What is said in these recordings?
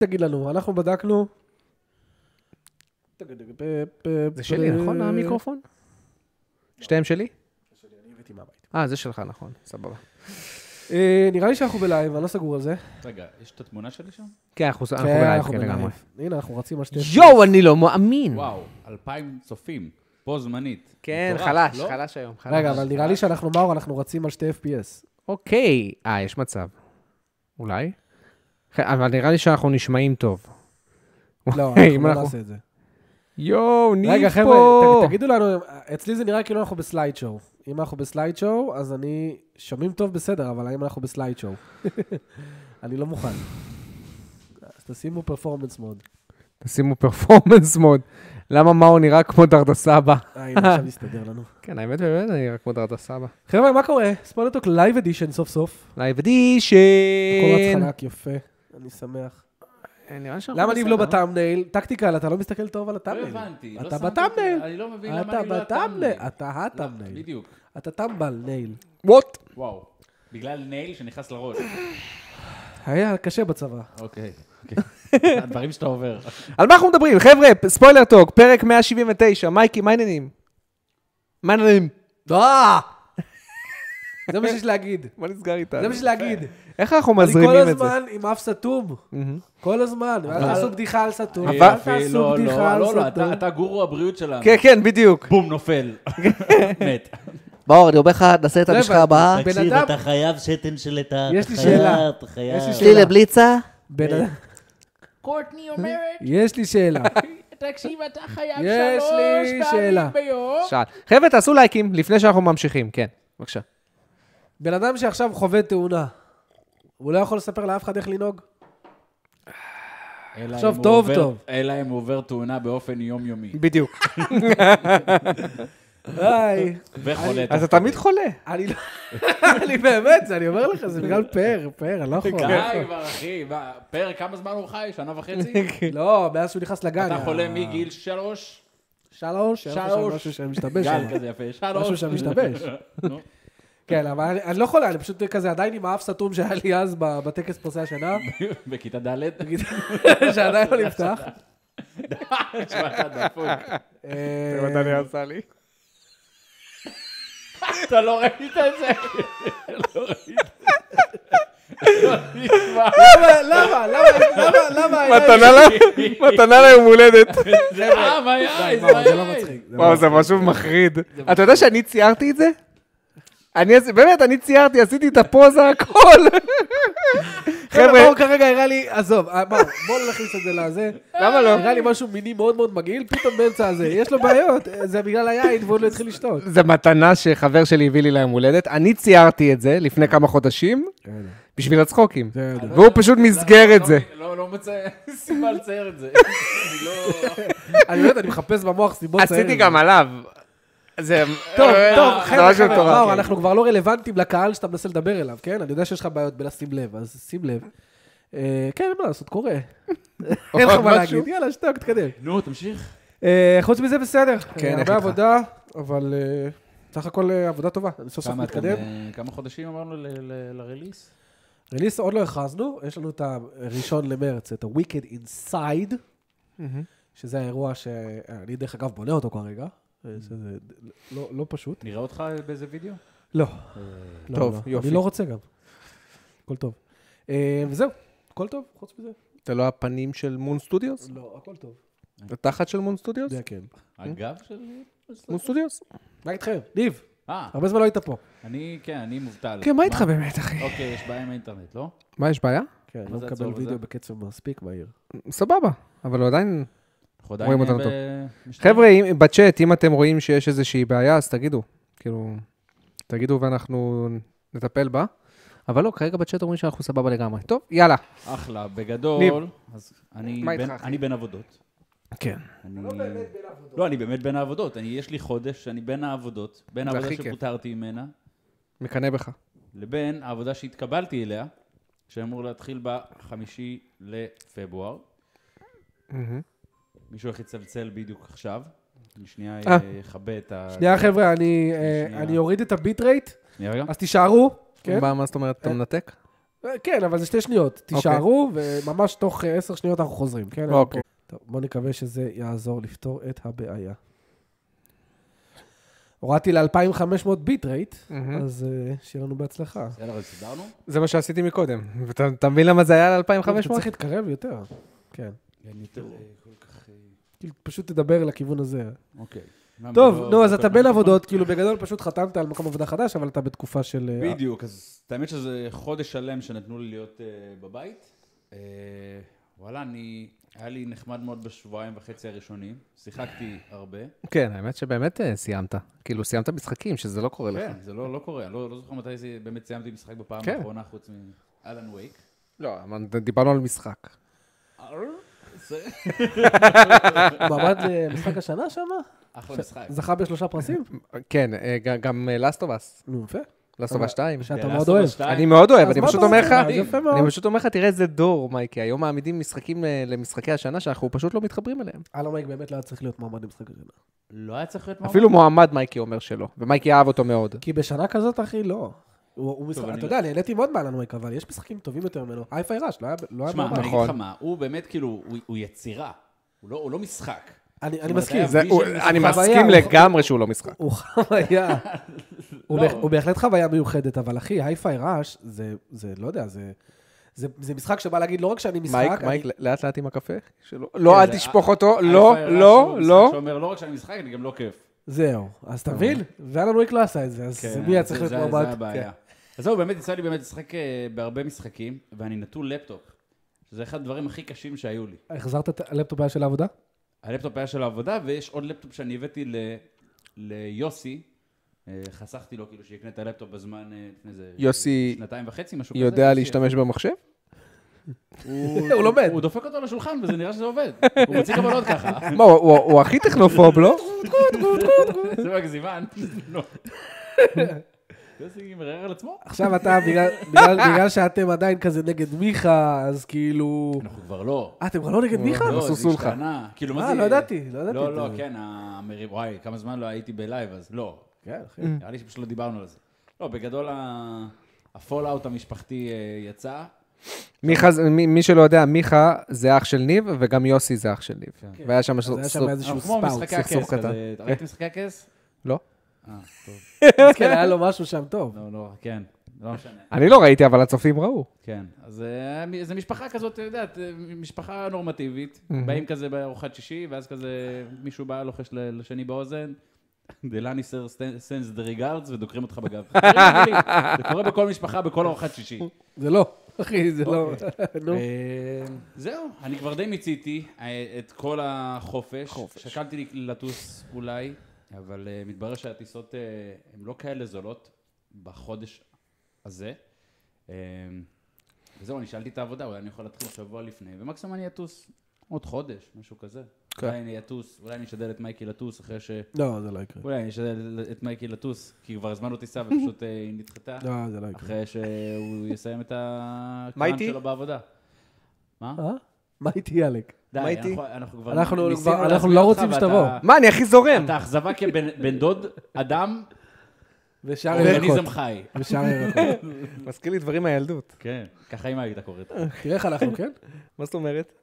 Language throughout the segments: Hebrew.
תגיד לנו, אנחנו בדקנו... זה שלי, נכון? המיקרופון? שתיהם שלי? אני הבאתי מהבית. זה שלך, נכון. סבבה. נראה לי שאנחנו בלייב, אני לא סגור על זה. רגע, יש את התמונה שלי שם? כן, אנחנו בלייב, כן לגמרי. הנה, אנחנו רצים על שתי... יואו, אני לא מאמין. וואו, 2,000 צופים, פה זמנית. כן, מטורף, לא? חלש היום. רגע, אבל נראה לי שאנחנו מאור, אנחנו רצים על 2 FPS. אוקיי. יש מצב. אולי? אבל נראה לי שאנחנו נשמעים טוב. לא, אם אנחנו לא נעשה את זה. יואו, ניב פה. רגע, חבר'ה, תגידו לנו, אצלי זה נראה כאילו אנחנו בסלייד שואו. אם אנחנו בסלייד שואו, אז אני... שומעים טוב בסדר, אבל האם אנחנו בסלייד שואו? אני לא מוכן. אז תשימו פרפורמנס מוד. תשימו פרפורמנס מוד. למה מאור נראה כמו דרדה סבא? הנה, עכשיו יסתדר לנו. כן, האמת באמת אני נראה כמו דרדה סבא. חבר'ה, מה קורה? ספוילרטוק לייב אדישן סוף סוף. לייב אדישן. הכל הצחלק, יפה. אני שמח. למה אני לא בטאמנייל? טקטיקל, אתה לא מסתכל טוב על לא הטאמנייל. הבנתי. אתה בטאמנייל. אני לא מבין למה אני לא בטאמנייל. אתה הטאמנייל. בדיוק. אתה טמבל, נייל. וואט? וואו. בגלל נייל שנכנס לראש. היה קשה בצבא. אוקיי. הדברים שאתה עובר. על מה אנחנו מדברים? חבר'ה, ספוילר טוק, פרק 179. מייקי, מה העניינים? מה העניינים? זה מה שיש להגיד. בוא נסגר איתה. זה מה שיש להגיד. איך אנחנו אני מזרימים כל את זה? הזמן עם אף סתום. כל הזמן. אל תעשו בדיחה על סתום. אבל- אל תעשו בדיחה על לא, סתום. אתה גורו הבריאות שלנו. כן, כן, בדיוק. בום, נופל. מת. באור, אני אומר לך, נעשה את המשחה הבאה. בן תקשיב, אדם- אתה חייב שתן של את ה... יש לי שאלה. אתה חייב. יש לי יש לי לבליצה. בן אדם... קורטני אומרת, יש לי שאלה. תקשיב, אתה חייב יש לי 3 שאלה. פעמים ביום. שאל. חבר'ה, תעשו לייקים לפני שאנחנו ממשיכים. כן, בבקשה. בן אדם שעכשיו חווה תאונה, הוא לא יכול לספר לאף אחד איך לנהוג? אלא עכשיו אם הוא טוב, עובר- טוב. אלא אם הוא עובר תאונה באופן יומיומי. בדיוק. היי. וחולה. אז אתה תמיד חולה. אני לא... אני באמת, אני אומר לך, זה בגלל פאר, אני לא יכול. די כבר, אחי. פרק, כמה זמן הוא חי? 1.5 שנה? לא, מאז שהוא נכנס לגן. אתה חולה מגיל 3? 3? משהו שמשתבש. גל שם. כזה יפה. 3? משהו שמשתבש. נו. כן, אבל אני לא חולה, אני פשוט כזה עדיין עם האף סתום שהיה לי אז בטקס פרסי השנה, בכיתה ד'? שעדיין לא נפתח. תשמע, אתה דפוק. דני עשה לי. אתה לא ראית את זה? לא ראית. לא נשמע. למה? מתנה ליום הולדת. מה היה? זה לא מצחיק. וואו, זה משהו מחריד. אתה יודע שאני ציירתי את זה? באמת, אני ציירתי, עשיתי את הפוזה, הכל. חבר'ה, בואו כרגע הראה לי, עזוב, בואו לא נכניס את זה לזה. למה לא? הראה לי משהו מיני מאוד מאוד מגעיל, פתאום באמצע הזה, יש לו בעיות, זה בגלל היין, והוא לא התחיל לשתות. זה מתנה שחבר שלי הביא לי ליום הולדת. אני ציירתי את זה לפני כמה חודשים, בשביל הצחוקים. והוא פשוט מסגר את זה. לא מוצא סיבה לצייר את זה. אני יודעת, אני מחפש במוח סיבות צייר. עשיתי גם עליו. זה... טוב, זה חבר'ה, משהו מטורף. מאור, אנחנו כבר לא רלוונטיים לקהל שאתה מנסה לדבר אליו, כן? אני יודע שיש לך בעיות בלשים לב, אז שים לב. כן, אין מה לעשות, קורה. אין לך מה להגיד, יאללה, שתוק, תקדם. נו, תמשיך. חוץ מזה בסדר, כן, איך הרבה איתך? עבודה, אבל סך הכל עבודה טובה, אני סוף סוף כמה אתם, מתקדם. כמה חודשים אמרנו לרליס? רליס עוד לא הכרזנו, יש לנו את הראשון למרץ, את ה-Wicked Inside, שזה האירוע שאני דרך אגב בונה אותו כרגע, זה לא פשוט. נראה אותך באיזה וידאו? לא. טוב, לא. יופי. אני לא רוצה גם. הכל טוב. וזהו, הכל טוב, חוץ מזה. אתה לא הפנים של מון סטודיוס? לא, הכל טוב. התחת של מון סטודיוס? זה כן. הגב של... מון סטודיוס? מה איתכם? ניב, אה, הרבה זמן לא היית פה. אני מובטל. כן, מה איתך באמת, אחי? אוקיי, יש בעיה עם האינטרנט, לא? מה, יש בעיה? כן, מה לא זה מקבל הצהוב וידאו הזה? בקצב מספיק מהיר. סבבה, אבל הוא עדיין... אנחנו רואים עדיין אותנו טוב. משתנה. חבר'ה, בצ'אט, אם אתם רואים שיש איזושהי בעיה, אז תגידו. כאילו, תגידו ואנחנו נטפל בה. אבל לא, כרגע בצ'אט אומרים שאנחנו סבבה לגמרי. טוב, יאללה. אחלה, ניב. בגדול, אז מה איתך, אחי? אני בין עבודות. כן. לא, אני באמת בין העבודות. יש לי חודש שאני בין העבודות, בין העבודה הכי כיף. שפוטרתי ממנה, מקנא בך. לבין העבודה שהתקבלתי אליה, שאמור להתחיל ב5 לפברואר. מישהו הולך לצלצל בדיוק עכשיו. אני שנייה יכבה את ה... שנייה חבר'ה, אני שנייה. אוריד את הביט רייט, שנייה רגע. אז תישארו. כן? מה זאת אומרת, אתה מנתק? כן, אבל זה 2 שניות. תישארו, וממש תוך 10 שניות אנחנו חוזרים. כן? אוקיי. טוב, בוא נקווה שזה יעזור לפתור את הבעיה. הורדתי ל-2500 ביט רייט, אז שיהיה לנו בהצלחה. בסדר, אז סדרנו? זה מה שעשיתי מקודם. ואתה מבין למה זה היה אתה ל-2500? צריך להתקרב יותר. כן. אני יותר כל כך... כאילו, פשוט תדבר לכיוון הזה. אוקיי. טוב, נו, אז אתה בין עבודות, כאילו בגדול פשוט חתמת על מקום עבודה חדש, אבל אתה בתקופה של... בדיוק, אז האמת שזה חודש שלם שנתנו לי להיות בבית. וואלה, היה לי נחמד מאוד בשבועיים וחצי הראשונים. שיחקתי הרבה. כן, האמת שבאמת סיימת. כאילו, סיימת משחקים, שזה לא קורה לך. כן, זה לא קורה. אני לא זוכר מתי באמת סיימתי משחק בפעם כן. האחרונה, חוץ מאלן וייק. לא, דיברנו על משחק. מעמד למשחק השנה שם? אחלה משחק. זכה ב3 פרסים? כן, גם Last of Us. נו, יפה. Last of Us 2. שאתה מאוד אוהב. אני מאוד אוהב, אז אני מה פשוט אתה אומר רוצה? לך, אז יפה מאוד. אני פשוט אומר לך, תראה איזה דור, מייקי. היום מעמידים משחקים למשחקי השנה שאנחנו פשוט לא מתחברים אליהם. אלן וייק באמת לא היה צריך להיות מועמד למשחק השנה. לא היה צריך להיות מעמד. אפילו מועמד מייקי אומר שלא, ומייקי אהב אותו מאוד. כי בשנה כזאת, אחי, לא. הוא משחק, אני אתה לא- יודע, נהניתי מאוד מאלן וייק, אבל יש משחקים טובים יותר ממנו. היי-פיי ראש, לא היה שמע, מועמד. אני אגיד נכון. לך מה, הוא באמת כאילו, הוא יצירה. הוא לא משחק. אני אומרת, מסכים. היה זה- ויז'ן אני חוויה, מסכים הוא- לגמרי שהוא לא משחק. הוא חוויה. לא. הוא בהחלט חוויה מיוחדת, אבל אחי, היי-פיי ראש, זה לא יודע, זה משחק שבא להגיד, לא רק שאני משחק, מייק, לאט לאט עם הקפה. לא, אל זה- תשפוך אותו, היי-פיי לא, ראש לא, הוא לא. משחק שאומר, לא רק שאני משחק, אני גם לא כיף. זהו. אז תבין, ואלן וייק לא עשה את זה, אז כן, מי היה צריך להיות זה מועמד? הבעיה. אז זהו, באמת יצא לי באמת לשחק בהרבה משחקים, ואני נטול לפטופ. שזה אחד הדברים הכי קשים שהיו לי. החזרת את הלפטופ היה של העבודה? הלפטופ היה של העבודה, ויש עוד לפטופ שאני הבאתי ליוסי. חסכתי לו כאילו שיקנה את הלפטופ בזמן לפני זה... יוסי 2.5, משהו כזה. יודע להשתמש במחשב? הוא לומד. הוא דופק אותו לשולחן, וזה נראה שזה עובד. הוא מציג קבלות ככה. מה, הוא הכי טכנופוב, לא? זה מגזימן. לא. יוסי מרער על עצמו? עכשיו אתה, בגלל שאתם עדיין כזה נגד מיכה, אז כאילו... אנחנו כבר לא. אתם כבר לא נגד מיכה? לא, עשו זה סולחה. השתנה. כאילו, מה זה... לא ידעתי, לא ידעתי. לא, כן, וואי, כמה זמן לא הייתי בלייב, אז לא. כן, אחי. נראה לי שפשוט לא דיברנו על זה. לא, בגדול הפול-אאוט המשפחתי יצא. מי שלא יודע, מיכה זה אח של ניב, וגם יוסי זה אח של ניב. והיה שם אז היה שם איזשהו כמו ספאוט. משחקי הכס סכסוך קטן. כזה. ראיתם משחקי הכס? לא. טוב. כן, היה לו משהו שם טוב. לא, כן. לא משנה. אני לא ראיתי, אבל הצופים ראו. כן. אז זה משפחה כזאת, אתה יודע, משפחה נורמטיבית. באים כזה בארוחת שישי, ואז כזה מישהו בא לוחש לשני באוזן. דלניסר sends the regards ודוקרים אותך בגב. זה קורה בכל משפחה, בכל ארוחת שישי. זה לא, אחי, זה לא. נו. זהו, אני כבר די מיציתי את כל החופש. שקלתי לי לטוס אולי, אבל מתברר שהטיסות הן לא כאלה זולות בחודש הזה. וזהו, אני שאלתי את העבודה, אולי אני יכול להתחיל שבוע לפני, ומקסימום אני אטוס עוד חודש, משהו כזה. אולי אני אטוס, אולי אני אשדל את מייקי לטוס אחרי ש... לא, זה לא יקרה. אולי אני אשדל את מייקי לטוס, כי כבר הזמנו טיסה ופשוט היא נדחתה. לא, זה לא יקרה. אחרי שהוא יסיים את מה הקראנץ' איתי? שלו בעבודה. מה? מה איתי, אלק? די, מה איתי? אנחנו כבר אנחנו ניסינו לא להסביר רוצים אותך, שתבוא. ואתה- מה, אני הכי זורם. אתה אכזבה כבן דוד, אדם, ושאר אורגניזם ירקות. חי. ושאר ירקות. מזכיר לי דברים מהילדות. כן, ככה אמא היית קוראת. תראה איך אנחנו, כן? מה זאת אומרת?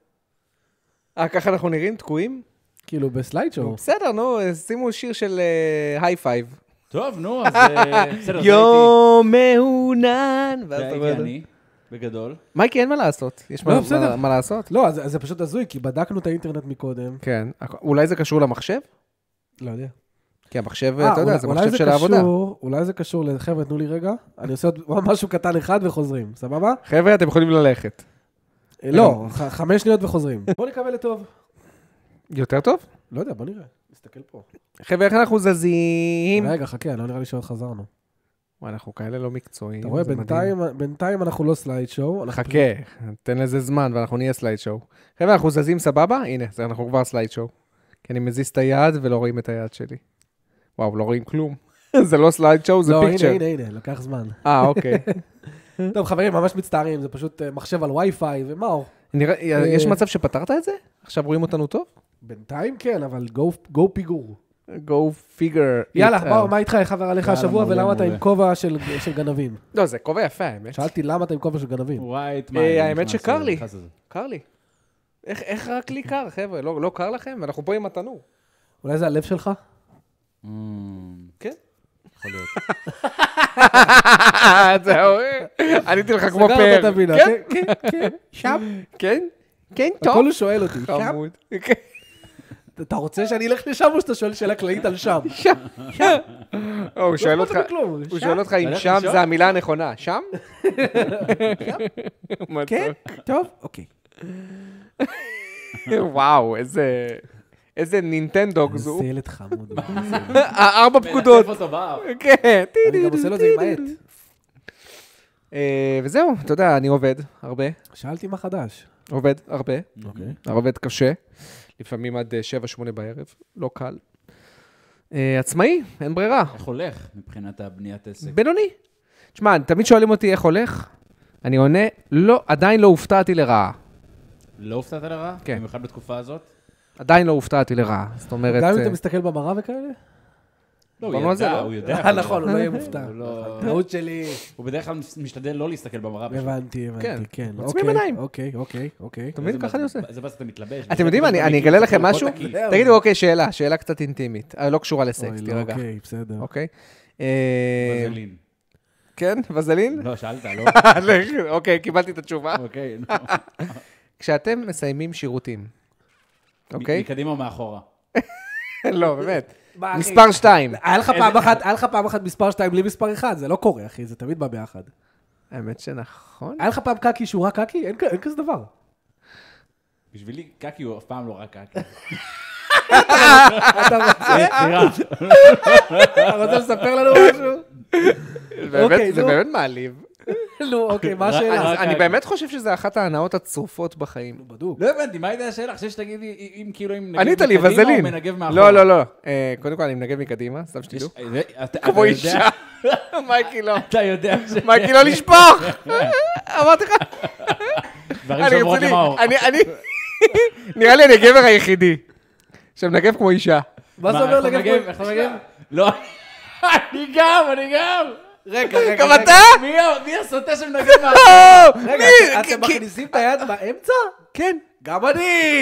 ככה אנחנו נראים? תקועים? כאילו בסלייד שואו. בסדר, נו, שימו שיר של היי פייב. טוב, נו, אז בסדר, יום מעונן. ואז זה אתה הייתי אומר, אני, בגדול. מייקי, אין מה לעשות. יש לא, בסדר. מה לעשות? לא, אז זה פשוט הזוי, כי בדקנו את האינטרנט מקודם. כן. אולי זה קשור למחשב? לא יודע. כי המחשב, אתה יודע, זה אולי מחשב של העבודה. אולי זה קשור לחבר'ה, תנו לי רגע. אני עושה עוד משהו קטן אחד וחוזרים, סבבה? חבר'ה, אתם יכולים ללכת. לא, 5 שניות וחוזרים. בוא נקווה לטוב. יותר טוב? לא יודע, בוא נראה. נסתכל פה. חבר'ה, איך אנחנו זזים? רגע, חכה, לא נראה לי שעוד חזרנו. וואי, אנחנו כאלה לא מקצועיים. אתה רואה, זה מדהים. בינתיים אנחנו לא סלייד שואו. חכה, תן לזה זמן ואנחנו נהיה סלייד שואו. חבר'ה, אנחנו זזים סבבה? הנה, אנחנו כבר סלייד שואו. כי אני מזיז את היד ולא רואים את היד שלי. וואו, לא רואים כלום. זה לא סלייד שואו, זה פיקצ'ר. לא, הנה, לקח זמן. אוקיי. טוב, חברים, ממש מצטערים, זה פשוט מחשב על וי-פיי, ומה הוא? יש מצב שפתרת את זה? עכשיו רואים אותנו טוב? בינתיים כן, אבל גו פיגור. go figure. יאללה, it בר, out. מה איתך, איך עבר עליך השבוע, מעולה, ולמה אתה עם מעולה. כובע של גנבים? לא, זה כובע יפה, האמת. שאלתי למה אתה עם כובע של גנבים. ווייט האמת שקר לי. קר לי. איך רק לי קר, חבר'ה? לא קר לכם? ואנחנו פה עם התנור. אולי זה הלב שלך? כן. יכול להיות. זהו, עניתי לך כמו סגרת פר. את הפינה. כן? כן, כן, שם. כן? כן, טוב. הכל הוא שואל אותי. שם? חמוד. כן. אתה רוצה שאני אלך לשם או שאתה שואל שאלה כללית על שם? הוא שואל אותך, בכלום. הוא שם? שואל אותך אם הולך שם לשם? זה המילה הנכונה. שם? כן? טוב, אוקיי. וואו, איזה נינטנדוג זו. זה ילד חמוד. 4 פקודות. מלטף אותו באף. כן. אני גם עושה לו את זה עם העט. וזהו, אתה יודע, אני עובד הרבה. שאלתי מה חדש. עובד הרבה. אוקיי. עובד קשה. לפעמים עד 7-8 בערב. לא קל. עצמאי, אין ברירה. איך הולך מבחינת הבניית עסק? בינוני. תשמע, תמיד שואלים אותי איך הולך. אני עונה, לא, עדיין לא הופתעתי לרעה. לא הופתעת לרעה? כן. במיוחד בתקופה הזאת? עדיין לא הופתעתי לרעה. זאת אומרת... גם אם אתה מסתכל במראה וכאלה? לא, דיברנו על זה, לא? הוא יודע. נכון, הוא לא יהיה מופתע. הוא לא- טעות שלי. הוא בדרך כלל משתדל לא להסתכל במראה. פשוט. הבנתי, כן. כן. עוצמים אוקיי, עיניים. אוקיי. אתה מבין? ככה אני עושה. זה בס אתה מתלבש. אתם יודעים, אני אגלה לכם משהו? זהו. תגידו, אוקיי, שאלה קצת אינטימית. לא קשורה לסקס, תירגע. אוקיי, בסדר. אוקיי. וזלין. כן, וזלין? לא, שאלת, לא? אוקיי, קיבלתי את התשובה. אוקיי. כשאתם מסיימים שירותים, אוקיי? מקדימה או מאחורה? לא, באמת. מה, אחי? מספר 2. היה לך פעם אחת מספר 2 בלי מספר 1, זה לא קורה, אחי, זה תמיד בא ביחד. האמת שנכון. היה לך פעם קקי שהוא רק קקי? אין כזה דבר. בשבילי קקי הוא אף פעם לא רק קקי. אתה רוצה לספר לנו משהו? אוקיי, זה נו. באמת מעליב. נו, אוקיי, מה השאלה? אז אני באמת חושב שזה אחת ההנאות הצרופות בחיים. בדוק. לא הבנתי, מה הייתה השאלה? חושב שתגידי אם כאילו אם נגב ענית לי, מקדימה או וזלין. מנגב מאחורה. לא. קודם כל, אני מנגב מקדימה, סתם שתדעו. כמו אישה. מייקי לא. אתה יודע ש... מייקי לא לשפוך! אמרתי לך. דברים אני שעוברות רציני. למאור. נראה לי אני הגבר היחידי. שמנגב כמו אישה. מה זה אומר לגבי... איך אתה מנגב? לא. אני גם. רגע. גם אתה? מי הסוטה שמנגב מאחורה? רגע, אתם מכניסים את היד באמצע? כן. גם אני!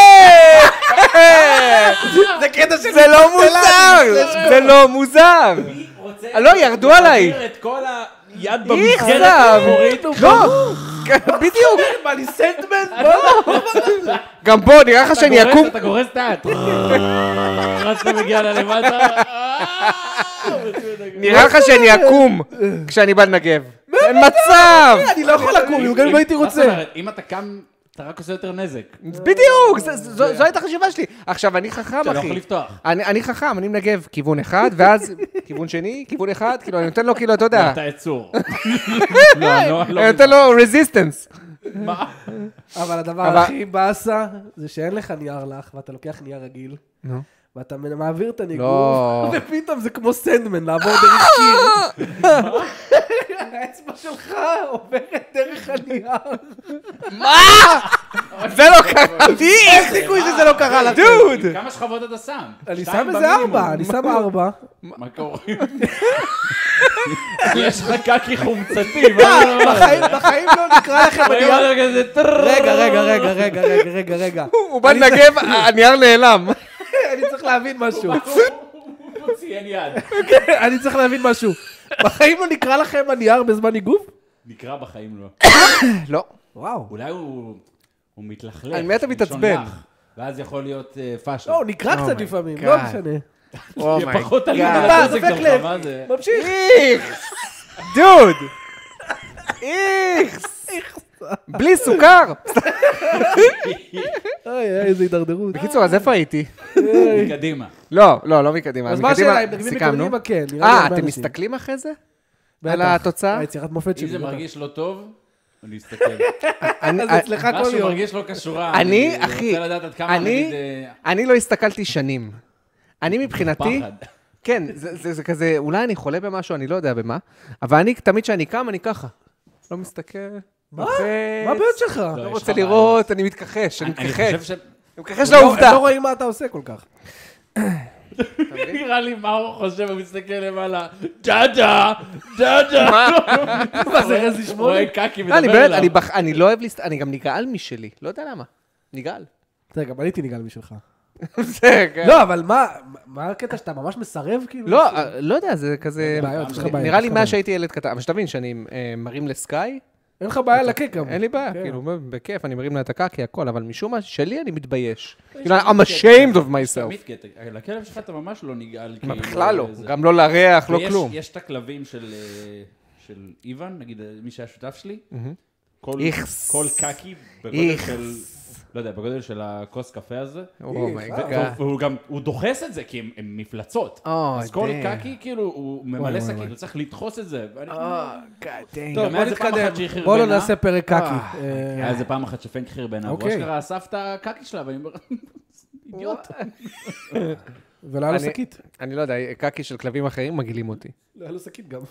זה קטע של... זה לא מוזר! זה לא מוזר! לא, ירדו עליי. להעביר את כל היד איך במסגרת זב? האחורית. לא! בדיוק! מה, אני סנטמן? גם בוא, נראה לך שאני אקום. אתה גורס את היד. אז אתה מגיע ללמטה. נראה לך שאני אקום כשאני בא לנגב. אין מצב! אני לא יכול לקום, גם אם הייתי מה זאת רוצה. אומרת? אם אתה קם, אתה רק עושה יותר נזק. בדיוק! זו הייתה החשיבה שלי. עכשיו, אני חכם, אתה לא אחי. יכול לפתוח. אני חכם, אני מנגב כיוון אחד, ואז כיוון שני, כיוון אחד, כאילו, אני נותן לו, כאילו, אתה יודע. אתה יצור. לא, אני נותן לו רזיסטנס. מה? אבל הדבר אבל- הכי באסה, זה שאין לך נייר לך, ואתה לוקח נייר רגיל, נו. ואתה מעביר את הניגוב, לא. ופתאום זה כמו סנדמן, לעבור דרך קיר. האצבע שלך עוברת דרך הנייר. זה לא קרה לי! איך סיכוי שזה לא קרה לכם? דוד! כמה שכבות אתה שם? אני שתיים שם איזה במינימום. 4, אני שם 4. מה קורה? יש לך קקי חומצתי. מה? בחיים לא נקרא לכם הנייר. רגע. הוא בא לנגב, הנייר נעלם. אני צריך להבין משהו. הוא ציין יד. אני צריך להבין משהו. בחיים לא נקרא לכם הנייר בזמן ניגוב? נקרא בחיים לא. לא. וואו. אולי הוא מתלכלך. על מי אתה מלשון מתעצבן? לח, ואז יכול להיות פאשלה. לא, הוא נקרא Oh קצת my לפעמים, God. לא משנה. יהיה פחות עלים God. על מה, הדזק דופק שלך, לב. מה זה? ממשיך. איכס! דוד! איכס! בלי סוכר! איזה הידרדרות. בקיצור, אז איפה הייתי? קדימה. לא מקדימה. אז מה השאלה, אם נגבים סיכמנו. מקדימה, כן. נראה לי הרבה אתם אנשים. מסתכלים אחרי זה? בטח. על התוצאה? היצירת מופת אם שלי. זה בטח. מרגיש לא טוב, אני אסתכל. אז אצלך כל משהו יום. מרגיש לא כשורה. אני, אחי, רוצה לדעת עד כמה, נגיד, אני לא הסתכלתי שנים. אני מבחינתי, פחד. כן, זה כזה, אולי אני חולה במשהו, אני לא יודע במה, אבל אני, תמיד שאני קם, אני ככה. לא מסתכל, מה? לוחץ, מה הבעיות שלך? לא יש רוצה לך לראות, אני מתכחש, אני אני מתכחש. חושב ש... אני מתכחש הם לעובדה. לא רואים מה אתה עושה כל כך. נראה לי מה הוא חושב, הוא מסתכל למעלה, ג'אג'ה, ג'אג'ה. מה זה רזי שמונה? רואה קקי אני מדבר באמת, אליו. אני לא אוהב אני גם נגעל משלי, לא יודע למה. נגעל. תראה, גם אני הייתי נגעל משלך. זה, כן. לא, אבל מה הקטע שאתה ממש מסרב כאילו? לא יודע, זה כזה... בעיות, יש לך בעיות. נראה לי יש לך מאז שהייתי ילד קטן, אבל שתבין שאני מרים לסקאי, אין לך בעיה לקק גם. אין לי בעיה, כן. כאילו, בכיף, אני מרים לה את הקקי, הכל, אבל משום מה שלי אני מתבייש. כאילו, I'm ashamed of myself. תמיד קטע, לכלב שלך אתה ממש לא נגעל. מה, כאילו, בכלל לא, זה- גם לא לריח, לא ויש- כלום. יש את הכלבים של איוון, נגיד מי שהיה שותף שלי, איכס. כל קקי בגודל של, לא יודע, בגודל של הכוס קפה הזה, אומייגאד. והוא גם, הוא דוחס את זה, כי הם מפלצות. אז כל קקי, כאילו, הוא ממלא שקית, הוא צריך לדחוס את זה. ואני- טוב, גם בוא היה איזה פעם נתקדם. אחת שהיא בוא לא חרבנה. נעשה פרק קקי. היה איזה פעם אחת שפנק חרבנה, והוא אוקיי. אשכרה אסף את הקקי שלה, ואני אומר, אידיוט. ולא היה לו שקית. אני לא יודע, קקי של כלבים אחרים מגעילים אותי. לא היה לו שקית גם.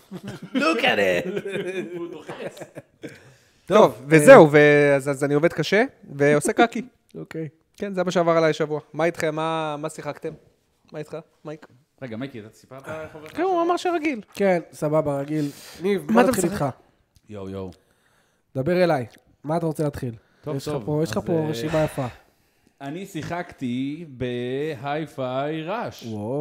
הוא דוחס. טוב, וזהו, אז אני עובד קשה, ועושה קקי. אוקיי. כן, זה מה שעבר עליי השבוע. מה איתכם? מה שיחקתם? מה איתך, מייק? רגע, מייקי, אתה סיפרת איך עובר לך? כן, הוא אמר שרגיל. כן, סבבה, רגיל. ניב, מה בוא אתה נתחיל משחק? איתך. יואו. דבר אליי. מה אתה רוצה להתחיל? טוב, יש לך טוב. פה- יש לך אז, פה רשימה יפה. אני שיחקתי בהיי-פיי ראש.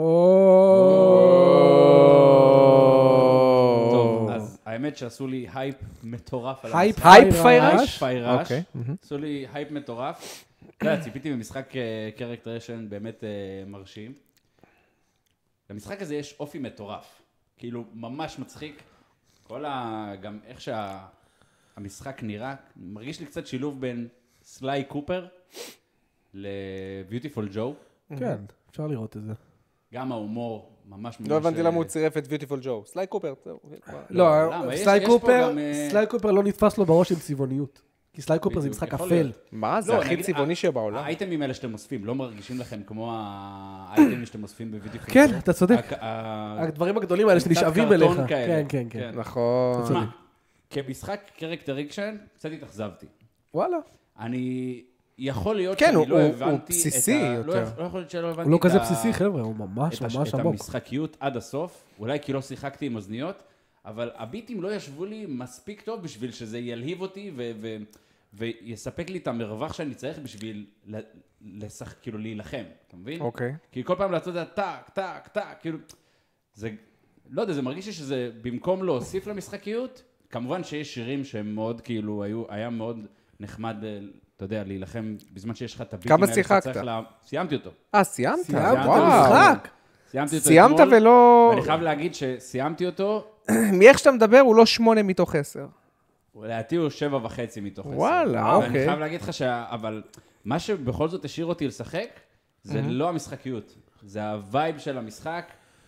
טוב, אז האמת שעשו לי הייפ מטורף על המשחק. הייפ-פיי ראש? הייפ-פיי ראש. אוקיי. עשו לי הייפ מטורף. אתה יודע, ציפיתי במשחק קרקטרשן באמת מרשים. למשחק הזה יש אופי מטורף. כאילו, ממש מצחיק. גם איך שהמשחק נראה, מרגיש לי קצת שילוב בין סליי קופר לביוטיפול ג'ו. כן, אפשר לראות את זה. גם ההומור ממש ממש... לא הבנתי למה הוא צירף את ביוטיפול ג'ו. סליי קופר, זהו. לא, למה? סליי יש פה קופר, גם, סליי קופר לא נתפס לו בראש עם צבעוניות. כי סליי קופר זה בדיוק, משחק יכול אפל. להיות. מה? זה לא, הכי נגיד, צבעוני שבעולם. האייטמים האלה שאתם אוספים, לא מרגישים לכם כמו האייטמים שאתם אוספים בביוטיפול כן, ג'ו? אתה צודק. הדברים הגדולים האלה קצת שנשאבים קרטון אליך. כאלה. כן, כן. נכון. תשמע, כמשחק קרקטריקשן, קצת התאכזבתי. וואלה. אני... יכול להיות כן, שאני לא הוא הבנתי... בסיסי יותר. לא יכול להיות שלא הבנתי הוא לא את כזה ה- בסיסי, חבר'ה, הוא ממש ממש את עמוק. המשחקיות עד הסוף, אולי כי לא שיחקתי עם אוזניות, אבל הביטים לא ישבו לי מספיק טוב בשביל שזה ילהיב אותי ויספק לי את המרווח שאני צריך בשביל כאילו להילחם, אתה מבין? אוקיי. כי כל פעם לעשות את הטק, טק, טק, כאילו, זה, לא יודע, זה מרגיש לי שזה במקום להוסיף למשחקיות, כמובן שיש שירים שהם מאוד כאילו, היה מאוד נחמד, אתה יודע, להילחם בזמן שיש לך את הביטים כמה האלה שאתה שיחקת? צריך סיימתי אותו. סיימת? סיימת וואו. משחק? סיימתי אותו סיימת אתמול, ולא... ואני חייב להגיד שסיימתי אותו, מאיך שאתה מדבר הוא לא 8 מתוך 10. לדעתי הוא 7.5 מתוך 10. וואלה, ואני אוקיי. חייב להגיד לך אבל מה שבכל זאת השאיר אותי לשחק, זה לא המשחקיות, זה הווייב של המשחק,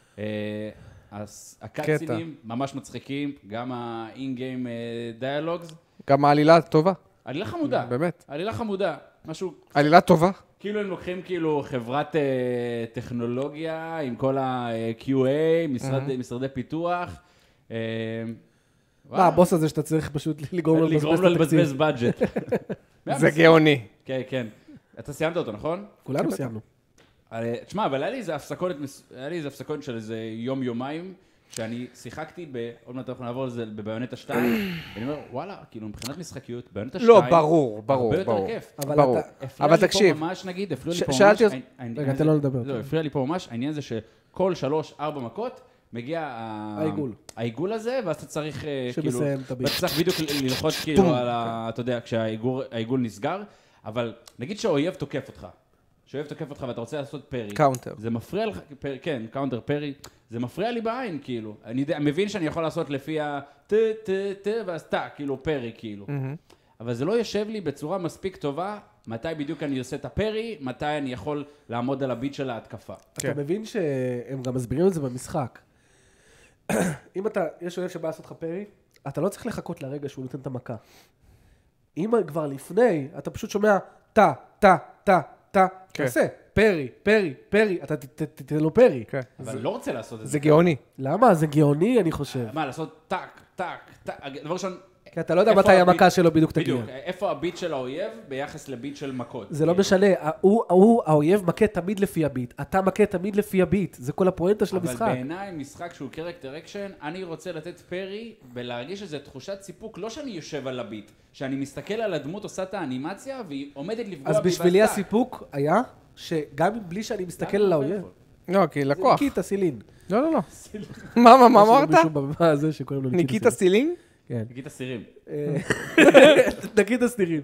הקאצינים ממש מצחיקים, גם ה-in-game dialogues, גם העלילה טובה, עלילה חמודה, באמת. עלילה חמודה, משהו, עלילה טובה. כאילו הם לוקחים כאילו חברת טכנולוגיה עם כל ה-QA, משרדי פיתוח, מה, הבוס הזה שאתה צריך פשוט לגרום לו לגרום לו לבזבז בדג'ט. זה גאוני. כן, כן. אתה סיימת אותו, נכון? כולנו סיימנו. תשמע, אבל היה לי איזה הפסקות של איזה יום-יומיים, שאני שיחקתי עוד מעט אנחנו נעבור לזה בביונטה 2, ואני אומר, וואלה, כאילו מבחינת משחקיות, ביונטה 2, לא, ברור. הרבה יותר כיף. ברור. אבל תקשיב, שאלתי אותך... רגע, תן לו לדבר. לא, הפריע לי פה ממש, העניין זה שכל 3-4 מכות, מגיע העיגול הזה, ואז אתה צריך כאילו... שמסיים את הביט. ואתה צריך בדיוק ללחוץ כאילו על ה... אתה יודע, כשהעיגול נסגר, אבל נגיד שהאויב תוקף אותך. שאוהב תוקף אותך ואתה רוצה לעשות פרי. קאונטר. זה מפריע לך, כן, קאונטר פרי. זה מפריע לי בעין, כאילו. אני מבין שאני יכול לעשות לפי ואז כאילו פרי, כאילו. אבל זה לא יושב לי בצורה מספיק טובה, מתי בדיוק אני עושה את הפרי, מתי אני יכול לעמוד על הביט של ההתקפה. אתה מבין שהם גם מסבירים את זה במשחק. אם יש אוהב שבא לעשות לך פרי, אתה לא צריך לחכות לרגע שהוא נותן את המכה. אם כבר לפני, אתה פשוט שומע תעשה, פרי, אתה תתן לו פרי. אבל אני לא רוצה לעשות את זה. זה גאוני. למה? זה גאוני, אני חושב. מה, לעשות טק, דבר ראשון, כי אתה לא יודע מתי המכה שלו בדיוק תגיע. בדיוק, איפה הביט של האויב ביחס לביט של מכות. זה לא משנה, האויב מכה תמיד לפי הביט, אתה מכה תמיד לפי הביט, זה כל הפואנטה של המשחק. אבל בעיניי משחק שהוא קרקטר אקשן, אני רוצה לתת פרי ולהרגיש איזו תחושת סיפוק, לא שאני יושב על הביט, שאני מסתכל על הדמות עושה את האנימציה והיא עומדת לפגוע בי. אז בשבילי הסיפוק היה שגם בלי שאני מסתכל על האויב, לא, כי לקוח. זה ניקיטה סילין. לא, לא. מה אמרת? מישהו במה הזה שקוראים לו ניקיטה סילין? כן. נגיד הסירים. ניקיטה סילין.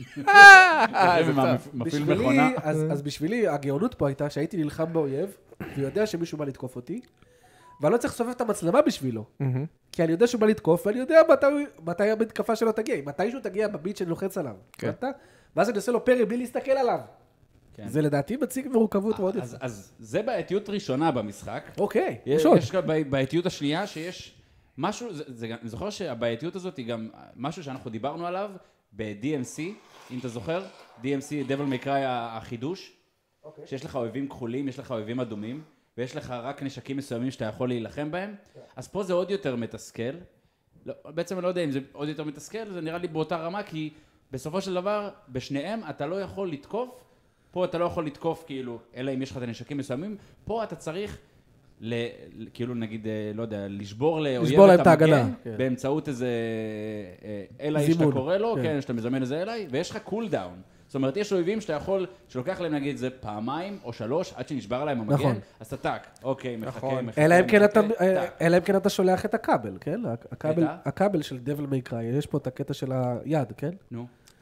מפעיל מכונה. אז בשבילי הגאונות פה הייתה שהייתי נלחם באויב, ויודע שמישהו בא לתקוף אותי, ואני לא צריך לסובב את המצלמה בשבילו. כי אני יודע שהוא בא לתקוף, ואני יודע מתי המתקפה שלו תגיע. מתישהו תגיע בביט שאני לוחץ עליו. ואז אני עושה לו פרי בלי להסתכל עליו. זה לדעתי מציג מורכבות מאוד יפה. אז זה בעייתיות ראשונה במשחק. אוקיי, יש עוד. יש גם בעייתיות השנייה שיש משהו, אני זוכר שהבעייתיות הזאת היא גם משהו שאנחנו דיברנו עליו ב-DMC, אם אתה זוכר, DMC, Devil May Cry החידוש, שיש לך אויבים כחולים, יש לך אויבים אדומים, ויש לך רק נשקים מסוימים שאתה יכול להילחם בהם, אז פה זה עוד יותר מתסכל. בעצם אני לא יודע אם זה עוד יותר מתסכל, זה נראה לי באותה רמה, כי בסופו של דבר, בשניהם אתה לא יכול לתקוף, פה אתה לא יכול לתקוף כאילו, אלא אם יש לך את הנשקים מסוימים, פה אתה צריך כאילו נגיד, לא יודע, לשבור לאויב את המגן, באמצעות איזה אליי שאתה קורא לו, כן, שאתה מזמן איזה אליי, ויש לך קול דאון. זאת אומרת, יש אויבים שאתה יכול, שלוקח להם נגיד זה פעמיים או 3, עד שנשבר להם המגן, אז אתה טק, אוקיי, מחכה. אלא אם כן אתה שולח את הכבל, כן? הכבל של דבל מיי קריי, יש פה את הקטע של היד, כן? נו.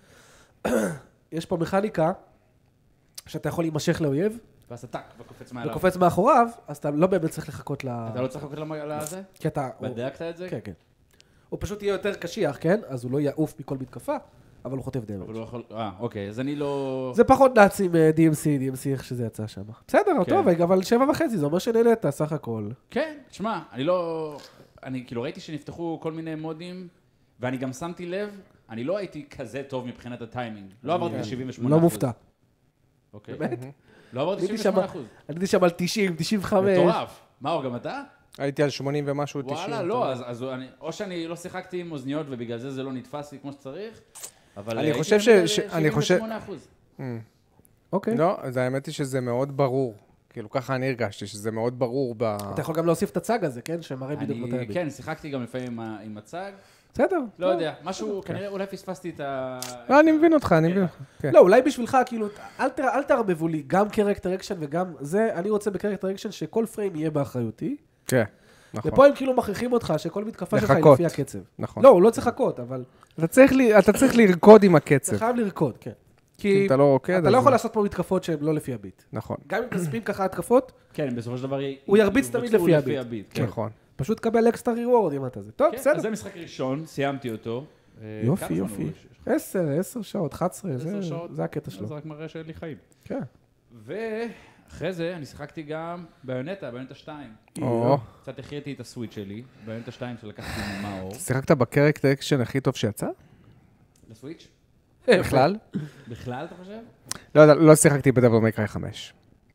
יש פה מכניקה, שאתה יכול להימשך לאויב, ואז אתה טק, וקופץ מעליו. וקופץ מאחוריו, אז אתה לא באמת צריך לחכות אתה לא צריך לחכות לזה? כי אתה... בדקת את זה? כן, כן. הוא פשוט יהיה יותר קשיח, כן? אז הוא לא יעוף מכל מתקפה, אבל הוא חוטף דמג'. אבל הוא יכול... אוקיי, אז אני לא... זה פחות נאצים DMC, איך שזה יצא שם. בסדר, טוב, אבל 7.5, זה אומר שנהנית, סך הכל. כן, תשמע, אני לא... אני כאילו ראיתי שנפתחו כל מיני מודים, ואני גם שמתי לב, אני לא הייתי כזה טוב מבחינת הטיימינג. לא עברתי ל-78%. לא מופתע. אוקיי. באמת? לא עברתי 78%. הייתי שם על 90, 95. מטורף. מה, גם אתה? הייתי על 80 ומשהו, 90. וואלה, לא, אז או שאני לא שיחקתי עם אוזניות ובגלל זה לא נתפס לי כמו שצריך, אבל אני חושב אני חושב... 78%. אוקיי. לא, אז האמת היא שזה מאוד ברור. כאילו, ככה אני הרגשתי, שזה מאוד ברור אתה יכול גם להוסיף את הצג הזה, כן? שמראה בדיוק מתי הביט. כן, שיחקתי גם לפעמים עם הצג. בסדר. לא יודע, משהו, כנראה אולי פספסתי את ה... לא, אני מבין אותך. לא, אולי בשבילך, כאילו, אל תערבבו לי, גם קרקטר אקשן וגם זה, אני רוצה בקרקטר אקשן שכל פריים יהיה באחריותי. כן, נכון. ופה הם כאילו מכריחים אותך שכל מתקפה שלך היא לפי הקצב. נכון. לא, הוא לא צריך לחכות, אבל... אתה צריך לרקוד עם הקצב. אתה חייב לרקוד, כן. כי אתה לא רוקד, אתה לא יכול לעשות פה מתקפות שהן לא לפי הביט. נכון. גם אם תספים ככה התקפות, כן, בסופו של דבר הוא ירביץ תמיד לפי הביט. נכון. פשוט קבל אקסטרה ריוורד אם אתה זה. טוב, בסדר. אז זה משחק ראשון, סיימתי אותו. יופי. 10 שעות, 11, זה הקטע שלו. זה רק מראה שאין לי חיים. כן. ואחרי זה אני שיחקתי גם ביונטה 2. קצת הכריתי את הסוויץ' שלי, ביונטה 2 שלקחתי ממאור. שיחקת בקרקטר אקשן הכי טוב שיצא? לסוויץ'? בכלל? בכלל, אתה חושב? לא שיחקתי בדבל מיי קריי 5.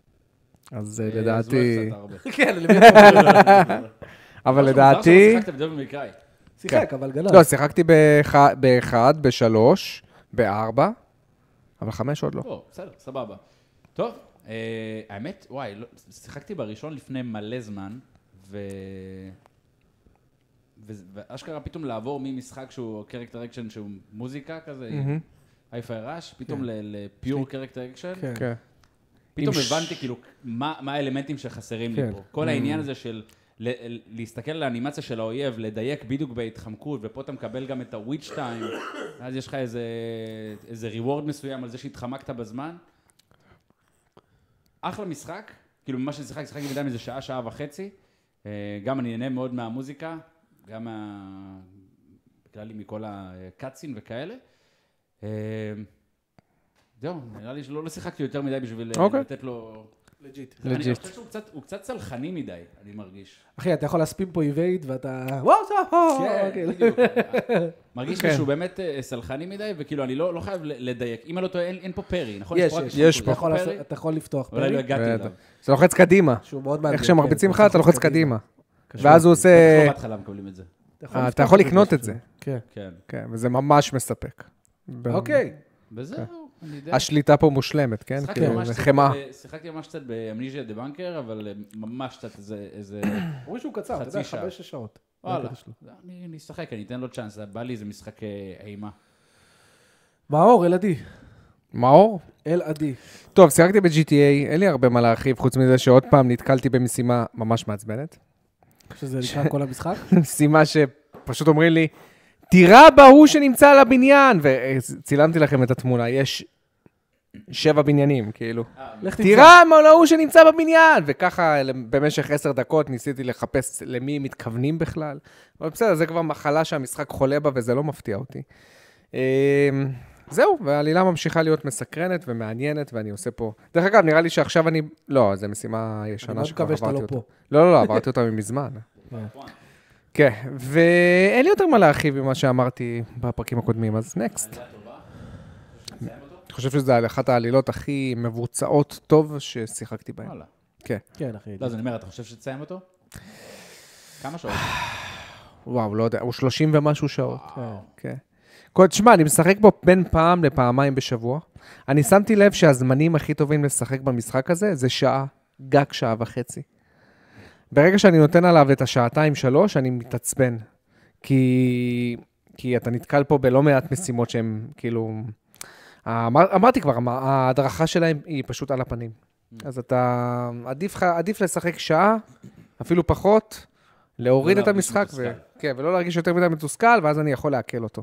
אז לדעתי... כן, אבל לדעתי... שיחקת בדבל מיי קריי. שיחק, אבל גנב. לא, שיחקתי ב-1, ב-3, ב-4, אבל 5 עוד לא. לא, בסדר, סבבה. טוב, האמת, וואי, שיחקתי בראשון לפני מלא זמן, ואשכרה פתאום לעבור ממשחק שהוא קרקטר אקשן שהוא מוזיקה כזה, הייפי ראש, פתאום לפיור קרקטר אקשן. פתאום הבנתי כאילו מה האלמנטים שחסרים לי פה. כל העניין הזה של להסתכל על האנימציה של האויב, לדייק בדיוק בהתחמקות, ופה אתה מקבל גם את הוויץ' טיים, אז יש לך איזה ריוורד מסוים על זה שהתחמקת בזמן. אחלה משחק, כאילו ממה ששיחקתי מדי מזה שעה וחצי, גם אני נהנה מאוד מהמוזיקה, גם בכללי מכל הקאצין וכאלה. זהו, נראה לי שלא שיחקתי יותר מדי בשביל לתת לו... לג'יט. אני חושב שהוא קצת צלחני מדי, אני מרגיש. אחי, אתה יכול להספים פה איבייד ואתה... וואו, כן, בדיוק. מרגיש לי שהוא באמת צלחני מדי, וכאילו אני לא חייב לדייק. אם אני לא טועה, אין פה פרי, נכון? יש פה. אתה יכול לפתוח פרי. אולי לא הגעתי אליו. זה לוחץ קדימה. שהוא מאוד מעניין. איך שמרביצים לך, אתה לוחץ קדימה. ואז הוא עושה... איך לא בהתחלה מקבלים את זה? אתה יכול לקנות את זה. כן. כן. כן, וזה ממש מספק. אוקיי. וזהו, אני יודע. השליטה פה מושלמת, כן? כאילו, זה חמה. שיחקתי ממש קצת באמניזיה דה בנקר, אבל ממש קצת איזה... אומרים שהוא קצר, אתה יודע, 5 שעות. וואלה, אני אשחק, אני אתן לו צ'אנס, בא לי איזה משחק אימה. מאור, אלעדי. מאור? אלעדי. טוב, שיחקתי ב-GTA, אין לי הרבה מה להרחיב, חוץ מזה שעוד פעם נתקלתי במשימה ממש מעצבנת. שזה נקרא כל המשחק? משימה שפשוט אומרים לי, תירה בהוא שנמצא על הבניין, וצילמתי לכם את התמונה, יש 7 בניינים, כאילו. תירה בהוא שנמצא בבניין, וככה במשך 10 דקות ניסיתי לחפש למי מתכוונים בכלל. אבל בסדר, זה כבר מחלה שהמשחק חולה בה, וזה לא מפתיע אותי. זהו, והעלילה ממשיכה להיות מסקרנת ומעניינת, ואני עושה פה... דרך אגב, נראה לי שעכשיו אני... לא, זו משימה ישנה שכבר עברתי אותה. לא, עברתי אותה מזמן. כן, ואין לי יותר מה להרחיב ממה שאמרתי בפרקים הקודמים, אז נקסט. אני חושב שזו אחת העלילות הכי מבוצעות טוב ששיחקתי בהן. כן. כן, אחי. לא, אז אני אומר, אתה חושב שתסיים אותו? כמה שעות? וואו, לא יודע, הוא 30 ומשהו שעות. כן. תשמע, אני משחק בו בין פעם לפעמיים בשבוע. אני שמתי לב שהזמנים הכי טובים לשחק במשחק הזה, זה שעה, גג שעה וחצי. ברגע שאני נותן עליו את השעתיים 3, אני מתעצבן. כי אתה נתקל פה בלא מעט משימות שהן כאילו... אמרתי כבר, ההדרכה שלהם היא פשוט על הפנים. אז אתה... עדיף לשחק שעה, אפילו פחות, להוריד את המשחק, כן, ולא להרגיש יותר מדי מתוסכל, ואז אני יכול להקל אותו.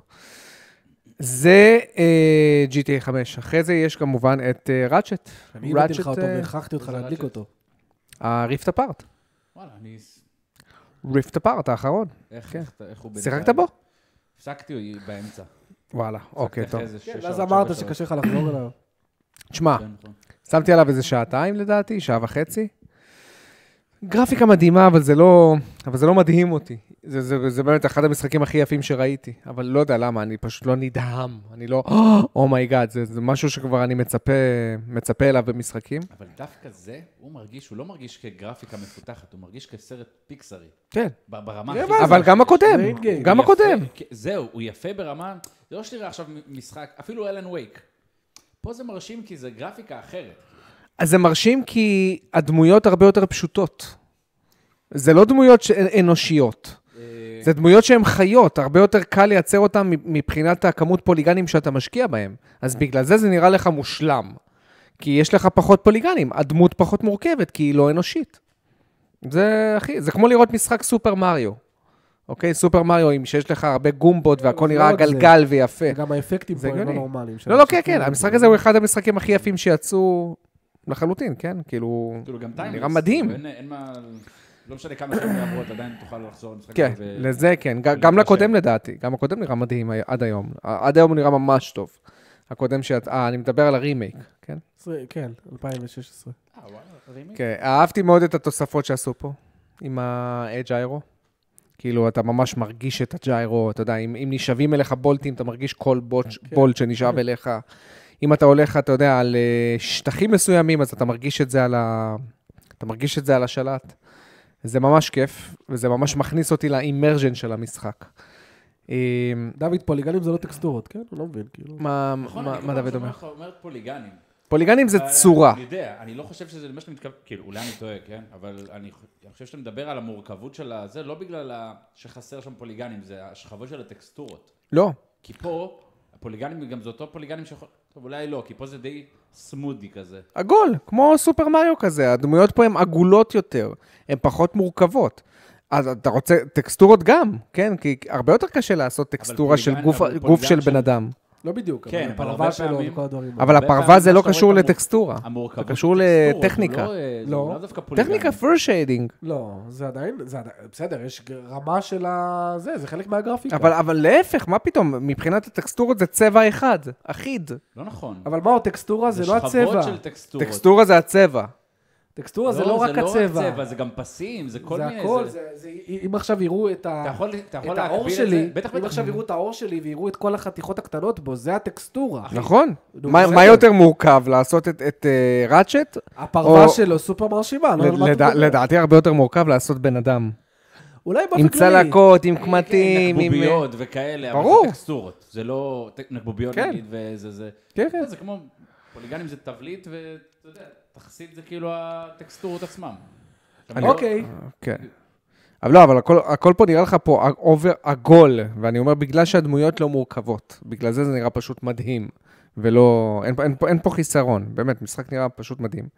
זה GTA 5. אחרי זה יש כמובן את ראצ'ט. אני הבאתי לך אותו והכרחתי אותך להדליק אותו. הריפט אפארט. וואלה, אני... ריפט אפארט, האחרון. איך הוא בינתיים? שיחקת בו? הפסקתי באמצע. וואלה, אוקיי, טוב. אז אמרת שקשה לך לחזור אליו. תשמע, שמתי עליו איזה שעתיים לדעתי, שעה וחצי. גרפיקה מדהימה, אבל זה לא מדהים אותי. זה באמת אחד המשחקים הכי יפים שראיתי, אבל לא יודע למה, אני פשוט לא נדהם. אני לא, אומייגאד, זה משהו שכבר אני מצפה אליו במשחקים. אבל דווקא זה, הוא לא מרגיש כגרפיקה מפותחת, הוא מרגיש כסרט פיקסרי. כן. ברמה הכי... אבל גם הקודם. זהו, הוא יפה ברמה, זה לא שתראה עכשיו משחק, אפילו אלן וייק. פה זה מרשים כי זה גרפיקה אחרת. אז זה מרשים כי הדמויות הרבה יותר פשוטות. זה לא דמויות אנושיות. זה דמויות שהן חיות, הרבה יותר קל לייצר אותן מבחינת הכמות פוליגנים שאתה משקיע בהם. אז בגלל זה נראה לך מושלם. כי יש לך פחות פוליגנים, הדמות פחות מורכבת, כי היא לא אנושית. זה כמו לראות משחק סופר מריו. אוקיי? סופר מריו, אם שיש לך הרבה גומבות והכל נראה גלגל ויפה. גם האפקטים פה הם לא נורמליים. לא, כן. המשחק הזה הוא אחד המשחקים הכי יפים שיצאו לחלוטין, כן? כאילו, נראה מדהים. אין מה... לא משנה כמה שנים יעברו, אתה עדיין תוכל לחזור למשחק. כן, לזה כן. גם לקודם לדעתי. גם הקודם נראה מדהים עד היום. עד היום הוא נראה ממש טוב. הקודם אני מדבר על הרימייק, כן? כן, 2016. כן, אהבתי מאוד את התוספות שעשו פה, עם הג'יירו. כאילו, אתה ממש מרגיש את הג'יירו, אתה יודע, אם נשאבים אליך בולטים, אתה מרגיש כל בולט שנשאב אליך. אם אתה הולך, אתה יודע, על שטחים מסוימים, אז אתה מרגיש את זה על השלט. זה ממש כיף, וזה ממש מכניס אותי לאימרג'ן של המשחק. דוד, פוליגנים זה לא טקסטורות, כן? הוא לא מבין, כאילו. מה דוד אומר? אני אומרת פוליגנים. פוליגנים זה צורה. אני יודע, אני לא חושב שזה מה שאתה מתכוון, כאילו, אולי אני טועה, כן? אבל אני חושב שאתה מדבר על המורכבות של זה, לא בגלל שחסר שם פוליגנים, זה השכבות של הטקסטורות. לא. כי פה, הפוליגנים, גם זה אותו פוליגנים שיכול... טוב, אולי לא, כי פה זה די סמודי כזה. עגול, כמו סופר מריו כזה. הדמויות פה הן עגולות יותר, הן פחות מורכבות. אז אתה רוצה טקסטורות גם, כן? כי הרבה יותר קשה לעשות טקסטורה של גוף של בן אדם. לא בדיוק, כן, אבל הפרווה שלו וכל הדברים. אבל הפרווה זה לא קשור לטקסטורה. זה קשור לטכניקה. לא דווקא פוליגנים. טכניקה פר שיידינג. לא, זה עדיין, בסדר, יש רמה של זה חלק מהגרפיקה. אבל להפך, מה פתאום? מבחינת הטקסטורות זה צבע אחד, אחיד. לא נכון. אבל מהו, טקסטורה זה לא הצבע. זה שכבות של טקסטורות. טקסטורה זה הצבע. טקסטורה זה לא רק הצבע. זה גם פסים, זה כל מיני... זה הכל, אם עכשיו יראו את האור שלי, אם עכשיו יראו את האור שלי ויראו את כל החתיכות הקטנות בו, זה הטקסטורה. נכון. מה יותר מורכב, לעשות את ראצ'ט? הפרווה שלו סופר מרשימה. לדעתי הרבה יותר מורכב לעשות בן אדם. אולי באופן עם כללי. צלקות, עם קמטים, עם... נקבוביות וכאלה, אבל ברור. זה טקסטורות. זה לא נקבוביות כן. נגיד, וזה... כן, כן. זה כמו... פוליגנים זה תבליט, ואתה יודע, תחסית זה כאילו הטקסטורות עצמם. אוקיי. כן. אבל לא, אבל הכל פה נראה לך פה אובר עגול, ואני אומר, בגלל שהדמויות לא מורכבות, בגלל זה נראה פשוט מדהים, ולא, אין פה חיסרון, באמת, משחק נראה פשוט מדהים.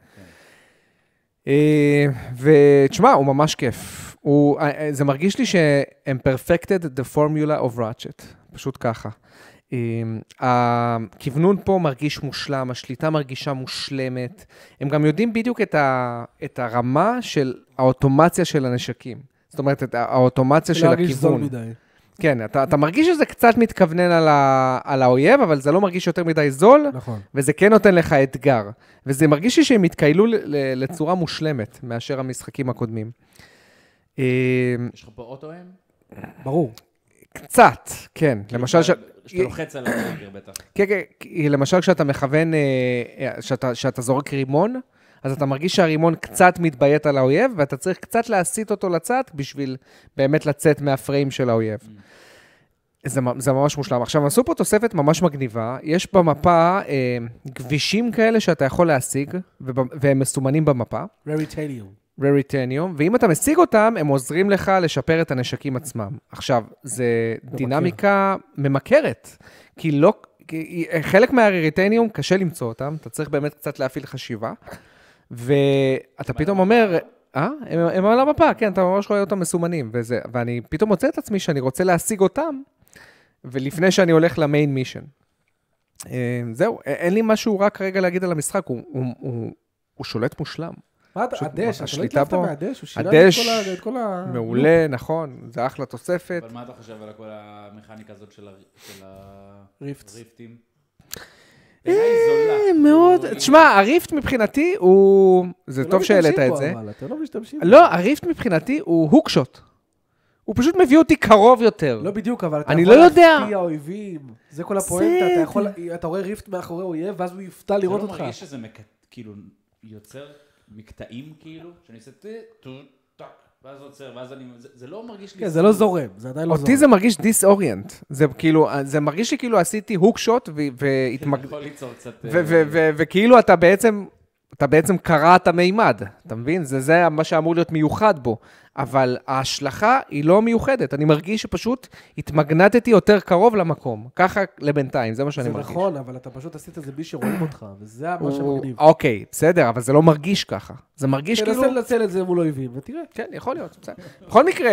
ותשמע, הוא ממש כיף. זה מרגיש לי שהם perfected the formula of Ratchet, פשוט ככה. הכיוונון פה מרגיש מושלם, השליטה מרגישה מושלמת, הם גם יודעים בדיוק את הרמה של האוטומציה של הנשקים. זאת אומרת, את האוטומציה של הכיוון. זול מדי. כן, אתה מרגיש שזה קצת מתכוונן על האויב, אבל זה לא מרגיש יותר מדי זול, נכון. וזה כן נותן לך אתגר. וזה מרגיש לי שהם התקיילו לצורה מושלמת מאשר המשחקים הקודמים. יש לך פה אוטו-אם? ברור. קצת, כן. למשל שאתה לוחץ על הטריגר בטח. כן, כן, למשל כשאתה מכוון, שאתה זורק רימון, אז אתה מרגיש שהרימון קצת מתביית על האויב, ואתה צריך קצת להסיט אותו לצד, בשביל באמת לצאת מהפריים של האויב. זה ממש מושלם. עכשיו, עשו פה תוספת ממש מגניבה, יש במפה גבישים כאלה שאתה יכול להשיג, והם מסומנים במפה. רריטניום, ואם אתה משיג אותם, הם עוזרים לך לשפר את הנשקים עצמם. עכשיו, זה דינמיקה ממכרת, כי לא... חלק מהרריטניום קשה למצוא אותם, אתה צריך באמת קצת להפעיל חשיבה, ואתה פתאום אומר, הם על המפה, כן, אתה ממש רואה אותם מסומנים, ואני פתאום מוצא את עצמי שאני רוצה להשיג אותם, ולפני שאני הולך למיין מישן. זהו, אין לי משהו רק רגע להגיד על המשחק, הוא שולט מושלם. מה אתה, הדש, אתה לא התלהבת מהדש? הוא שינה את כל ה... מעולה, נכון, זה אחלה תוספת. אבל מה אתה חושב על כל המכניקה הזאת של הריפטים? מאוד, תשמע, הריפט מבחינתי הוא... זה טוב שהעלית את זה. אתם לא משתמשים. לא, הריפט מבחינתי הוא הוקשוט. הוא פשוט מביא אותי קרוב יותר. לא בדיוק, אבל אתה אני יכול לא יודע. להפתיע אויבים. זה כל הפואנטה, אתה רואה ריפט מאחורי אויב, ואז הוא יפתע לראות אותך. אתה לא מרגיש שזה כאילו יוצר מקטעים כאילו, שאני עושה טק, ואז עוצר, ואז אני... זה לא מרגיש לי... כן, זה לא זורם, זה עדיין לא זורם. אותי זה מרגיש דיסאוריינט. זה כאילו, זה מרגיש לי כאילו עשיתי הוקשוט, יכול ליצור קצת... וכאילו אתה בעצם קראת מימד, אתה מבין? זה מה שאמור להיות מיוחד בו. אבל ההשלכה היא לא מיוחדת. אני מרגיש שפשוט התמגנטתי יותר קרוב למקום. ככה לבינתיים, זה מה שאני מרגיש. זה נכון, אבל אתה פשוט עשית את זה בלי שרואים אותך, וזה מה שמגניב. אוקיי, בסדר, אבל זה לא מרגיש ככה. זה מרגיש כאילו... תנסה לנצל את זה מול אויבים, ותראה. כן, יכול להיות, בסדר. בכל מקרה,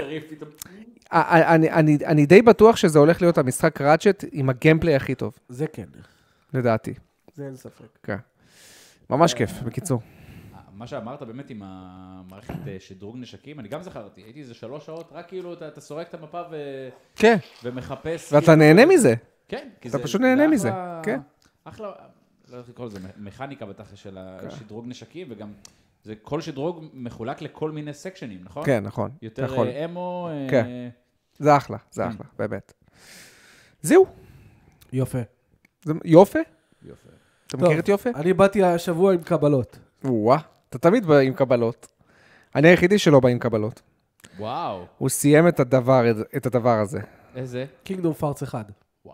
אני די בטוח שזה הולך להיות המשחק ראצ'ט עם הגיימפליי הכי טוב. זה כן. לדעתי. זה אין ספק. כן. ממש כיף, בקיצור. מה שאמרת באמת עם המערכת שדרוג נשקים, אני גם זכרתי, הייתי איזה 3 שעות, רק כאילו אתה סורק את המפה ומחפש... ואתה נהנה מזה. כן. אתה פשוט נהנה מזה, כן. אחלה, לא יודע לקרוא לזה, מכניקה בטח של השדרוג נשקים, וגם כל שדרוג מחולק לכל מיני סקשנים, נכון? כן, נכון. יותר אמו... כן. זה אחלה, באמת. זהו. יופי. יופי? יופי. אתה מכיר את יופי? אני באתי השבוע עם קבלות. אתה תמיד בא עם קבלות. אני היחידי שלא בא עם קבלות. וואו. הוא סיים את הדבר הזה. איזה? קינגדום פארץ 1. וואו.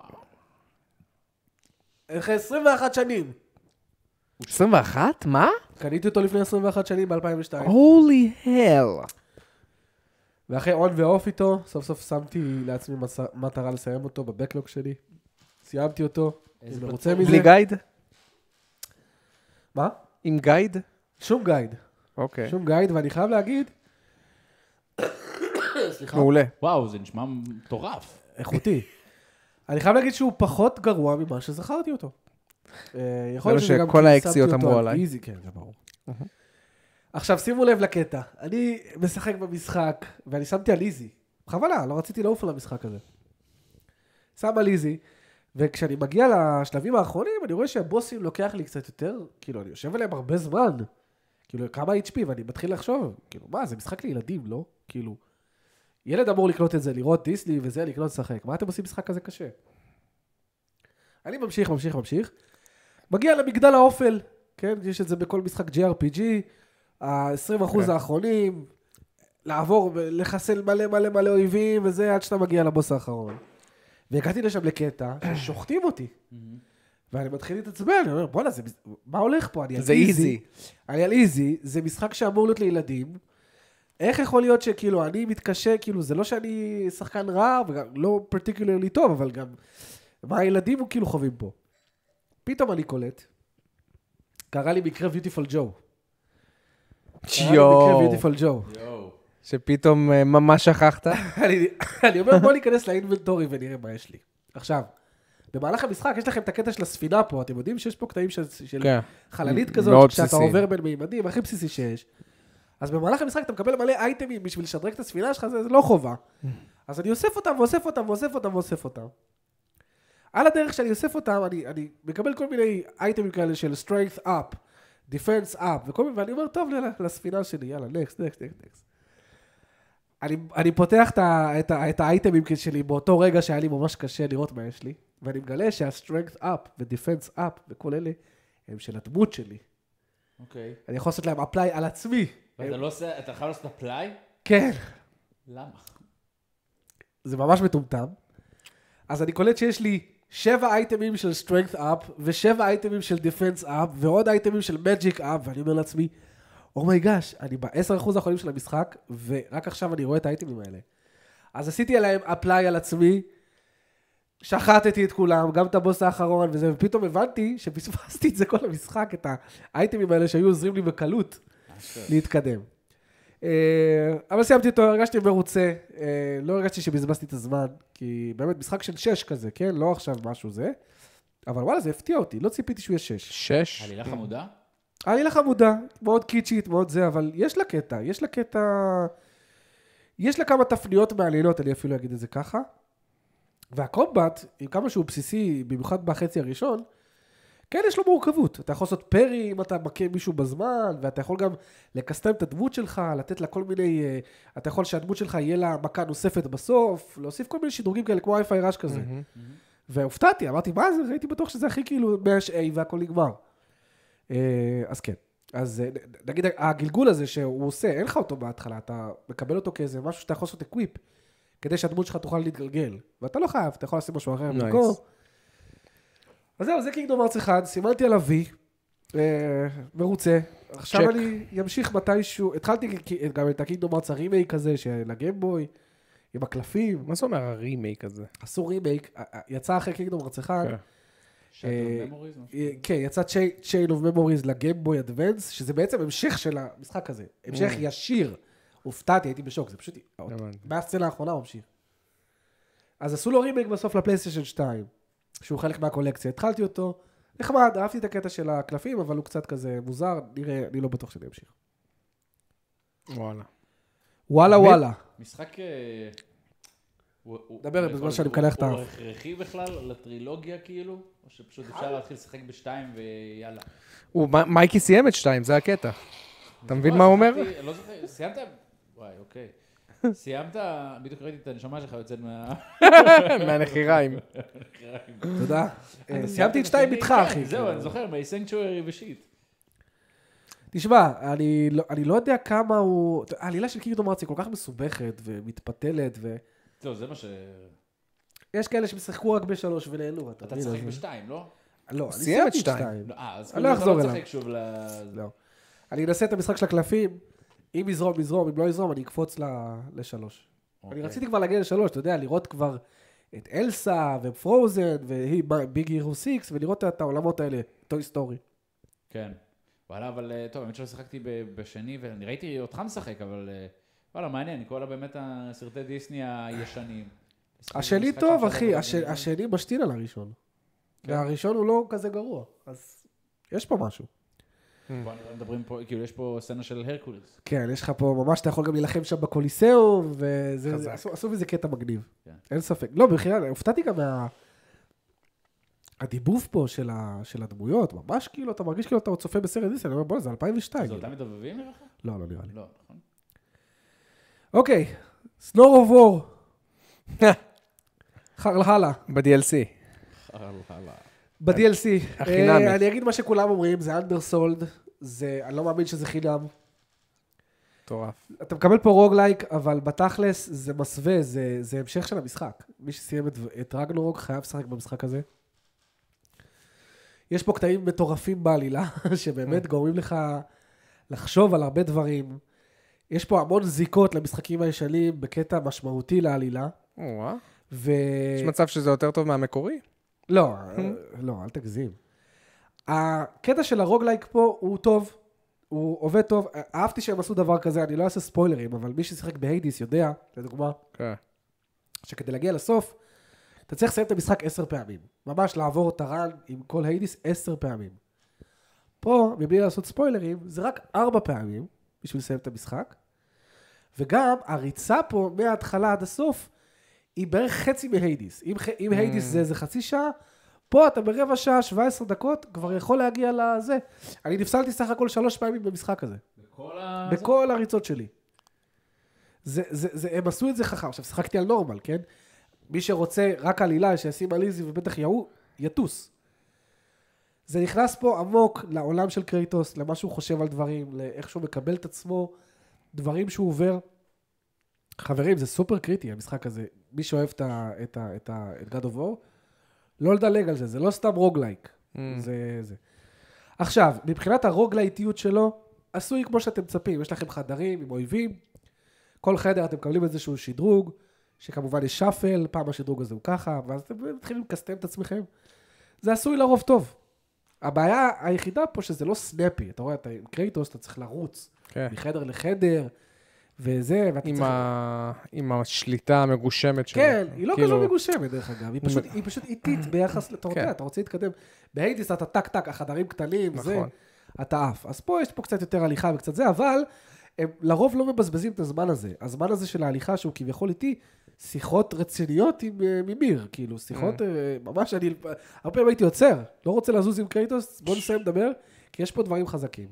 אחרי 21 שנים. 21? מה? קניתי אותו לפני 21 שנים ב-2002. Holy hell. ואחרי און ואוף איתו, סוף סוף שמתי לעצמי מטרה לסיים אותו בבקלוג שלי. סיימתי אותו. אני מרוצה מזה. בלי גייד? מה? עם גייד? שום גייד. אוקיי. שום גייד, ואני חייב להגיד... סליחה. מעולה. וואו, זה נשמע מטורף. איכותי. אני חייב להגיד שהוא פחות גרוע ממה שזכרתי אותו. יכול להיות שזה גם שכל האקסיות אמרו עליי. איזי, כן, זה ברור. עכשיו, שימו לב לקטע. אני משחק במשחק, ואני שמתי על איזי. בכוונה, לא רציתי לעוף על המשחק הזה. שם על איזי, וכשאני מגיע לשלבים האחרונים, אני רואה שהבוסים לוקח לי קצת יותר, כאילו, אני יושב עליהם הרבה זמן, כאילו, כמה HP, ואני מתחיל לחשוב, כאילו, מה, זה משחק לילדים, לא? כאילו, ילד אמור לקנות את זה, לראות דיסני וזה, לקנות לשחק. מה אתם עושים משחק כזה קשה? אני ממשיך. מגיע למגדל האופל, כן? יש את זה בכל משחק JRPG, ה-20% האחרונים, לעבור ולחסל מלא מלא מלא אויבים, וזה עד שאתה מגיע לבוס האחרון. והגעתי לשם לקטע ששוחטים אותי. ואני מתחיל להתעצבן, אני אומר, בוא'נה, מה הולך פה? זה איזי. אני על איזי, זה משחק שאמור להיות לילדים. איך יכול להיות שכאילו אני מתקשה, כאילו זה לא שאני שחקן רע, וגם לא פרטיקולרלי טוב, אבל גם מה הילדים הוא כאילו חווים פה. פתאום אני קולט, קרה לי מקרה ביוטיפול ג'ו. שפתאום ממש שכחת. אני אומר, בוא ניכנס לאינבנטורי ונראה מה יש לי. עכשיו, במהלך המשחק יש לכם את הקטע של הספינה פה, אתם יודעים שיש פה קטעים של חללית כזאת, שאתה עובר בין מימדים, הכי בסיסי שיש. אז במהלך המשחק אתה מקבל מלא אייטמים בשביל לשדרג את הספינה שלך, זה לא חובה. אז אני אוסף אותם ואוסף אותם ואוסף אותם ואוסף אותם. על הדרך שאני אוסף אותם, אני מקבל כל מיני אייטמים כאלה של strength up, defense up, ואני אומר, טוב, לספינה שלי, יאללה, next. אני פותח את האייטמים שלי באותו רגע שהיה לי ממש קשה לראות מה יש לי, ואני מגלה שה-strength up ו-defense up וכל אלה הם של הדמות שלי. אוקיי. אני יכול לעשות להם apply על עצמי. ואתה לא עושה, אתה חייב לעשות apply? כן. למה? זה ממש מטומטם. אז אני קולט שיש לי 7 אייטמים של strength up, ו7 אייטמים של defense up, ועוד אייטמים של magic up, ואני אומר לעצמי, אומייגש, אני ב10% האחרונים של המשחק, ורק עכשיו אני רואה את האייטמים האלה. אז עשיתי עליהם apply על עצמי, שחטתי את כולם, גם את הבוס האחרון וזה, ופתאום הבנתי שפספסתי את זה כל המשחק, את האייטמים האלה שהיו עוזרים לי בקלות להתקדם. אבל סיימתי אותו, הרגשתי מרוצה, לא הרגשתי שבזבזתי את הזמן, כי באמת משחק של 6 כזה, כן? לא עכשיו משהו זה, אבל וואלה, זה הפתיע אותי, לא ציפיתי שהוא יהיה 6. 6? עלילה חמודה? עלילה חמודה, מאוד קיצ'ית, מאוד זה, אבל יש לה כמה תפניות מעלילות, אני אפילו אגיד את זה ככה, והקומבט, עם כמה שהוא בסיסי, במיוחד בחצי הראשון, כן, יש לו מורכבות. אתה יכול לעשות פרי אם אתה מכה מישהו בזמן, ואתה יכול גם לקסטם את הדמות שלך, לתת לה כל מיני, אתה יכול שהדמות שלך יהיה לה מכה נוספת בסוף, להוסיף כל מיני שדרוגים כאלה, כמו איי-פיי ראש כזה. והופתעתי, אמרתי, מה זה? הייתי בטוח שזה הכי כאילו 100 והכל נגמר. אז כן. אז נגיד, הגלגול הזה שהוא עושה, אין לך אותו בהתחלה, אתה מקבל אותו כאיזה משהו שאתה יכול לעשות אקוויפ, כדי שהדמות שלך תוכל להתגלגל. ואתה לא חייב, אתה יכול לעשות משהו אחר. אז זהו, זה קינגדום ארץ 1, סימנתי עליו V, מרוצה. עכשיו אני אמשיך מתישהו, התחלתי גם את הקינגדום ארץ הרימייק הזה, של הגיימבוי, עם הקלפים. מה זה אומר הרימייק הזה? עשו רימייק, יצא אחרי קינגדום ארץ 1. כן, יצא Chain of Memories לגיימבוי אדוונס, שזה בעצם המשך של המשחק הזה. המשך ישיר. הופתעתי, הייתי בשוק, זה פשוט, מהסצנה האחרונה הוא ממשיך. אז עשו לו רימייק בסוף לפלייסטיישן 2. שהוא חלק מהקולקציה. התחלתי אותו, נחמד, אהבתי את הקטע של הקלפים, אבל הוא קצת כזה מוזר, נראה, אני לא בטוח שאני אמשיך. וואלה. משחק... דבר בזמן שאני מקנח את האף. הוא הכרחי בכלל לטרילוגיה כאילו? או שפשוט אפשר להתחיל לשחק ב2 ויאללה? מייקי סיים את 2, זה הקטע. אתה מבין מה הוא אומר? לא זוכר, סיימת? וואי, אוקיי. סיימת, בדיוק ראיתי את הנשמה שלך יוצאת מהנחיריים. תודה. סיימתי את 2 איתך, אחי. זהו, אני זוכר, מ-Sanctuary ושיט. תשמע, אני לא יודע כמה הוא... העלילה של קינגדום ארץ היא כל כך מסובכת ומתפתלת ו... זהו, זה מה ש... יש כאלה שמשחקו רק ב3 ונהנו. אתה צחק ב2, לא? לא, אני סיימתי את 2. אני לא אחזור אליו. לא. אני אנסה את המשחק של הקלפים. אם יזרום, אם לא יזרום, אני אקפוץ ל3. אני רציתי כבר להגיע ל3, אתה יודע, לראות כבר את אלסה ופרוזן וביג הירו 6, ולראות את העולמות האלה, טוי סטורי. כן. וואלה, אבל טוב, האמת שלא שחקתי בשני, ואני ראיתי אותך משחק, אבל וואלה, מעניין, כל באמת הסרטי דיסני הישנים. השני טוב, אחי, השני משתין על הראשון. והראשון הוא לא כזה גרוע, אז יש פה משהו. בוא נדברים פה, כאילו יש פה סצנה של הרקולס. כן, יש לך פה ממש, אתה יכול גם להילחם שם בקוליסאום, ועשו מזה קטע מגניב. אין ספק. לא, בכלל, הופתעתי גם הדיבוב פה של הדמויות, ממש כאילו, אתה מרגיש כאילו אתה צופה בסרט דיסני, אני אומר, בוא, זה 2002. זה אותם מדובבים לך? לא, לא נראה לי. לא, נכון. אוקיי, סנור אוף וור. חרלהלה. ב-DLC. ב-DLC. אני אגיד מה שכולם אומרים, זה אנדרסולד, אני לא מאמין שזה חינם. מטורף. אתה מקבל פה רוגלייק, אבל בתכלס זה מסווה, זה המשך של המשחק. מי שסיים את רגנורוק חייב לשחק במשחק הזה. יש פה קטעים מטורפים בעלילה, שבאמת גורמים לך לחשוב על הרבה דברים. יש פה המון זיקות למשחקים הישנים, בקטע משמעותי לעלילה. יש מצב שזה יותר טוב מהמקורי? לא, אל תגזים. הקטע של הרוגלייק פה הוא טוב, הוא עובד טוב. אהבתי שהם עשו דבר כזה, אני לא אעשה ספוילרים, אבל מי ששיחק בהיידיס יודע, לדוגמה, שכדי להגיע לסוף, אתה צריך לסיים את המשחק 10 פעמים. ממש לעבור את הרן עם כל היידיס 10 פעמים. פה, מבלי לעשות ספוילרים, זה רק 4 פעמים בשביל לסיים את המשחק. וגם הריצה פה מההתחלה עד הסוף, היא בערך חצי מהיידיס. אם היידיס זה חצי שעה, פה אתה ברבע שעה, 17 דקות, כבר יכול להגיע לזה. אני נפסלתי סך הכל 3 פעמים במשחק הזה. בכל הריצות שלי. הם עשו את זה חכם. עכשיו, שחקתי על נורמל, כן? מי שרוצה רק עלילה, שישים על איזי ובטח יטוס. זה נכנס פה עמוק לעולם של קרייטוס, למה שהוא חושב על דברים, לאיך שהוא מקבל את עצמו, דברים שהוא עובר. חברים, זה סופר קריטי, המשחק הזה. מי שאוהב את God of War, לא לדלג על זה, זה לא סתם רוגלייק. זה. עכשיו, מבחינת הרוגלייטיות שלו, עשוי כמו שאתם מצפים, יש לכם חדרים עם אויבים, כל חדר אתם מקבלים איזשהו שדרוג, שכמובן יש שפל, פעם השדרוג הזה הוא ככה, ואז אתם מתחילים לקסטם את עצמכם. זה עשוי לרוב טוב. הבעיה היחידה פה שזה לא סנאפי, אתה רואה, אתה עם קרייטוס, אתה צריך לרוץ מחדר לחדר, וזה, ואתה צריך... עם השליטה המגושמת שלו. כן, היא לא כזו מגושמת דרך אגב, היא פשוט איטית ביחס, אתה רוצה להתקדם. בהיידיס אתה טק-טק, החדרים קטנים, זה, אתה עף. אז פה יש פה קצת יותר הליכה וקצת זה, אבל הם לרוב לא מבזבזים את הזמן הזה. הזמן הזה של ההליכה שהוא כביכול איתי, שיחות רציניות עם מימיר, כאילו, שיחות ממש, אני הרבה פעמים הייתי עוצר, לא רוצה לזוז עם קרייטוס, בוא נסיים לדבר, כי יש פה דברים חזקים.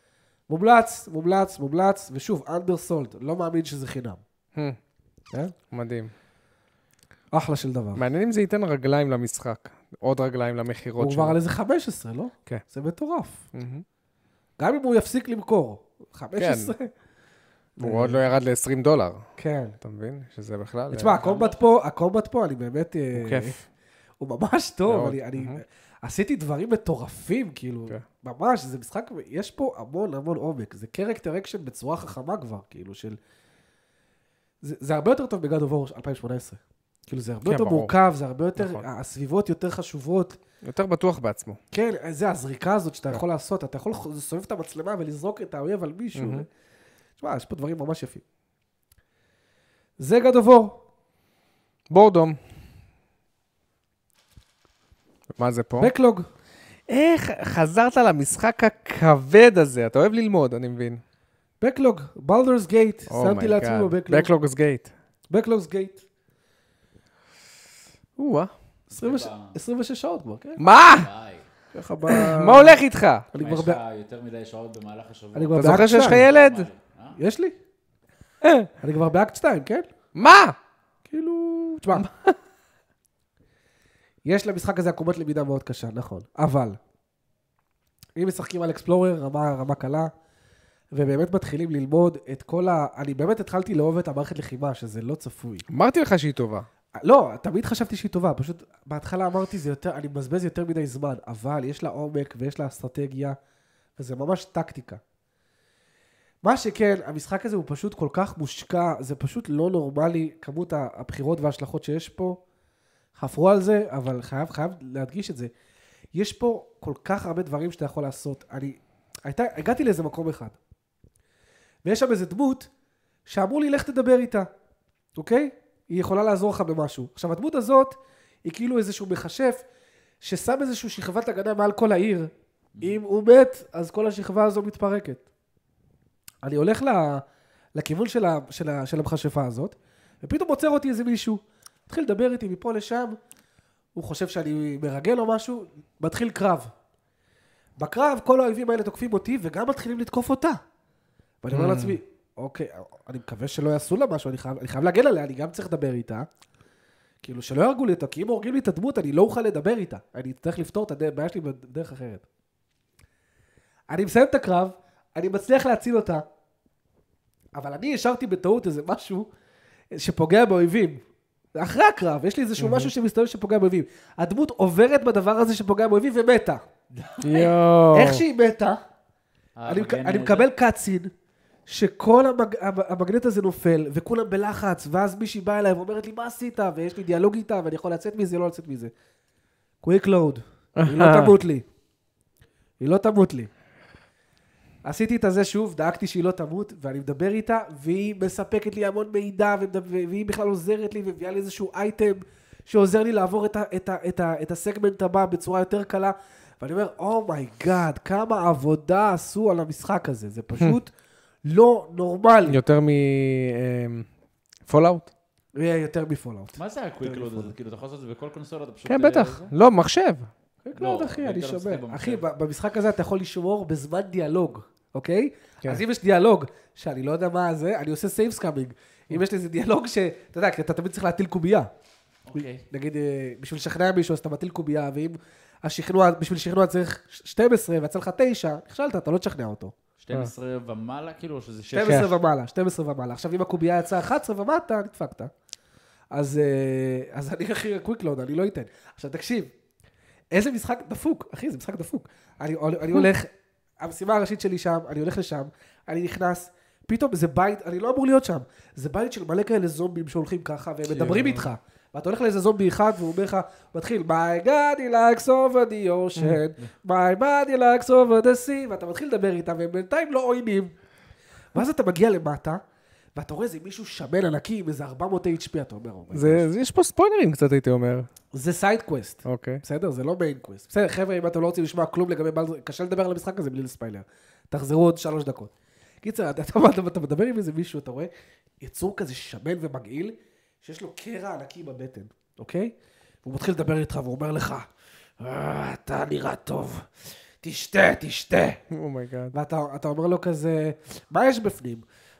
מומלץ, ושוב, אנדרסולד, לא מאמין שזה חינם. מדהים. אחלה של דבר. מעניין אם זה ייתן רגליים למשחק, עוד רגליים למחירות שלו. הוא כבר על איזה 15, לא? כן. זה מטורף. גם אם הוא יפסיק למכור, 15. הוא עוד לא ירד ל$20. כן. אתה מבין? שזה בכלל... תשמע, הקומבט פה, אני באמת... הוא כיף. הוא ממש טוב, אני עשיתי דברים מטורפים, כאילו, ממש, זה משחק, יש פה המון עומק, זה קרקטר אקשן בצורה חכמה כבר, כאילו, של... זה הרבה יותר טוב בגד אובור 2018. כאילו, זה הרבה יותר מורכב, זה הרבה יותר, הסביבות יותר חשובות. יותר בטוח בעצמו. כן, זה הזריקה הזאת שאתה יכול לעשות, אתה יכול לסובב את המצלמה ולזרוק את האויב על מישהו. תשמע, יש פה דברים ממש יפים. זה גד אובור. בורדום. מה זה פה? בקלוג. איך חזרת למשחק הכבד הזה? אתה אוהב ללמוד, אני מבין. בקלוג, בלדרס גייט. שמתי לעצמי בבקלוג. בקלוגס גייט. בקלוגס גייט. 26 שעות כבר, כן? מה? מה הולך איתך? יש לך יותר מדי שעות במהלך השבוע. אתה זוכר שיש לך ילד? יש לי. אני כבר באקט 2, כן? מה? כאילו, תשמע. יש למשחק הזה עקומת למידה מאוד קשה, נכון. אבל, אם משחקים על אקספלורר, רמה קלה, ובאמת מתחילים ללמוד את כל אני באמת התחלתי לאהוב את המערכת לחימה, שזה לא צפוי. אמרתי לך שהיא טובה. לא, תמיד חשבתי שהיא טובה, פשוט בהתחלה אמרתי, אני מבזבז יותר מדי זמן, אבל יש לה עומק ויש לה אסטרטגיה, וזה ממש טקטיקה. מה שכן, המשחק הזה הוא פשוט כל כך מושקע, זה פשוט לא נורמלי, כמות הבחירות וההשלכות שיש פה, חפרו על זה, אבל חייב להדגיש את זה. יש פה כל כך הרבה דברים שאתה יכול לעשות. הגעתי לאיזה מקום אחד, ויש שם איזה דמות שאמרו לי, לך תדבר איתה, אוקיי? היא יכולה לעזור לך במשהו. עכשיו, הדמות הזאת היא כאילו איזשהו מחשף, ששם איזשהו שכבת הגנה מעל כל העיר. אם הוא מת, אז כל השכבה הזו מתפרקת. אני הולך לכיוון של המחשפה הזאת, ופתאום עוצר אותי איזה מישהו, מתחיל לדבר איתי מפה לשם, הוא חושב שאני מרגל או משהו, מתחיל קרב. בקרב כל האויבים האלה תוקפים אותי, וגם מתחילים לתקוף אותה. ואני אומר לעצמי, אוקיי, אני מקווה שלא יעשו לה משהו, אני חייב להגן עליה, אני גם צריך לדבר איתה. כאילו שלא ירגו לי אותה, כי אם הורגים לי את הדמות, אני לא אוכל לדבר איתה. אני צריך לפתור את הבעיה שלי בדרך אחרת. אני מסיים את הקרב, אני מצליח להציל אותה, אבל אני השארתי בטעות איזה משהו שפוגע באויבים. אחרי הקרב, יש לי איזשהו משהו שמסתובב שפוגע באויבים. הדמות עוברת בדבר הזה שפוגע באויבים ומתה. יואו. איך שהיא מתה, אני מקבל קאצין, שכל המגנט הזה נופל, וכולם בלחץ, ואז מישהי באה אליי ואומרת לי, מה עשית? ויש לי דיאלוג איתה, ואני יכול לצאת מזה, לא לצאת מזה. קוויק לואוד. היא לא תמות לי. היא לא תמות לי. עשיתי את זה שוב, דאגתי שהיא לא תמות, ואני מדבר איתה, והיא מספקת לי המון מידע, והיא בכלל עוזרת לי, ומביאה לי איזשהו אייטם, שעוזר לי לעבור את הסגמנט הבא בצורה יותר קלה, ואני אומר, אומייגאד, כמה עבודה עשו על המשחק הזה, זה פשוט לא נורמלי. יותר מפולאוט? יותר מפולאוט. מה זה הקוויק לוד הזה? כאילו, אתה יכול לעשות את זה בכל קונסולה, אתה פשוט... כן, בטח. לא, מחשב. לא, אחי, אני שומע. אחי, במשחק הזה אתה יכול לשמור בזמן דיאלוג, אוקיי? אז אם יש דיאלוג, שאני לא יודע מה זה, אני עושה סייב סקאמינג. אם יש לי איזה דיאלוג אתה יודע, אתה תמיד צריך להטיל קובייה. נגיד, בשביל לשכנע מישהו, אז אתה מטיל קובייה, ואם בשביל שכנוע צריך 12, ויצא לך 9, נכשלת, אתה לא תשכנע אותו. 12 ומעלה, כאילו, או שזה 6? 12 ומעלה. עכשיו, אם הקובייה יצאה 11 ומטה, נדפקת. אז אני הכי קוויק לוד, אני לא אתן. עכשיו, תקשיב, איזה משחק דפוק, אחי, זה משחק דפוק. אני הולך, המשימה הראשית שלי שם, אני הולך לשם, אני נכנס, פתאום זה בית, אני לא אמור להיות שם, זה בית של מלא כאלה זומבים שהולכים ככה, והם מדברים איתך. ואתה הולך לאיזה זומבי אחד, והוא אומר לך, מתחיל, My God, he likes over the ocean, my body likes over the sea, ואתה מתחיל לדבר איתם, והם בינתיים לא עוינים. ואז אתה מגיע למטה, ואתה רואה איזה מישהו שמן ענקי עם איזה 400 HP, אתה אומר. יש פה ספוילרים קצת, הייתי אומר. זה סייד קווסט. אוקיי. בסדר? זה לא מיין קווסט. בסדר, חבר'ה, אם אתם לא רוצים לשמוע כלום לגבי בלדור, קשה לדבר על המשחק הזה בלי לספיילר. תחזרו עוד 3 דקות. קיצר, אתה מדבר עם איזה מישהו, אתה רואה, יצור כזה שמן ומגעיל, שיש לו קרע ענקי בבטן, אוקיי? והוא מתחיל לדבר איתך, והוא אומר לך, אתה נראה טוב, תשתה. אומייגאד. ואתה אומר לו כזה, מה יש בפנים?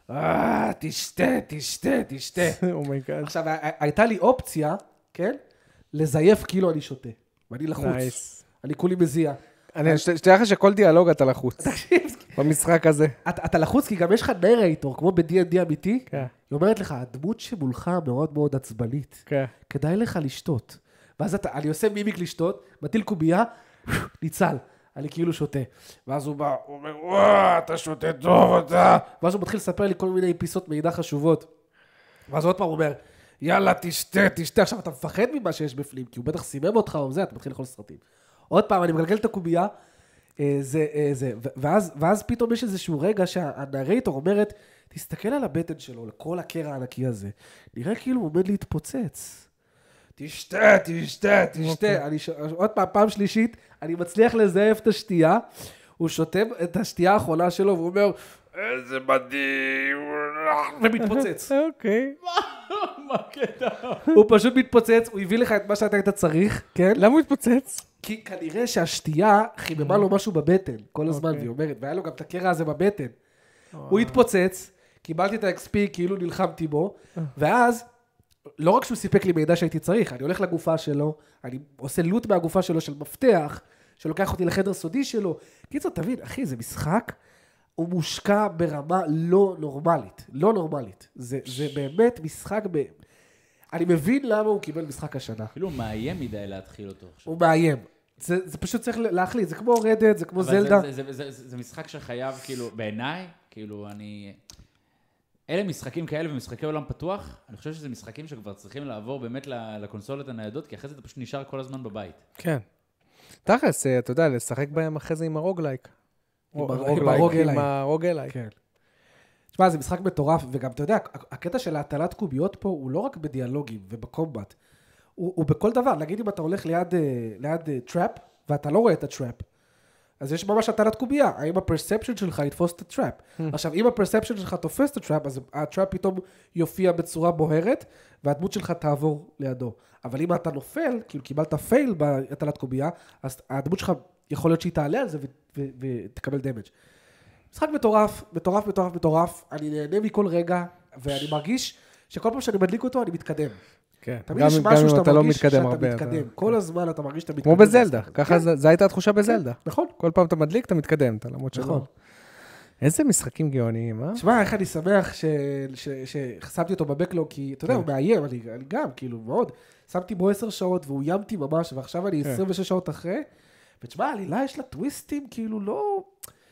תשתה. אומייגאד. עכשיו, הייתה לי אופציה, כן? לזייף כאילו אני שותה. ואני לחוץ. אני כולי מזיע. שתהיה לך שכל דיאלוג אתה לחוץ. במשחק הזה. אתה לחוץ כי גם יש לך נרייטור, כמו ב-D&D אמיתי. כן. היא אומרת לך, הדמות שמולך מאוד מאוד עצבנית. כן. כדאי לך לשתות. ואז אני עושה מימיק לשתות, מטיל קובייה, ניצל. אני כאילו שותה. ואז הוא בא, הוא אומר, וואה, אתה שותה טוב, אתה. ואז הוא מתחיל לספר לי כל מיני פיסות מידע חשובות. ואז עוד פעם הוא אומר, יאללה, תשתה. עכשיו, אתה מפחד ממה שיש בפנים, כי הוא בטח סימם אותך או זה, אתה מתחיל לאכול סרטים. עוד פעם, אני מגלגל את הקובייה, ואז פתאום יש איזשהו רגע שהנרייטור אומרת, תסתכל על הבטן שלו, לכל הקרע הענקי הזה. נראה כאילו הוא עומד להתפוצץ. תשתה. עוד פעם שלישית, אני מצליח לזייף את השתייה, הוא שותה את השתייה האחרונה שלו, והוא אומר, איזה מדהים, ומתפוצץ. אוקיי. מה קטע? הוא פשוט מתפוצץ, הוא הביא לך את מה שאתה היית צריך, כן? למה הוא התפוצץ? כי כנראה שהשתייה חיממה לו משהו בבטן, כל הזמן, והיא אומרת, והיה לו גם את הקרע הזה בבטן. הוא התפוצץ, קיבלתי את ה-XP, כאילו נלחמתי בו, ואז, לא רק שהוא סיפק לי מידע שהייתי צריך, אני הולך לגופה שלו, אני עושה לוט מהגופה שלו של מפתח, שלוקח אותי לחדר סודי שלו. קיצור, תבין, אחי, זה משחק, הוא מושקע ברמה לא נורמלית. זה באמת משחק אני מבין למה הוא קיבל משחק השנה. כאילו הוא מאיים מדי להתחיל אותו. הוא מאיים. זה פשוט צריך להחליט, זה כמו רדד, זה כמו זלדה. זה משחק שחייב, כאילו, בעיניי, כאילו, אלה משחקים כאלה ומשחקי עולם פתוח, אני חושב שזה משחקים שכבר צריכים לעבור באמת לקונסולות הניידות, כי אחרי זה אתה פשוט נשאר כל הזמן בבית. כן. תכלס, אתה יודע, לשחק בהם אחרי זה עם הרוגלייק. עם הרוגלייק. כן. תשמע, זה משחק מטורף, וגם אתה יודע, הקטע של ההטלת קוביות פה הוא לא רק בדיאלוגים ובקומבט, הוא בכל דבר. נגיד אם אתה הולך ליד טראפ, ואתה לא רואה את הטראפ, אז יש ממש הטלת קובייה. האם הפרספשן שלך יתפוס את הטראפ? עכשיו, אם הפרספשן שלך תופס את הטראפ, אז הטראפ פתאום יופיע בצורה בוהרת, והדמות שלך תעבור לידו. אבל אם אתה נופל, כאילו קיבלת פייל בהטלת קובייה, אז הדמות שלך יכול להיות שהיא תעלה על זה ותקבל דמג'. משחק מטורף. אני נהנה מכל רגע, ואני מרגיש שכל פעם שאני מדליק אותו, אני מתקדם. כן. תמיד יש משהו שאתה מרגיש שאתה מתקדם. כל הזמן אתה מרגיש שאתה מתקדם. כמו בזלדה. ככה זו הייתה התחושה בזלדה. נכון. כל פעם אתה מדליק, אתה מתקדם. אתה למרות שלא. נכון. איזה משחקים גאוניים, אה? תשמע, איך אני שמח שחסמתי אותו בבקלוג, כי אתה יודע, הוא מאיים, אני גם, כאילו, מאוד. שמתי בו 10 שעות, והוא ימתי ממש, ועכשיו אני 26 שעות אחרי, ותשמע, העלילה יש לה טוויסטים, כאילו, לא...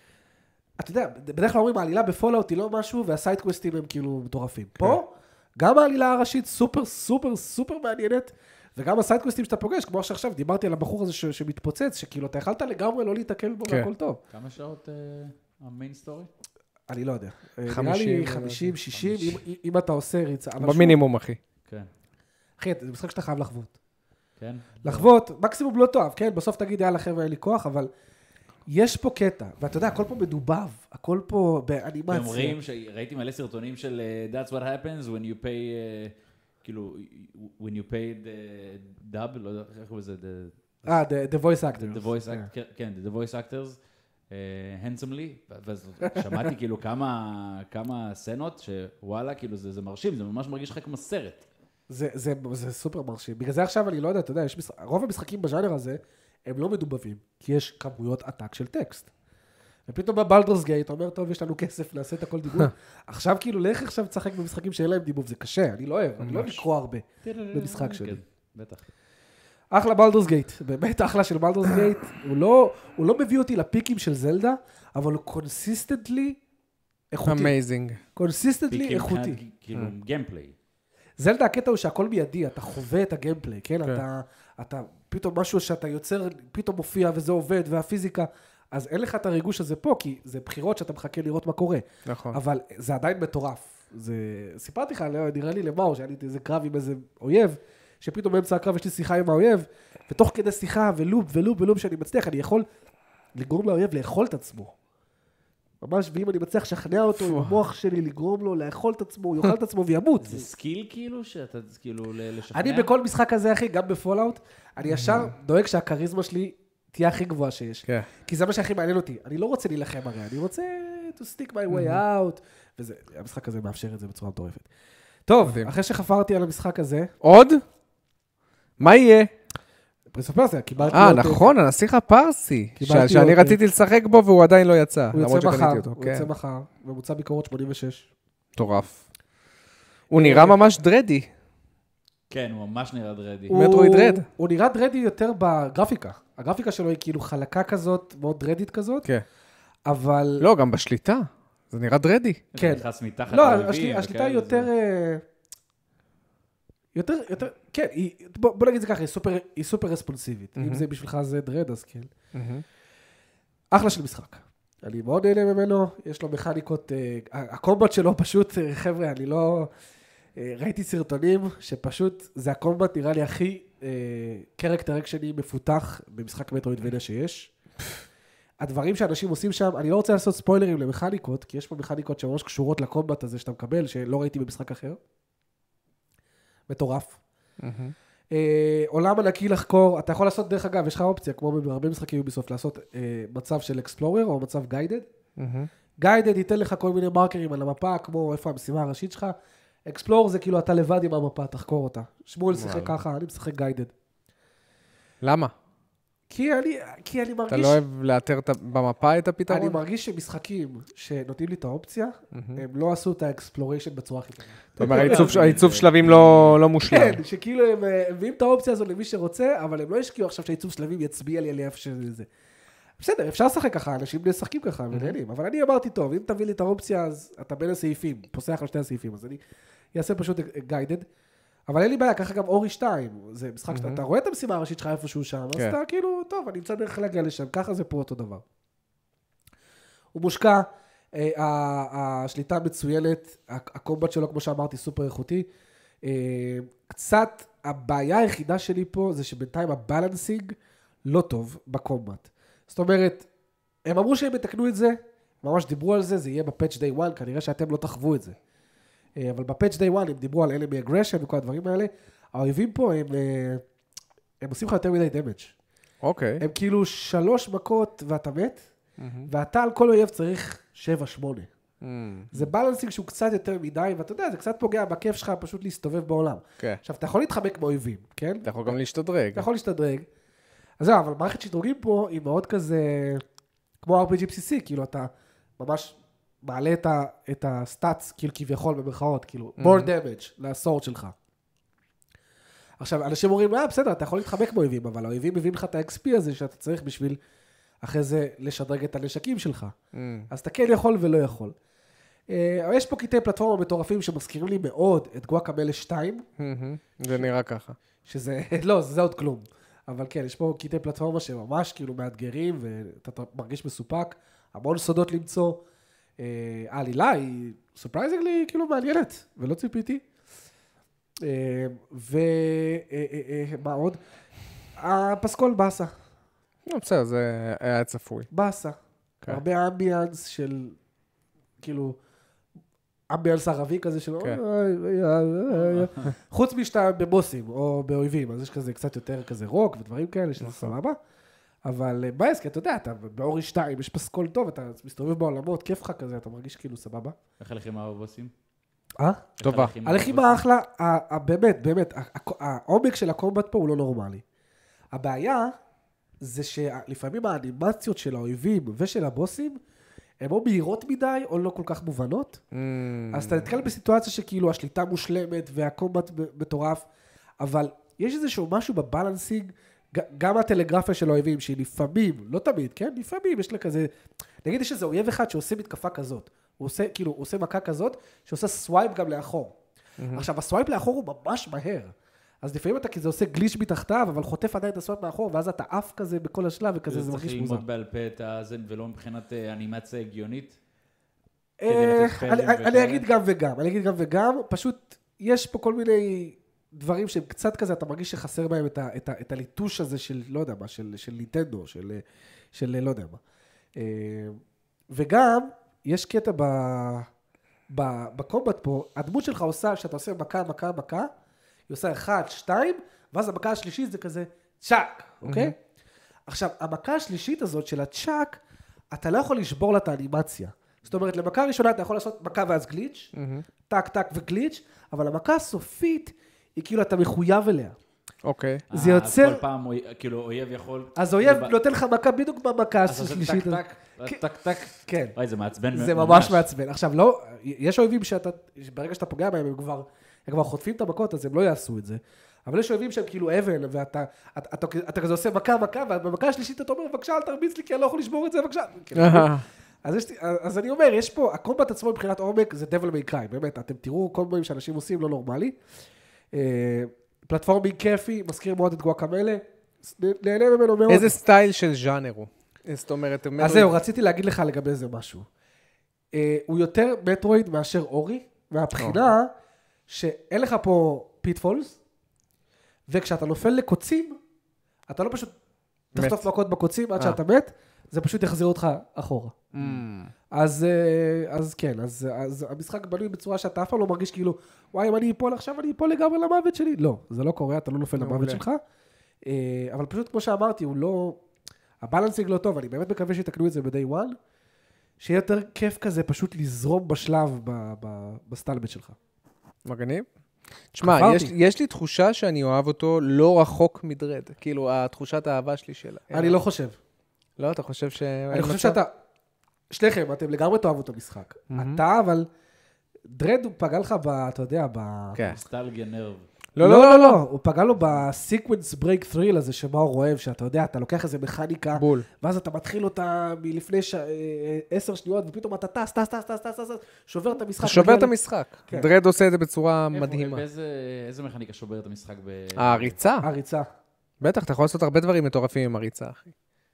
אתה יודע, בדרך כלל אומרים, העלילה בפולאוט היא לא משהו, והסיידקווסטים הם כאילו מטורפים. פה, גם העלילה הראשית סופר, סופר, סופר מעניינת, וגם הסיידקווסטים שאתה פוגש, כמו שעכשיו דיברתי על הבחור הזה שמתפוצץ, שכאילו, אתה יכלת לגמרי לא להתקל בו, והכל טוב. כמה שעות המיין סטורי? אני לא יודע. נראה לי 50, 60, אם אתה עושה ריצה. במינימום, אחי. כן. אחי, זה משחק שאתה חייב לחוות. כן. לחוות, מקסימום לא טוב, כן? בסוף תגיד, יאללה חבר'ה, אין לי כוח, אבל יש פה קטע, ואתה יודע, הכל פה מדובב, הכל פה באנימציה. אומרים, ראיתי מלא סרטונים של That's what happens when you pay, כאילו, when you pay the dub, לא יודע, איך קוראים לזה? The voice actors. The voice actors, כן, the voice actors, handsomely, ושמעתי כאילו כמה סצנות שוואלה, כאילו זה מרשים, זה ממש מרגיש לך כמו סרט. זה סופר מרשים. בגלל זה עכשיו אני לא יודע, אתה יודע, רוב המשחקים בז'אנר הזה, הם לא מדובבים, כי יש כמויות עתק של טקסט. ופתאום בבלדורס גייט, אתה אומר, טוב, יש לנו כסף, נעשה את הכל דיבוב. עכשיו כאילו, לך עכשיו תשחק במשחקים שאין להם דיבוב, זה קשה, אני לא אוהב, אני לא אוהב לקרוא הרבה במשחק שלי. בטח. אחלה בלדורס גייט, באמת אחלה של בלדורס גייט, הוא לא מביא אותי לפיקים של זלדה, אבל הוא קונסיסטנטלי איכותי. אמייזינג. קונסיסטנטלי איכותי. כאילו, גיימפליי. זלדה, הקטע הוא שהכל מיידי, אתה חווה את הגיימפליי, כן? אתה פתאום משהו שאתה יוצר, פתאום מופיע וזה עובד, והפיזיקה, אז אין לך את הריגוש הזה פה, כי זה בחירות שאתה מחכה לראות מה קורה. נכון. אבל זה עדיין מטורף. סיפרתי לך, נראה לי למאור, שהיה לי איזה קרב עם איזה אויב, שפתאום באמצע הקרב יש לי שיחה עם האויב, ותוך כדי שיחה ולוב שאני מצליח, אני יכול לגרום לאויב לאכול את עצמו. ממש, ואם אני מצליח לשכנע אותו עם המוח שלי, לגרום לו לאכול את עצמו, הוא יאכל את עצמו וימות. זה סקיל כאילו, שאתה כאילו לשכנע? אני בכל משחק הזה, אחי, גם בפולאוט, אני ישר דואג שהכריזמה שלי תהיה הכי גבוהה שיש. כי זה מה שהכי מעניין אותי. אני לא רוצה להילחם הרי, אני רוצה to stick my way out, וזה, המשחק הזה מאפשר את זה בצורה מטורפת. טוב, אחרי שחפרתי על המשחק הזה... עוד? מה יהיה? פרינס אוף פרסיה, קיבלתי... נכון, הנסיך הפרסי, שאני רציתי לשחק בו והוא עדיין לא יצא. הוא יוצא מחר, הוא יוצא מחר, ממוצע ביקורת 86. מטורף. הוא נראה ממש דרדי. כן, הוא ממש נראה דרדי. מטרואיד רד. הוא נראה דרדי יותר בגרפיקה. הגרפיקה שלו היא כאילו חלקה כזאת, מאוד דרדית כזאת. כן. אבל... לא, גם בשליטה. זה נראה דרדי. כן. נכנס מתחת לא, השליטה היא יותר, כן, בוא נגיד זה ככה, היא סופר רספונסיבית. אם זה בשבילך זה דרד, אז כן. אחלה של משחק. אני מאוד נהנה ממנו, יש לו מכניקות, הקומבט שלו פשוט, חבר'ה, אני לא... ראיתי סרטונים שפשוט, זה הקומבט נראה לי הכי קרקטר אקשני מפותח במשחק מטרואידבניה שיש. הדברים שאנשים עושים שם, אני לא רוצה לעשות ספוילרים למכניקות, כי יש פה מכניקות שממש קשורות לקומבט הזה שאתה מקבל, שלא ראיתי במשחק אחר. מטורף. עולם ענקי לחקור, אתה יכול לעשות דרך אגב, יש לך אופציה, כמו בהרבה משחקים יוביסופט, לעשות מצב של אקספלורר או מצב גיידד. גיידד ייתן לך כל מיני מרקרים על המפה, כמו איפה המשימה הראשית שלך. אקספלור זה כאילו אתה לבד עם המפה, תחקור אותה. שמואל שיחק ככה, אני משחק גיידד. למה? כי אני מרגיש... אתה לא אוהב לאתר במפה את הפתרון? אני מרגיש שמשחקים שנותנים לי את האופציה, הם לא עשו את האקספלוריישן בצורה הכי טובה. זאת אומרת, העיצוב שלבים לא מושלם. כן, שכאילו הם מביאים את האופציה הזו למי שרוצה, אבל הם לא השקיעו עכשיו שהעיצוב שלבים יצביע לי לאיפה שזה. בסדר, אפשר לשחק ככה, אנשים משחקים ככה, ונהנים, אבל אני אמרתי טוב, אם תביא לי את האופציה, אז אתה בין הסעיפים, פוסח על שתי הסעיפים, אז אני אעשה פשוט גיידד, אבל אין לי בעיה, ככה גם אורי 2, זה משחק שאתה רואה את המשימה הראשית שלך איפשהו שם, אז אתה כאילו, טוב, אני אמצא דרך להגיע לשם, ככה זה פה אותו דבר. הוא מושקע, השליטה מצוינת, הקומבט שלו, כמו שאמרתי, סופר איכותי, קצת, הבעיה היחידה שלי פה, זה שבינתיים הבלנסינג לא טוב בקומבט. זאת אומרת, הם אמרו שהם יתקנו את זה, ממש דיברו על זה, זה יהיה בפאץ' דיי 1, כנראה שאתם לא תחוו את זה. אבל בפאץ' דיי 1 הם דיברו על enemy aggression וכל הדברים האלה, האויבים פה הם עושים לך יותר מדי דמג'. אוקיי. הם כאילו 3 מכות ואתה מת, ואתה על כל אויב צריך 7-8. זה בלנסינג שהוא קצת יותר מדי, ואתה יודע, זה קצת פוגע בכיף שלך פשוט להסתובב בעולם. עכשיו, אתה יכול להתחמק מאויבים, כן? אתה יכול גם להשתדרג. אתה יכול להשתדרג. אז זהו, אבל מערכת שדרוגים פה היא מאוד כזה, כמו RPG בסיסי, כאילו אתה ממש מעלה את הסטאצ, כאילו כביכול במרכאות, כאילו, more damage לסורד שלך. עכשיו, אנשים אומרים, בסדר, אתה יכול להתחמק באויבים, אבל האויבים מביאים לך את ה-XP הזה שאתה צריך בשביל אחרי זה לשדרג את הנשקים שלך. אז אתה כן יכול ולא יכול. אבל יש פה קטעי פלטפורמה מטורפים שמזכירים לי מאוד את גואקמלה 2. זה נראה ככה. שזה, לא, זה עוד כלום. אבל כן, יש פה קטעי פלטפורמה שממש כאילו מאתגרים, ואתה מרגיש מסופק, המון סודות למצוא. העלילה היא סופרייזינגלי כאילו מעניינת, ולא ציפיתי. ומה עוד? הפסקול באסה. בסדר, זה היה צפוי. באסה. הרבה אמביאנס של, כאילו, אמביאנס ערבי כזה של... חוץ משאתה בבוסים או באויבים, אז יש כזה קצת יותר כזה רוק ודברים כאלה שזה סבבה. אבל בייס, כי אתה יודע, אתה באורי 2, יש פסקול טוב, אתה מסתובב בעולמות, כיף לך כזה, אתה מרגיש כאילו סבבה. איך הלחימה בבוסים? טובה. הלחימה אחלה, באמת, העומק של הקומבט פה הוא לא נורמלי. הבעיה זה שלפעמים האנימציות של האויבים ושל הבוסים, הן או מהירות מדי או לא כל כך מובנות. אז אתה נתקל בסיטואציה שכאילו השליטה מושלמת והקומבט מטורף, אבל יש איזשהו משהו בבלנסינג, גם הטלגרפיה של האויבים, שהיא לפעמים, לא תמיד, כן? לפעמים יש לה כזה, נגיד יש איזה אויב אחד שעושה מתקפה כזאת, הוא עושה, כאילו, הוא עושה מכה כזאת, שעושה סווייפ גם לאחור. עכשיו, הסווייפ לאחור הוא ממש מהר. אז לפעמים אתה כזה עושה גליש מתחתיו, אבל חוטף עדיין את הסווייפ מאחור, ואז אתה עף כזה בכל השלב, וכזה זה מרגיש מוזר. צריך ללמוד בעל פה את הזה, ולא מבחינת אנימציה הגיונית? אני אגיד גם וגם, פשוט יש פה כל מיני דברים שהם קצת כזה, אתה מרגיש שחסר בהם את הליטוש הזה של, לא יודע מה, של ניטנדו, של לא יודע מה. וגם, יש קטע בקומבט פה, הדמות שלך עושה, שאתה עושה מכה, היא עושה 1, 2, ואז המכה השלישית זה כזה צ'אק, אוקיי? עכשיו, המכה השלישית הזאת של הצ'אק, אתה לא יכול לשבור לה את האנימציה. זאת אומרת, למכה הראשונה אתה יכול לעשות מכה ואז גליץ', טק וגליץ', אבל המכה הסופית היא כאילו אתה מחויב אליה. אוקיי. זה יוצר... אז כל פעם, כאילו, אויב יכול... אז אויב נותן לך מכה בדיוק במכה השלישית. אז טק. כן. אוי, זה מעצבן ממש. זה ממש מעצבן. עכשיו, לא, יש אויבים ברגע שאתה פוגע בהם, הם כבר חוטפים את המכות, אז הם לא יעשו את זה. אבל יש אויבים שהם כאילו אבן, ואתה כזה עושה מכה, ובמכה השלישית אתה אומר, בבקשה, אל תרביץ לי, כי אני לא יכול לשבור את זה, בבקשה. אז אני אומר, יש פה, הקומבט עצמו מבחינת עומק, זה devil may cry, באמת, אתם תראו קומבטים שאנשים עושים לא נורמלי. פלטפורמי כיפי, מזכיר מאוד את גואקמלה, נהנה ממנו מאוד. איזה סטייל של ז'אנר הוא? זאת אומרת... אז זהו, רציתי להגיד לך לגבי זה משהו. הוא יותר מטרואיד מאשר אורי, מהבחינה שאין לך פה פיטפולס, וכשאתה נופל לקוצים, אתה לא פשוט תחטוף מכות בקוצים עד שאתה מת, זה פשוט יחזיר אותך אחורה. אז כן, אז המשחק בנוי בצורה שאתה אף פעם לא מרגיש כאילו, וואי, אם אני אפול עכשיו, אני אפול לגמרי למוות שלי. לא, זה לא קורה, אתה לא נופל למוות שלך. אבל פשוט כמו שאמרתי, הוא לא... הבלנסינג לא טוב, אני באמת מקווה שיתקנו את זה ב-day one, שיהיה יותר כיף כזה פשוט לזרום בשלב בסטלבט שלך. מגניב. תשמע, יש לי תחושה שאני אוהב אותו לא רחוק מדרד. כאילו, התחושת האהבה שלי שלה. אני לא חושב. לא, אתה חושב ש... אני חושב שאתה... שניכם, אתם לגמרי תאהבו את המשחק. אתה, אבל... דרד הוא פגע לך אתה יודע, סטלגיה נרב. לא, הוא פגע לו בסיקוונס ברייק thrill הזה שמה הוא רואה, שאתה יודע, אתה לוקח איזה מכניקה, ואז אתה מתחיל אותה מלפני 10 שניות, ופתאום אתה טס, שובר את המשחק. שובר את המשחק. דרד עושה את זה בצורה מדהימה. איזה מכניקה שובר את המשחק? הריצה. הריצה. בטח, אתה יכול לעשות הרבה דברים מטורפים עם הריצה, אחי.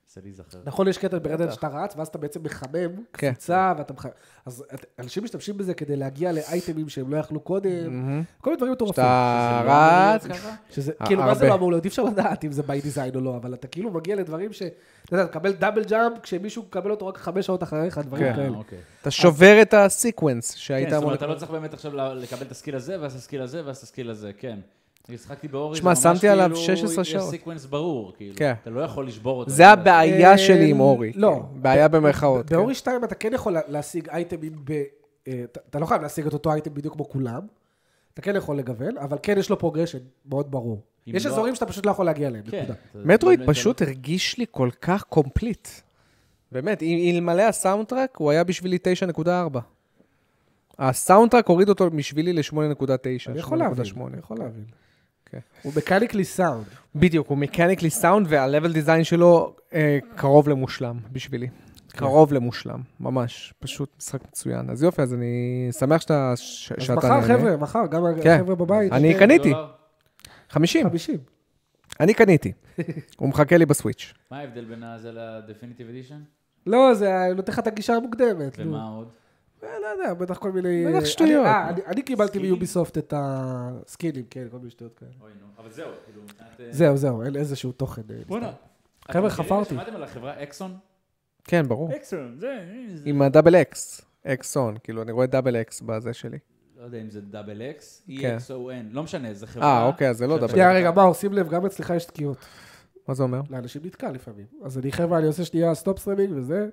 נכון, יש קטע ברדד שאתה רץ, ואז אתה בעצם מחמם קפיצה, אז אנשים משתמשים בזה כדי להגיע לאייטמים שהם לא יכלו קודם, כל מיני דברים מטורפים. שאתה רץ. כאילו, מה זה לא אמור להיות? אי אפשר לדעת אם זה ביי דיזיין או לא, אבל אתה כאילו מגיע לדברים אתה יודע, אתה מקבל דאבל ג'אמפ, כשמישהו מקבל אותו רק 5 שעות אחריך, דברים כאלה. אתה שובר את הסיקוונס שהיית אמור... כן, זאת אומרת, אתה לא צריך באמת עכשיו לקבל את הסקיל הזה, ואז הסקיל הזה, ואז הסקיל הזה, כן. השחקתי באורי, שמה, שמתי עליו 16 שעות. יש סיקוונס ברור, כאילו. אתה לא יכול לשבור אותו. זה הבעיה שלי עם אורי. לא. בעיה במרכאות. באורי 2 אתה כן יכול להשיג אייטמים אתה לא חייב להשיג את אותו אייטם בדיוק כמו כולם. אתה כן יכול לגוון, אבל כן יש לו פרוגרשן מאוד ברור. יש אזורים שאתה פשוט לא יכול להגיע אליהם. מטרואיד פשוט הרגיש לי כל כך קומפליט. באמת, אלמלא הסאונדטרק, הוא היה בשבילי 9.4. הסאונדטרק הוריד אותו בשבילי ל-8.9. אני יכול להבין, אני יכול להבין. הוא מקניקלי סאונד. בדיוק, הוא מקניקלי סאונד, וה-level design שלו קרוב למושלם בשבילי. קרוב למושלם, ממש. פשוט משחק מצוין. אז יופי, אז אני שמח שאתה אז מחר, חבר'ה, מחר, גם החבר'ה בבית. אני קניתי. 50. אני קניתי. הוא מחכה לי בסוויץ'. מה ההבדל בין זה לדפיניטיב אדישן? לא, זה נותן לך את הגישה המוקדמת. ומה עוד? לא יודע, בטח כל מיני... בטח שטויות. אני קיבלתי מיוביסופט את הסקינים, כן, כל מיני שטויות כאלה. אוי, נו. אבל זהו, זהו, אין איזשהו תוכן. בוא'נה. חבר'ה, חפרתי. שמעתם על החברה אקסון? כן, ברור. אקסון, זה... עם הדאבל אקס. אקסון, כאילו, אני רואה דאבל אקס בזה שלי. לא יודע אם זה דאבל אקס, EXON, לא משנה, זה חברה... אוקיי, אז זה לא דאבל שנייה, רגע, מה, שים לב, גם אצלך יש תקיעות. מה זה אומר? לאנשים נתקע לפעמים. אז אני, חבר'ה, אני עושה שנייה סטופ סטרימינג וזה.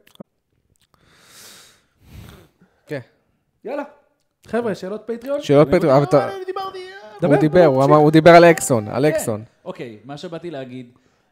כן. יאללה. חבר'ה, שאלות פטריון? שאלות פטריון, אבל אתה... הוא דיבר על אקסון, על אקסון. אוקיי, מה שבאתי להגיד,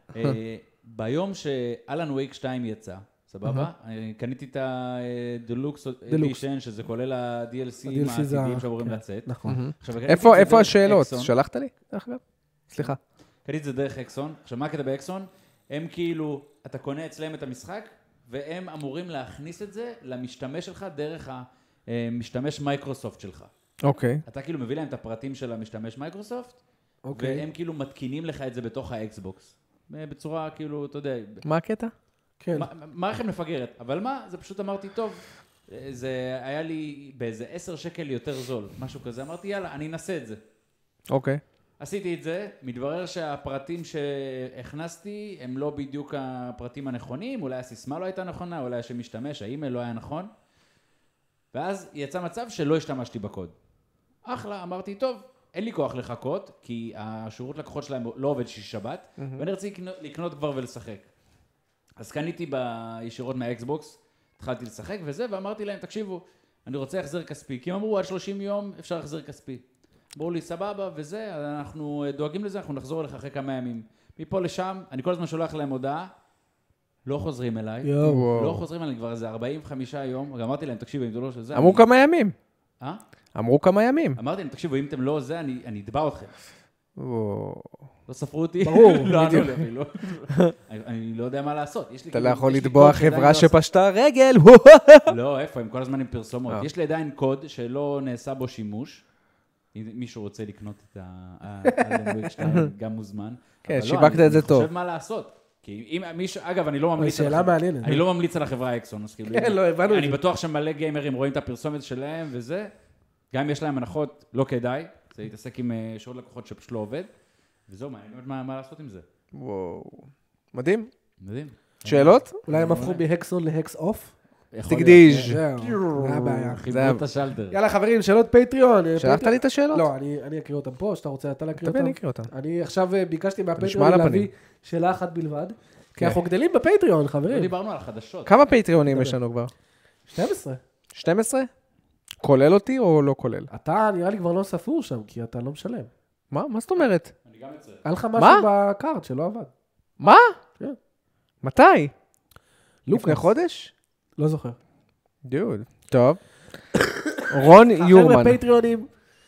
ביום שאלן ווייק 2 יצא, סבבה? קניתי את הדלוקס אדישן, שזה כולל ה-DLC העתידיים שאמורים לצאת. נכון. איפה השאלות? שלחת לי? סליחה. קניתי את זה דרך אקסון. עכשיו, מה הקטע באקסון? הם כאילו, אתה קונה אצלם את המשחק, והם אמורים להכניס את זה למשתמש שלך דרך המשתמש מייקרוסופט שלך. אוקיי. אתה כאילו מביא להם את הפרטים של המשתמש מייקרוסופט, והם כאילו מתקינים לך את זה בתוך האקסבוקס. בצורה כאילו, אתה יודע... מה הקטע? כן. מערכת מפגרת. אבל מה? זה פשוט אמרתי, טוב, זה היה לי באיזה 10 שקל יותר זול, משהו כזה. אמרתי, יאללה, אני אנסה את זה. אוקיי. עשיתי את זה, מתברר שהפרטים שהכנסתי הם לא בדיוק הפרטים הנכונים, אולי הסיסמה לא הייתה נכונה, אולי השם משתמש, האימייל לא היה נכון. ואז יצא מצב שלא השתמשתי בקוד. אחלה, אמרתי, טוב, אין לי כוח לחכות, כי השירות לקוחות שלהם לא עובד שישי שבת, ואני רציתי לקנות כבר ולשחק. אז קניתי בישירות מהאקסבוקס, התחלתי לשחק וזה, ואמרתי להם, תקשיבו, אני רוצה החזר כספי, כי הם אמרו, עד 30 יום אפשר החזר כספי. אמרו לי, סבבה, וזה, אנחנו דואגים לזה, אנחנו נחזור אליך אחרי כמה ימים. מפה לשם, אני כל הזמן שולח להם הודעה, לא חוזרים אליי, לא חוזרים אליי כבר איזה 45 יום, אמרתי להם, תקשיבו, אם זה לא שזה... אמרו כמה ימים. אמרו כמה ימים. אמרתי להם, תקשיבו, אם אתם לא זה, אני אתבע אתכם. לא ספרו אותי. ברור. לא ענו לי, אפילו. אני לא יודע מה לעשות. אתה לא יכול לתבוע חברה שפשטה רגל. לא, איפה, הם כל הזמן עם פרסומות. יש לי עדיין קוד שלא נעשה בו שימוש. אם מישהו רוצה לקנות את אלן ווייק 2, גם מוזמן. כן, שיווקת את זה טוב. אני חושב מה לעשות. כי אם מישהו, אגב, אני לא ממליץ... שאלה מעניינת. אני לא ממליץ על החברה אקסון, אז כאילו... כן, לא, הבנו את זה. אני בטוח שמלא גיימרים רואים את הפרסומת שלהם וזה. גם אם יש להם הנחות, לא כדאי. זה להתעסק עם שירות לקוחות שפשוט לא עובד. וזהו, מה לעשות עם זה? וואו. מדהים. מדהים. שאלות? אולי הם הפכו מהקסון להקס אוף? תקדיז'. זה הבעיה. חיברו את השלטר. יאללה חברים, שאלות פטריון. שלחת לי את השאלות? לא, אני אקריא אותם פה, שאתה רוצה אתה להקריא אותם? תביא, אני אקריא אותם. אני עכשיו ביקשתי מהפטריון להביא שאלה אחת בלבד, כי אנחנו גדלים בפטריון, לא חברים. דיברנו על החדשות. כמה פטריונים יש לנו כבר? 12. 12? כולל אותי או לא כולל? אתה נראה לי כבר לא ספור שם, כי אתה לא משלם. מה? מה זאת אומרת? אני גם אצא. היה לך משהו בקארט שלא עבד. מה? כן. מתי? לוקאס. לפני חודש? לא זוכר. דוד. טוב. רון יורמן. חבר'ה פטריונים,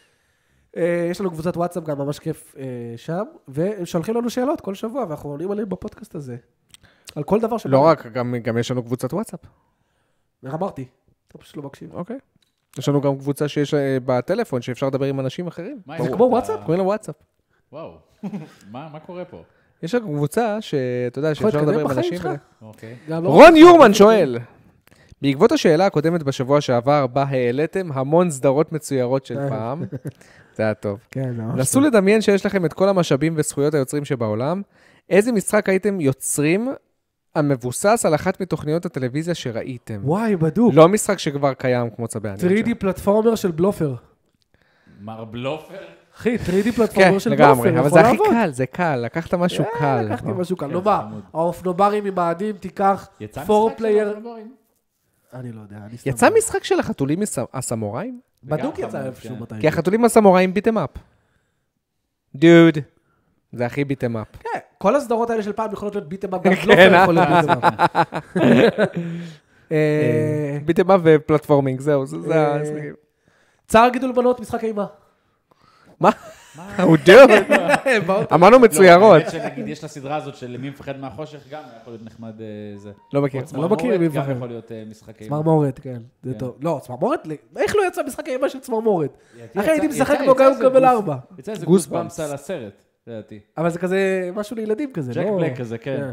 יש לנו קבוצת וואטסאפ גם ממש כיף שם, והם שולחים לנו שאלות כל שבוע, ואנחנו עונים עליהם בפודקאסט הזה. על כל דבר שבא. לא רק, גם יש לנו קבוצת וואטסאפ. איך אמרתי? אתה פשוט לא מקשיב. אוקיי. יש לנו גם קבוצה שיש בטלפון, שאפשר לדבר עם אנשים אחרים. זה כמו וואטסאפ? קוראים לה וואטסאפ. וואו. מה קורה פה? יש לנו קבוצה שאתה יודע, שאפשר לדבר עם אנשים. אוקיי. רון יורמן שואל, בעקבות השאלה הקודמת בשבוע שעבר, בה העליתם המון סדרות מצוירות של פעם. זה היה טוב. נסו לדמיין שיש לכם את כל המשאבים וזכויות היוצרים שבעולם. איזה משחק הייתם יוצרים המבוסס על אחת מתוכניות הטלוויזיה שראיתם? וואי, בדוק. לא משחק שכבר קיים כמו צבי הנינג'ה. 3D פלטפורמר של בלופר. מר בלופר? אחי, 3D פלטפורמר של לגמרי, בלופר. אבל זה הכי קל, זה קל. לקחת משהו קל. לקחתי משהו קל. לא מה, האופנוברים עם מאדים, תיקח 4 פלייר. אני לא יודע. יצא משחק של החתולים הסמוראים? בדוק יצא איפשהו מתישהו. כי החתולים הסמוראים ביטם אפ. דוד. זה הכי ביטם אפ. כן. כל הסדרות האלה של פעם יכולות להיות ביטם אפ, גם לא יכול להיות ביטם אפ. ביטם אפ ופלטפורמינג, זהו, זה המשחקים. צער גידול בנות, משחק אימה. מה? הוא דיוק. אמרנו מצוירות. האמת שנגיד, יש לסדרה הזאת של מי מפחד מהחושך, גם יכול להיות נחמד זה. לא מכיר. לא מכיר מי גם מפחד. יכול להיות משחק אימה. צמרמורת, כן. זה טוב. לא, צמרמורת? איך לא יצא משחק אימה של צמרמורת? אחי, יצא- הייתי משחק יצא- בו גם יצא מקבל איזה 4. יצא איזה Goosebumps. גוסבאמפס על הסרט, לדעתי. אבל זה כזה משהו לילדים כזה, ג'ק לא... בלק כזה, כן.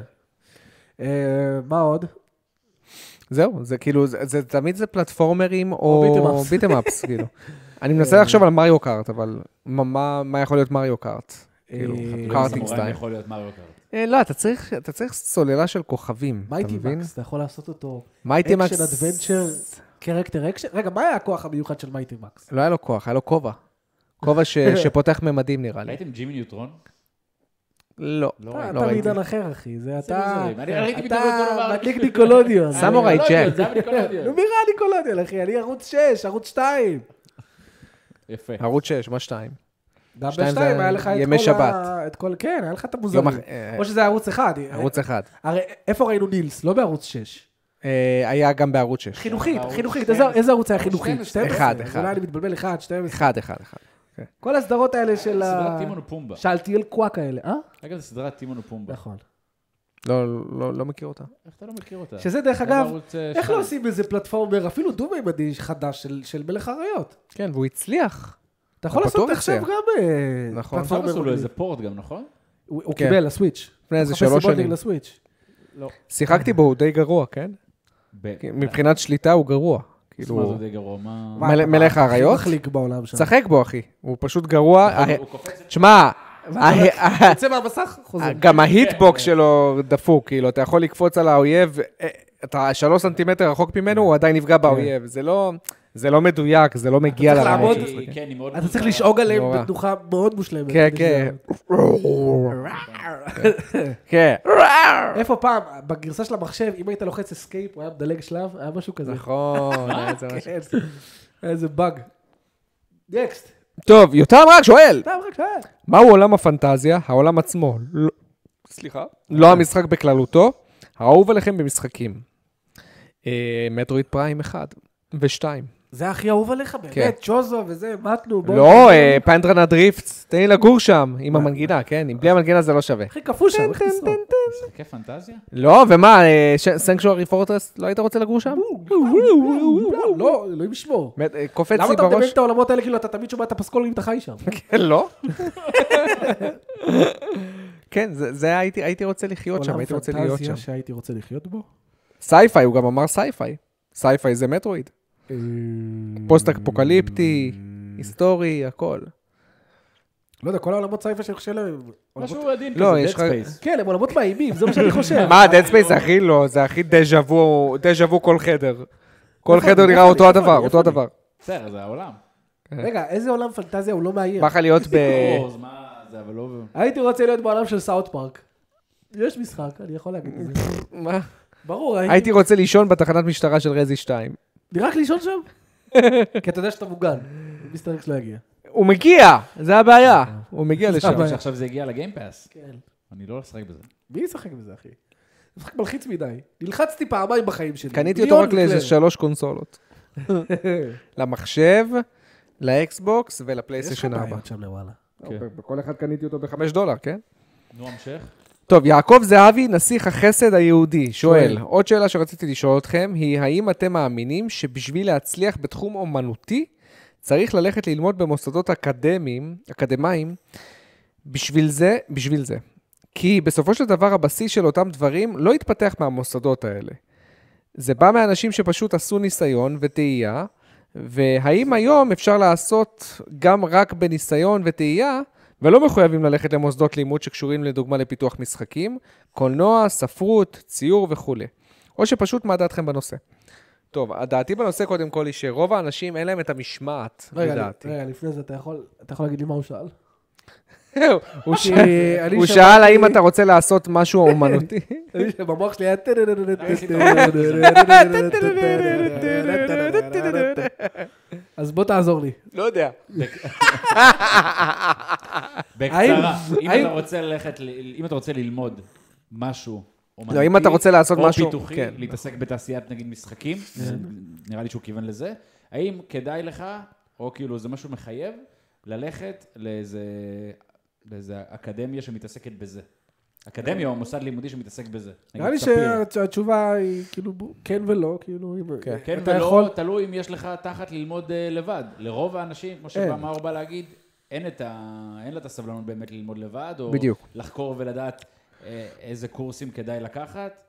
מה עוד? זהו, זה כאילו, תמיד זה פלטפורמרים או או ביטם אפס, כאילו. אני מנסה לחשוב על מריו קארט, אבל מה יכול להיות מריו קארט? כאילו, קארטינג סמוראים סטייל. יכול להיות מריו קארט. לא, אתה צריך סוללה של כוכבים, אתה מייטי מבין? מקס, אתה יכול לעשות אותו מייטי אקשן מקס, אדוונצ'ר, קרקטר אקשן. רגע, מה היה הכוח המיוחד של מייטי מקס? לא היה לו כוח, היה לו כובע. כובע שפותח ממדים נראה לי. ראיתם ג'ימי ניוטרון? לא, לא לא אתה ראיתי. בעידן אחר, אחי. זה אתה... זרים. אני ראיתי בדיוק אותו דבר. מדליק ניקולודיון. סמוראי ג'ק. זה היה ניקולודיון. נו, מירה ניקולודיון, אחי. אני ערוץ 6, ערוץ 2. יפה. ערוץ 6, מה 2? גם שתיים ב-2 זה היה לך את ימי כל שבת. את כל... כן, היה לך את המוזרים. יום או שזה היה ערוץ 1. ערוץ 1. הרי איפה ראינו נילס? לא בערוץ 6. היה גם בערוץ 6. חינוכית, ערוץ חינוכית. 12. איזה ערוץ היה ערוץ חינוכית? 12. 12. אחד. אולי אני מתבלבל 1, 12. 1. כל הסדרות האלה של סדרת טימון ופומבה. שאלתיאל קוואק האלה, אה? אגב, זו סדרת טימון ופומבה. נכון. לא מכיר אותה. איך אתה לא מכיר אותה? שזה דרך זה אגב, בערוץ, איך שתיים. לא עושים איזה פלטפורמר, אפילו דו-מימדי חדש של מלך האריות? כן, והוא הצליח. אתה יכול בטוח לעשות עכשיו הצליח. גם נכון. עכשיו פלטפורמר. עשו לו איזה פורט גם, נכון? הוא כן. קיבל לסוויץ'. לפני איזה מחפש 3 סיבות שנים. לסוויץ'. שיחקתי בו, הוא די גרוע, כן? מבחינת שליטה הוא גרוע. מה זה כאילו, די גרוע? מה... מלך האריות? הכי מחליק בעולם שם. שחק בו, אחי. הוא פשוט גרוע. הוא קופץ... תשמע, יוצא מהמסך, חוזר. גם ההיטבוקס שלו דפוק, כאילו, אתה יכול לקפוץ על האויב, אתה 3 סנטימטר רחוק ממנו, הוא עדיין נפגע באויב. זה לא מדויק, זה לא מגיע צריך לרמות. לעמוד- כן, היא מאוד... אתה צריך לשאוג עליהם נורא. בתנוחה מאוד מושלמת. כן, כדי כן. שזה- כן. איפה פעם, בגרסה של המחשב, אם היית לוחץ אסקייפ, הוא היה מדלג שלב, היה משהו כזה. נכון. היה זה משהו. כן. היה איזה באג. נקסט. טוב, יותם רק שואל, טוב, רק שואל. מהו עולם הפנטזיה, העולם עצמו? סליחה? לא המשחק בכללותו, האהוב עליכם במשחקים. מטרויד פריים 1 ו-2. זה הכי אהוב עליך, באמת, צ'וזו וזה, מתנו, בואו. לא, פנדרנה דריפט, תן לי לגור שם, עם המנגינה, כן? אם בלי המנגינה זה לא שווה. הכי כפול שם, איך תשרוד? משחקי פנטזיה? לא, ומה, סנקשוארי פורטרס, לא היית רוצה לגור שם? לא, אלוהים ישמור. קופץ למה לי אתה מדמיין בראש? את העולמות האלה, כאילו אתה תמיד שומע את הפסקול אם אתה חי שם? לא? כן, זה הייתי רוצה לחיות שם, הייתי רוצה להיות שם. עולם פנטזיה שהייתי רוצה לחיות בו? סייפיי, הוא גם אמר סייפיי. סייפיי זה מטרואיד. פוסט-אפוקליפטי, היסטורי, הכל. לא יודע, כל העולמות סייפה שאני חושב עליהם. משהו עדין לא, כזה, יש Dead לך- Space. כן, הם עולמות מאיימים, זה מה שאני חושב. מה, Dead Space זה הכי לא, זה הכי דז'ה וו כל חדר. כל איפה חדר אני? נראה איפה אותו אני? הדבר, איפה אותו אני? הדבר. בסדר, זה העולם. רגע, איזה עולם פנטזיה הוא לא מאיים? בא לך להיות ב... אורז, מה זה, אבל לא... הייתי רוצה להיות בעולם של סאוט פארק. יש משחק, אני יכול להגיד את זה. מה? ברור, הייתי רוצה לישון בתחנת משטרה של רזי 2. אני רק לישון שם? כי אתה יודע שאתה מוגן. מסתבר שלא יגיע. הוא מגיע, זה הבעיה. הוא מגיע לשם. הבעיה. שעכשיו זה הגיע לגיימפאס. כן. אני לא הולך לשחק בזה. מי ישחק בזה, אחי? זה משחק מלחיץ מדי. נלחצתי פעמיים בחיים שלי. קניתי אותו רק לאיזה 3 קונסולות. למחשב, לאקסבוקס ולפלייסטיישן 4. שם לוואלה. בכל אחד קניתי אותו $5, כן? נו, המשך. טוב, יעקב זהבי, נסיך החסד היהודי, שואל, עוד שאלה שרציתי לשאול אתכם, היא האם אתם מאמינים שבשביל להצליח בתחום אומנותי, צריך ללכת ללמוד במוסדות אקדמיים, בשביל זה. כי בסופו של דבר הבסיס של אותם דברים לא יתפתח מהמוסדות האלה. זה בא מאנשים שפשוט עשו ניסיון וטעייה, והאם היום אפשר לעשות גם רק בניסיון וטעייה, ולא מחויבים ללכת למוסדות לימוד שקשורים לדוגמה לפיתוח משחקים, קולנוע, ספרות, ציור וכו'. או שפשוט מה דעתכם בנושא. טוב, הדעתי בנושא קודם כל היא שרוב האנשים אין להם את המשמעת, לדעתי. רגע, לפני זה אתה יכול להגיד לי מה הוא שאל? הוא שאל האם אתה רוצה לעשות משהו אומנותי. במוח שלי היה... אז אז בוא תעזור לי. לא יודע. בקצרה, האם- אם אתה רוצה ללמוד משהו, לא, אם אתה רוצה לעשות משהו, או פיתוחי, כן. להתעסק בתעשיית נגיד משחקים, נראה לי שהוא כיוון לזה, האם כדאי לך, או כאילו זה משהו מחייב, ללכת לאיזה אקדמיה שמתעסקת בזה? אקדמיה או מוסד לימודי שמתעסק בזה? נראה לי ספיר. שהתשובה היא כאילו כן ולא, כאילו... כן אתה ולא, יכול- תלוי אם יש לך תחת ללמוד לבד. לרוב האנשים, כמו שמאור בא להגיד, אין לה את הסבלנות באמת ללמוד לבד, או בדיוק. לחקור ולדעת איזה קורסים כדאי לקחת.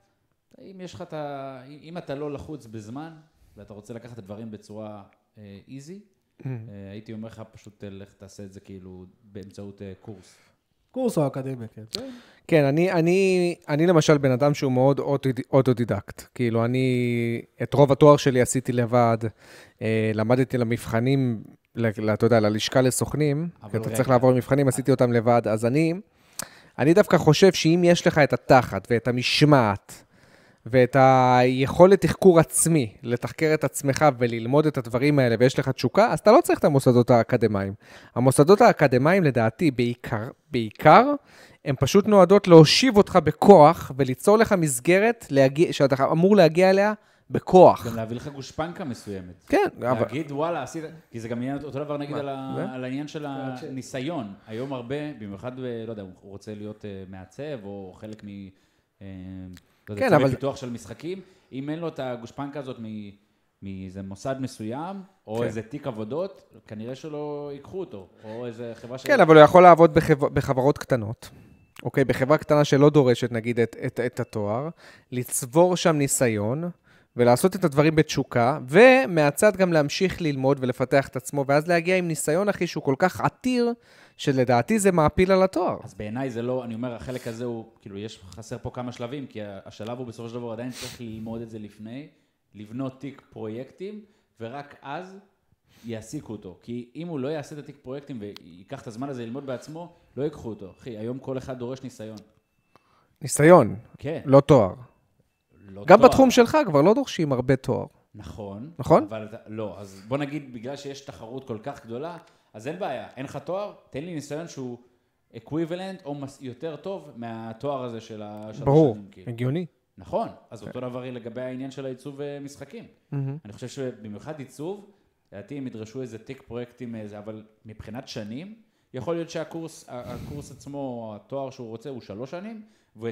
אם אתה לא לחוץ בזמן, ואתה רוצה לקחת את הדברים בצורה איזי, הייתי אומר לך פשוט לך תעשה את זה כאילו באמצעות קורס. קורס או אקדמיה, כן. כן, אני למשל בן אדם שהוא מאוד אוטודידקט. כאילו, את רוב התואר שלי עשיתי לבד, למדתי למבחנים, אתה יודע, ללשכה לסוכנים, כי אתה צריך לעבור מבחנים, עשיתי אותם לבד, אז אני דווקא חושב שאם יש לך את התחת ואת המשמעת, ואת היכולת תחקור עצמי, לתחקר את עצמך וללמוד את הדברים האלה, ויש לך תשוקה, אז אתה לא צריך את המוסדות האקדמיים. המוסדות האקדמיים, לדעתי, בעיקר, הן פשוט נועדות להושיב אותך בכוח, וליצור לך מסגרת שאתה אמור להגיע אליה בכוח. גם להביא לך גושפנקה מסוימת. כן. להגיד, וואלה, עשית... כי זה גם אותו דבר נגיד על העניין של הניסיון. היום הרבה, במיוחד, לא יודע, הוא רוצה להיות מעצב, או חלק כן, אבל... פיתוח של משחקים, אם אין לו את הגושפנקה הזאת מאיזה מוסד מסוים, או איזה תיק עבודות, כנראה שלא ייקחו אותו, או איזה חברה כן, אבל הוא יכול לעבוד בחברות קטנות. אוקיי, בחברה קטנה שלא דורשת, נגיד, את התואר, לצבור שם ניסיון, ולעשות את הדברים בתשוקה, ומהצד גם להמשיך ללמוד ולפתח את עצמו, ואז להגיע עם ניסיון, אחי, שהוא כל כך עתיר, שלדעתי זה מעפיל על התואר. אז בעיניי זה לא, אני אומר, החלק הזה הוא, כאילו, חסר פה כמה שלבים, כי השלב הוא בסופו של דבר עדיין צריך ללמוד את זה לפני, לבנות תיק פרויקטים, ורק אז יעסיקו אותו. כי אם הוא לא יעשה את התיק פרויקטים ויקח את הזמן הזה ללמוד בעצמו, לא ייקחו אותו. אחי, היום כל אחד דורש ניסיון. ניסיון, כן. לא תואר. לא גם תואר. בתחום שלך כבר לא דורשים הרבה תואר. נכון. נכון? אבל לא, אז בוא נגיד, בגלל שיש תחרות כל כך גדולה, אז אין בעיה, אין לך תואר, תן לי ניסיון שהוא אקוויבלנט או יותר טוב מהתואר הזה של ברור, השנים, כאילו. הגיוני. נכון, אז אותו דבר לגבי העניין של העיצוב משחקים. אני חושב שבמיוחד עיצוב, לדעתי הם ידרשו איזה תיק פרויקטים, אבל מבחינת שנים, יכול להיות שהקורס עצמו, התואר שהוא רוצה הוא 3 שנים,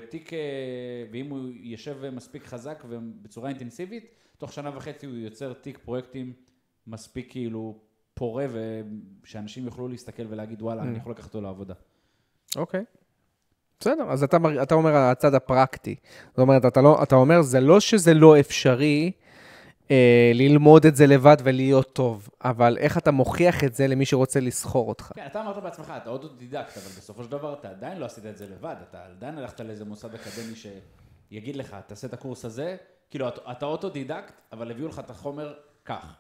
ואם הוא יושב מספיק חזק ובצורה אינטנסיבית, תוך 1.5 שנה הוא יוצר תיק פרויקטים מספיק כאילו פורה, ושאנשים יוכלו להסתכל ולהגיד, וואלה, אני יכול לקחת אותו לעבודה. אוקיי. בסדר, אז אתה אומר הצד הפרקטי. זאת אומרת, אתה אומר, זה לא שזה לא אפשרי ללמוד את זה לבד ולהיות טוב, אבל איך אתה מוכיח את זה למי שרוצה לסחור אותך? כן, אתה אמרת בעצמך, אתה אוטודידקט, אבל בסופו של דבר אתה עדיין לא עשית את זה לבד, אתה עדיין הלכת לאיזה מוסד אקדמי שיגיד לך, תעשה את הקורס הזה, כאילו, אתה אוטודידקט, אבל הביאו לך את החומר כך.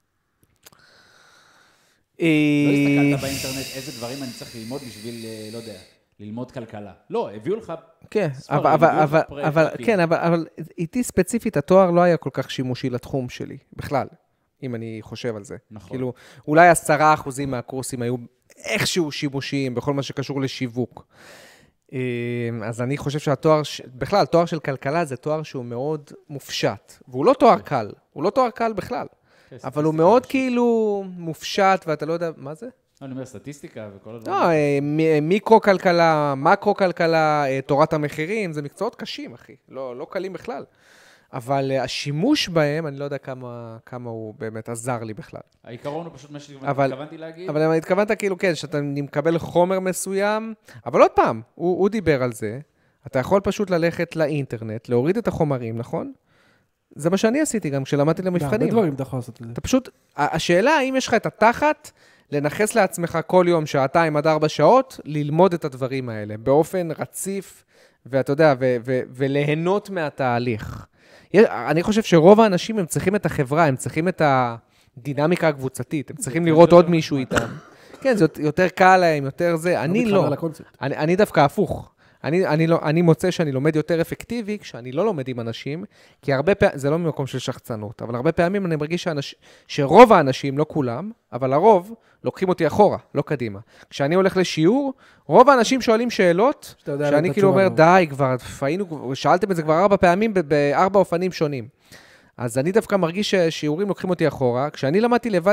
לא הסתכלת באינטרנט איזה דברים אני צריך ללמוד בשביל, לא יודע, ללמוד כלכלה. לא, הביאו לך כן, ספרים, הביאו לך פרויקטים. כן, אבל איתי ספציפית התואר לא היה כל כך שימושי לתחום שלי, בכלל, אם אני חושב על זה. נכון. כאילו, אולי 10% מהקורסים היו איכשהו שימושיים בכל מה שקשור לשיווק. אז אני חושב שהתואר, בכלל, תואר של כלכלה זה תואר שהוא מאוד מופשט, והוא לא תואר קל, הוא לא תואר קל בכלל, אבל הוא מאוד כאילו מופשט, ואתה לא יודע, מה זה? אני אומר, סטטיסטיקה וכל הדברים. לא, מיקרו-כלכלה, מקרו-כלכלה, תורת המחירים, זה מקצועות קשים, אחי, לא קלים בכלל. אבל השימוש בהם, אני לא יודע כמה הוא באמת עזר לי בכלל. העיקרון הוא פשוט מה שהתכוונתי להגיד. אבל התכוונת כאילו, כן, שאתה מקבל חומר מסוים, אבל עוד פעם, הוא דיבר על זה, אתה יכול פשוט ללכת לאינטרנט, להוריד את החומרים, נכון? זה מה שאני עשיתי גם כשלמדתי למבחנים. הרבה דברים אתה יכול לעשות את זה. אתה פשוט, השאלה האם יש לך את התחת, לנחס לעצמך כל יום 2 עד 4 שעות, ללמוד את הדברים האלה, באופן רציף, ואתה יודע, וליהנות מהתהליך. אני חושב שרוב האנשים הם צריכים את החברה, הם צריכים את הדינמיקה הקבוצתית, הם צריכים לראות עוד מישהו איתם. כן, זה יותר קל להם, יותר זה. אני לא. אני דווקא הפוך. אני מוצא שאני לומד יותר אפקטיבי כשאני לא לומד עם אנשים, כי הרבה פעמים, זה לא ממקום של שחצנות, אבל הרבה פעמים אני מרגיש שרוב האנשים, לא כולם, אבל הרוב, לוקחים אותי אחורה, לא קדימה. כשאני הולך לשיעור, רוב האנשים שואלים שאלות, שאני כאילו אומר, די, כבר שאלתם את זה כבר 4 פעמים ב4 אופנים שונים. אז אני דווקא מרגיש ששיעורים לוקחים אותי אחורה. כשאני למדתי לבד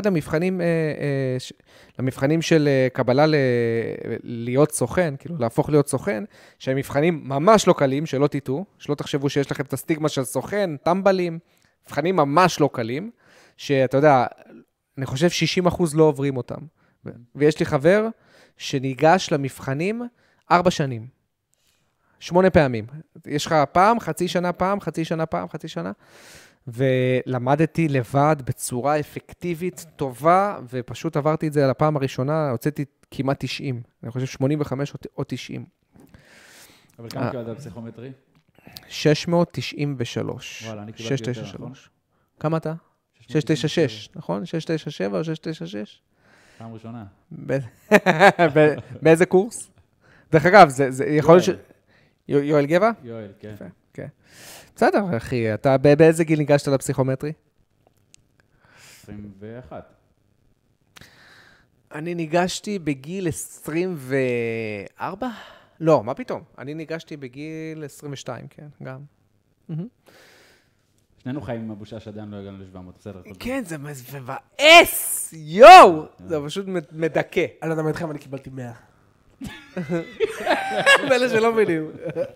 למבחנים של קבלה להיות סוכן, כאילו להפוך להיות סוכן, שהם מבחנים ממש לא קלים, שלא תטעו, שלא תחשבו שיש לכם את הסטיגמה של סוכן, טמבלים, מבחנים ממש לא קלים, שאתה יודע, אני חושב 60% לא עוברים אותם. ויש לי חבר שניגש למבחנים 4 שנים. 8 פעמים. יש לך פעם, חצי שנה פעם, חצי שנה פעם, חצי שנה. ולמדתי לבד בצורה אפקטיבית, טובה, ופשוט עברתי את זה על הפעם הראשונה, הוצאתי כמעט 90. אני חושב 85 או 90. אבל כמה קיבלת בפסיכומטרי? 693. וואלה, אני קיבלתי יותר, נכון? כמה אתה? 696, נכון? 697 או 696? פעם ראשונה. באיזה קורס? דרך אגב, זה יכול להיות יואל גבע? יואל, כן. כן. בסדר, אחי, אתה באיזה גיל ניגשת לפסיכומטרי? 21. אני ניגשתי בגיל 24? לא, מה פתאום? אני ניגשתי בגיל 22, כן, גם. שנינו חיים עם הבושה שעדיין לא הגענו ל-700, בסדר. כן, זה מבאס! יואו! זה פשוט מדכא. אני לא יודע מה איתכם, אני קיבלתי 100. באלה שלא מבינים.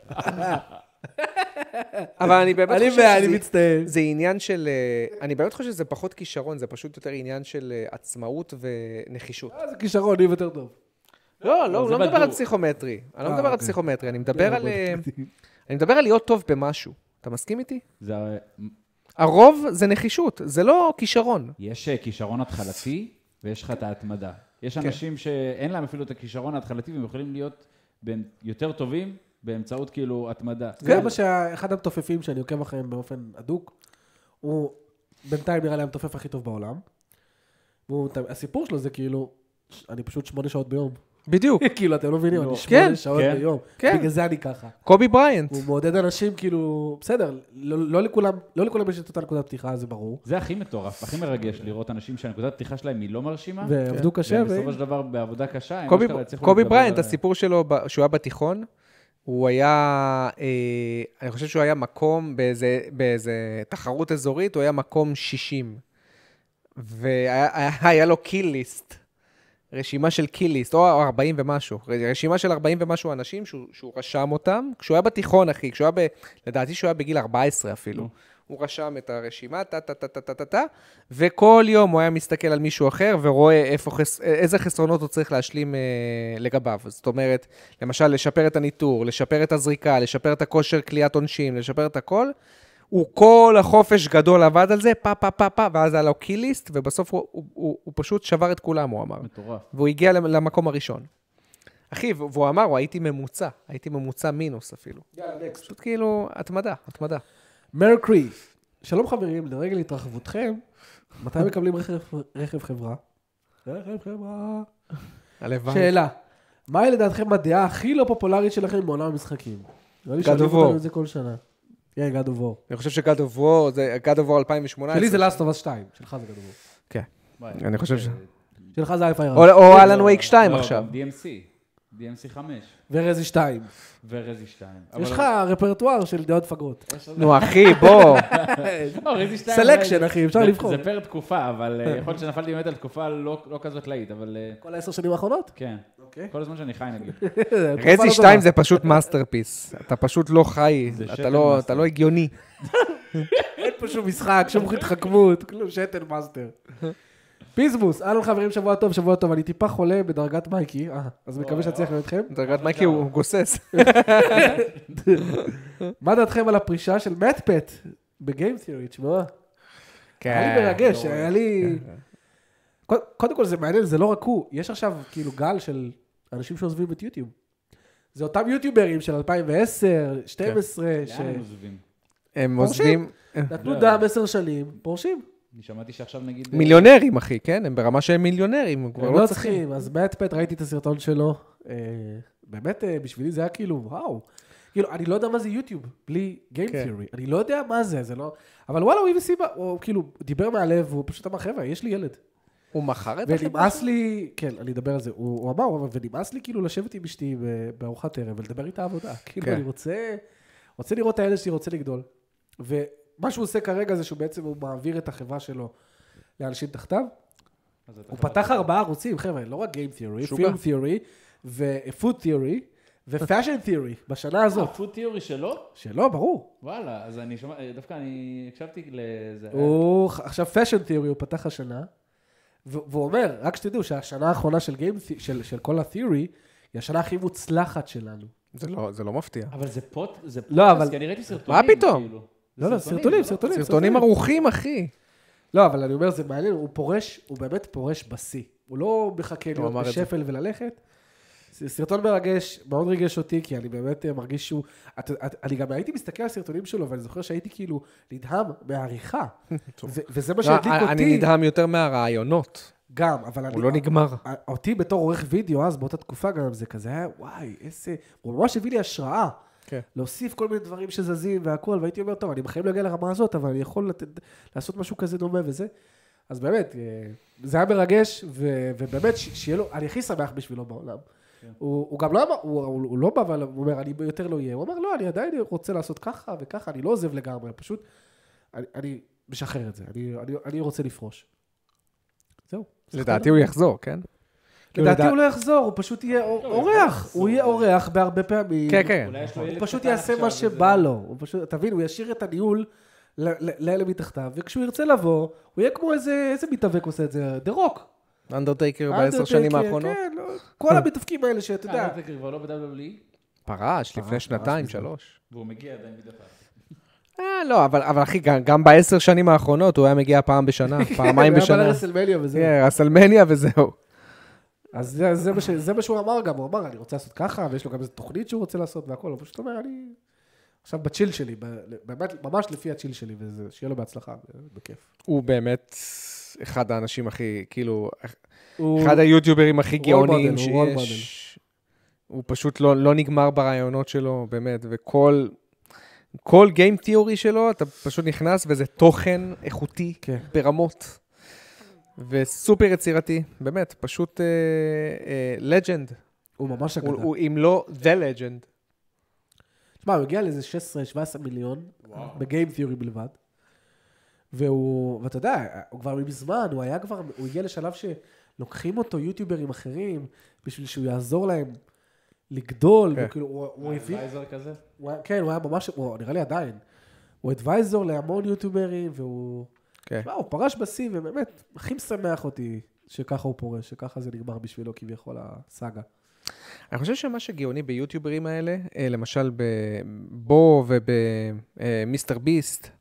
אבל אני באמת חושב אני מצטער. זה עניין של... אני באמת חושב שזה פחות כישרון, זה פשוט יותר עניין של עצמאות ונחישות. זה כישרון, אני יותר טוב. לא, לא מדבר על פסיכומטרי. אני לא מדבר על פסיכומטרי, אני מדבר על להיות טוב במשהו. אתה מסכים איתי? הרוב זה נחישות, זה לא כישרון. יש כישרון התחלתי ויש לך את ההתמדה. יש אנשים שאין להם אפילו את הכישרון ההתחלתי והם יכולים להיות יותר טובים באמצעות כאילו התמדה. זה מה שאחד המתופפים שאני עוקב אחריהם באופן אדוק, הוא בינתיים נראה לי המתופף הכי טוב בעולם. הסיפור שלו זה כאילו, אני פשוט 8 שעות ביום. בדיוק. כאילו, אתם לא מבינים, אני 8 שעות ביום. בגלל זה אני ככה. קובי בריינט. הוא מעודד אנשים כאילו, בסדר, לא לכולם יש את אותה נקודת פתיחה, זה ברור. זה הכי מטורף, הכי מרגש לראות אנשים שהנקודת פתיחה שלהם היא לא מרשימה. ועבדו קשה. ובסופו של דבר בעבודה קשה. קובי בריינט, הסיפור שלו, שהוא היה בתיכון, הוא היה, אני חושב שהוא היה מקום באיזה תחרות אזורית, הוא היה מקום 60. והיה לו קיל ליסט. רשימה של קיליסט, או 40 ומשהו, רשימה של 40 ומשהו אנשים שהוא רשם אותם, כשהוא היה בתיכון, אחי, לדעתי שהוא היה בגיל 14 אפילו, הוא רשם את הרשימה, וכל יום הוא היה מסתכל על מישהו אחר, ורואה איזה חסרונות הוא צריך להשלים לגביו. זאת אומרת, למשל, לשפר את הניטור, לשפר את הזריקה, לשפר את הכושר קליעת עונשין, לשפר את הכל, הוא כל החופש גדול עבד על זה, ואז היה לו קיליסט, ובסוף הוא פשוט שבר את כולם, הוא אמר. מטורף. והוא הגיע למקום הראשון. אחי, והוא אמר, הייתי ממוצע מינוס אפילו. פשוט כאילו, התמדה. מרקרי, שלום חברים, לרגל התרחבותכם, מתי מקבלים רכב חברה? הלוואי. שאלה, מהי לדעתכם הדעה הכי לא פופולרית שלכם בעולם המשחקים? God of War. זה כל שנה. כן, God of War. אני חושב ש-God of War, זה God of War 2018. שלי זה Last of Us 2, שלך זה God of War. כן, אני חושב ש... שלך זה Hi-Fi Rush. או אלן וייק 2 עכשיו. DMC 5. ורזי 2. ורזי 2. יש לך רפרטואר של דעות פגרות. נו, אחי, בוא. סלקשן, אחי, אפשר לבחור. זה פר תקופה, אבל יכול להיות שנפלתי באמת על תקופה לא כזאת להיט, אבל... כל 10 שנים האחרונות? כן. כל הזמן שאני חי, נגיד. רזי 2 זה פשוט מאסטרפיס. אתה פשוט לא חי, אתה לא הגיוני. אין פה שום משחק, שום התחכמות, כלום, שטן מאסטר. פיזבוס, אהלן חברים, שבוע טוב, אני טיפה חולה בדרגת מייקי, אז מקווה שתצליח להיות אתכם. דרגת מייקי הוא גוסס. מה דעתכם על הפרישה של מטפט בגיים תיאורי, תשמעו? היה לי מרגש, היה לי... קודם כל זה מעניין, זה לא רק הוא, יש עכשיו כאילו גל של אנשים שעוזבים את יוטיוב. זה אותם יוטיוברים של 2010, 12, לאן הם עוזבים? הם עוזבים... נתנו דם 10 שנים, פורשים. אני שמעתי שעכשיו נגיד... מיליונרים, אחי, כן? הם ברמה שהם מיליונרים, הם כבר לא צריכים. אז מטפט, ראיתי את הסרטון שלו, באמת, בשבילי זה היה כאילו, וואו. כאילו, אני לא יודע מה זה יוטיוב, בלי Game Theory. אני לא יודע מה זה לא... אבל וואלה, הוא הביא סיבה, הוא כאילו דיבר מהלב, הוא פשוט אמר, חבר'ה, יש לי ילד. הוא מכר את החברה? ונמאס לי, כן, אני אדבר על זה, הוא אמר, ונמאס לי כאילו לשבת עם אשתי בארוחת ערב ולדבר איתה עבודה. כאילו, אני רוצה לראות את הילד שלי, רוצה לגדול. ומה שהוא עושה כרגע זה שהוא בעצם הוא מעביר את החברה שלו לאנשים תחתיו. הוא פתח 4 ערוצים, חבר'ה, לא רק Game Theory, Film Theory, ו-Food Theory, ו-Fashion Theory, בשנה הזאת. Food Theory שלו? שלו, ברור. וואלה, אז אני שומע, דווקא אני הקשבתי לזה. עכשיו Fashion Theory הוא פתח השנה, והוא אומר, רק שתדעו שהשנה האחרונה של כל ה-Theory, היא השנה הכי מוצלחת שלנו. זה לא מפתיע. אבל זה פודקאסט, אבל... כי אני ראיתי סרטונים. מה פתאום? לא, סרטונים ערוכים, אחי. לא, אבל אני אומר, זה מעניין, הוא באמת פורש בשיא. הוא לא מחכה להיות בשפל וללכת. סרטון מרגש, מאוד ריגש אותי, כי אני באמת מרגיש שהוא... אני גם הייתי מסתכל על סרטונים שלו, ואני זוכר שהייתי כאילו נדהם מהעריכה. וזה מה שהדליק אותי. אני נדהם יותר מהרעיונות. גם, אבל הוא לא נגמר. אותי בתור עורך וידאו, אז באותה תקופה גם זה כזה היה, וואי, איזה... הוא ממש הביא לי השראה. להוסיף כל מיני דברים שזזים והכל, והייתי אומר, טוב, אני בחיים לא אגיע לרמה הזאת, אבל אני יכול לעשות משהו כזה דומה וזה. אז באמת, זה היה מרגש, ובאמת, שיהיה לו, אני הכי שמח בשבילו בעולם. הוא גם לא אמר, הוא לא בא, אבל הוא אומר, אני יותר לא אהיה. הוא אמר, לא, אני עדיין רוצה לעשות ככה וככה, אני לא עוזב לגמרי, פשוט, אני משחרר את זה, אני רוצה לפרוש. זהו. לדעתי הוא יחזור, כן? לדעתי הוא לא יחזור, הוא פשוט יהיה אורח, הוא יהיה אורח בהרבה פעמים. כן, כן. הוא פשוט יעשה מה שבא לו, תבין, הוא ישאיר את הניהול לאלה מתחתיו, וכשהוא ירצה לבוא, הוא יהיה כמו איזה מתאבק עושה את זה, The Rock. אנדרטייקר ב10 שנים האחרונות. כן, כל המתאבקים האלה שאתה יודע. אנדרטייקר כבר לא ב-WWE? פרש, לפני 2-3. והוא מגיע עדיין מדי פעם. לא, אבל אחי, גם ב10 שנים האחרונות הוא היה מגיע פעם בשנה, פעמיים בשנה. הוא היה ברסלמניה וזהו. כן, רסלמניה וזהו. אז זה מה שהוא אמר גם, הוא אמר, אני רוצה לעשות ככה, ויש לו גם איזו תוכנית שהוא רוצה לעשות והכל, הוא פשוט אומר, אני עכשיו בצ'יל שלי, ממש לפי הצ'יל שלי, ושיהיה לו בהצלחה, בכיף. הוא באמת אחד האנשים הכי, כאילו, אחד היוטיוברים הכי גאוניים שיש. הוא פשוט לא נגמר ברעיונות שלו, באמת, וכל גיים תיאורי שלו, אתה פשוט נכנס, וזה תוכן איכותי ברמות. וסופר יצירתי, באמת, פשוט לג'נד. הוא ממש אגדה. הוא אם לא the legend. תשמע, הוא הגיע לאיזה 16-17 מיליון, בגיים תיאורי בלבד. ואתה יודע, הוא כבר מזמן, הוא הגיע לשלב שלוקחים אותו יוטיוברים אחרים, בשביל שהוא יעזור להם לגדול. הוא אדוויזר כזה? כן, הוא היה ממש, נראה לי עדיין. הוא אדוויזר להמון יוטיוברים, והוא... הוא פרש בשיא, ובאמת, הכי משמח אותי שככה הוא פורש, שככה זה נגמר בשבילו כביכול הסאגה. אני חושב שמה שגאוני ביוטיוברים האלה, למשל בבו ובמיסטר ביסט,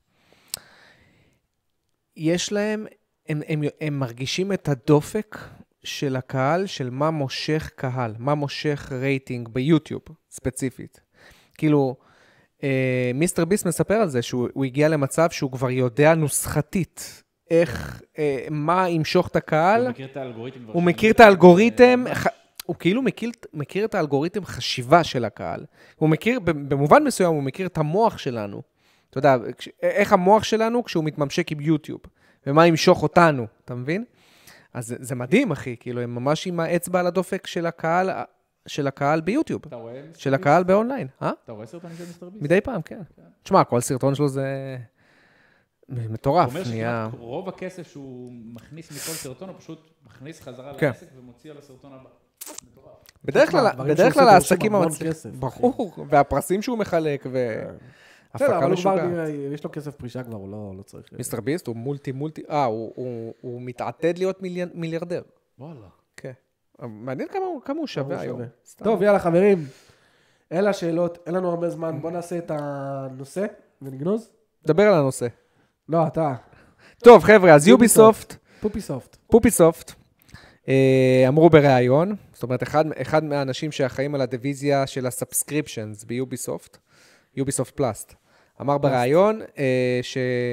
יש להם, הם מרגישים את הדופק של הקהל, של מה מושך קהל, מה מושך רייטינג ביוטיוב ספציפית. כאילו, מיסטר ביסט מספר על זה, שהוא הגיע למצב שהוא כבר יודע נוסחתית, איך, מה ימשוך את הקהל. הוא מכיר את האלגוריתם. הוא מכיר את האלגוריתם, הוא כאילו מכיר את האלגוריתם חשיבה של הקהל. הוא מכיר, במובן מסוים, הוא מכיר את המוח שלנו. אתה יודע, איך המוח שלנו כשהוא מתממשק עם יוטיוב, ומה ימשוך אותנו, אתה מבין? אז זה מדהים, אחי, כאילו, הם ממש עם האצבע על הדופק של הקהל ביוטיוב, של הקהל באונליין. אתה רואה סרטונים של מיסטר ביסט? מדי פעם, כן. תשמע, כל סרטון שלו זה מטורף. הוא אומר שכמעט רוב הכסף שהוא מכניס מכל סרטון, הוא פשוט מכניס חזרה לעסק ומוציא על הסרטון הבא. בדרך כלל העסקים המצליחים. ברור, והפרסים שהוא מחלק אבל יש לו כסף פרישה כבר, הוא לא צריך... מיסטר ביסט הוא מולטי, הוא מתעתד להיות מיליארדר. וואלה. כן. מעניין כמה הוא שווה היום. טוב, יאללה חברים, אלה השאלות, אין לנו הרבה זמן, בוא נעשה את הנושא ונגנוז. דבר על הנושא. לא, אתה. טוב חבר'ה, אז יוביסופט. פופיסופט. אמרו בראיון, זאת אומרת, אחד מהאנשים שאחראים על הדיוויזיה של הסאבסקריפשנס ביוביסופט, יוביסופט פלאסט, אמר בראיון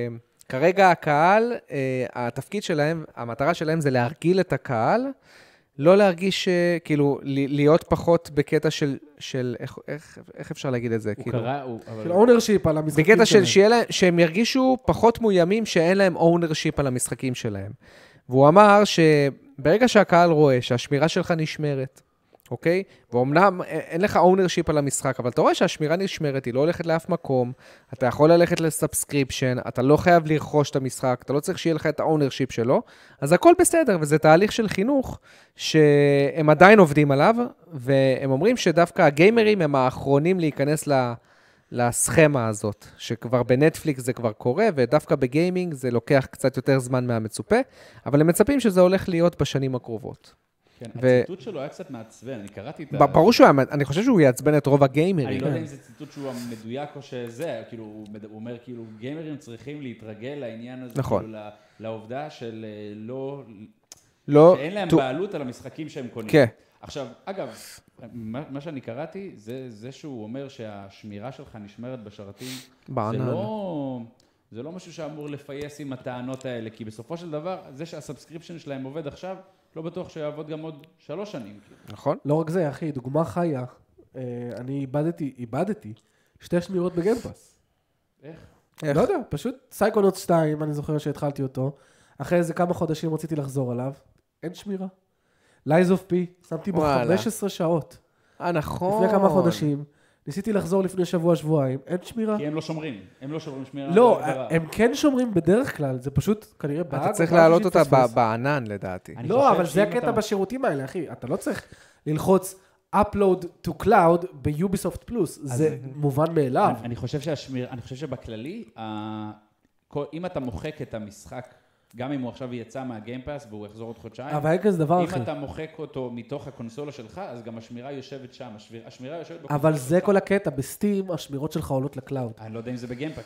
שכרגע הקהל, התפקיד שלהם, המטרה שלהם זה להרגיל את הקהל לא להרגיש, כאילו, להיות פחות בקטע של איך אפשר להגיד את זה? הוא כאילו, קרא, של אונרשיפ על המשחקים בקטע שלהם. שהם ירגישו פחות מאוימים שאין להם אונרשיפ על המשחקים שלהם. והוא אמר שברגע שהקהל רואה שהשמירה שלך נשמרת, אוקיי? ואומנם אין לך אונרשיפ על המשחק, אבל אתה רואה שהשמירה נשמרת, היא לא הולכת לאף מקום, אתה יכול ללכת לסאבסקריפשן, אתה לא חייב לרכוש את המשחק, אתה לא צריך שיהיה לך את האונרשיפ שלו, אז הכל בסדר, וזה תהליך של חינוך שהם עדיין עובדים עליו, והם אומרים שדווקא הגיימרים הם האחרונים להיכנס לסכמה הזאת, שכבר בנטפליקס זה כבר קורה, ודווקא בגיימינג זה לוקח קצת יותר זמן מהמצופה, אבל הם מצפים שזה הולך להיות בשנים הקרובות. כן, הציטוט שלו היה קצת מעצבן, אני קראתי את ברור שהוא היה, אני חושב שהוא יעצבן את רוב הגיימרים. אני לא יודע אם זה ציטוט שהוא המדויק או שזה, כאילו, הוא אומר, כאילו, גיימרים צריכים להתרגל לעניין הזה, נכון. כאילו, לעובדה של לא, שאין להם בעלות על המשחקים שהם קונים. כן. עכשיו, אגב, מה שאני קראתי, זה שהוא אומר שהשמירה שלך נשמרת בשרתים, זה לא משהו שאמור לפייס עם הטענות האלה, כי בסופו של דבר, זה שהסאבסקריפשן שלהם עובד עכשיו, לא בטוח שיעבוד גם עוד 3 שנים. נכון. לא רק זה, אחי, דוגמה חיה, אני איבדתי 2 שמירות בגיימפאס. איך? לא יודע, פשוט סייקונוט 2, אני זוכר שהתחלתי אותו, אחרי איזה כמה חודשים רציתי לחזור עליו, אין שמירה. Lies of P, שמתי בו 15 שעות. נכון. לפני כמה חודשים, ניסיתי לחזור לפני שבוע-שבועיים, אין שמירה. כי הם לא שומרים שמירה. לא, הם כן שומרים בדרך כלל, זה פשוט כנראה באג. אתה צריך להעלות אותה בענן, לדעתי. לא, אבל זה הקטע בשירותים האלה, אחי. אתה לא צריך ללחוץ upload to cloud ב-Ubisoft פלוס, זה מובן מאליו. אני חושב שבכללי, אם אתה מוחק את המשחק, גם אם הוא עכשיו יצא מהגיימפאס והוא יחזור עוד חודשיים, אבל אין כזה דבר אחר. אם אתה מוחק אותו מתוך הקונסולה שלך, אז גם השמירה יושבת שם, השמירה יושבת בקונסולה. אבל זה כל הקטע, בסטים השמירות שלך עולות לקלאוד. אני לא יודע אם זה בגיימפאס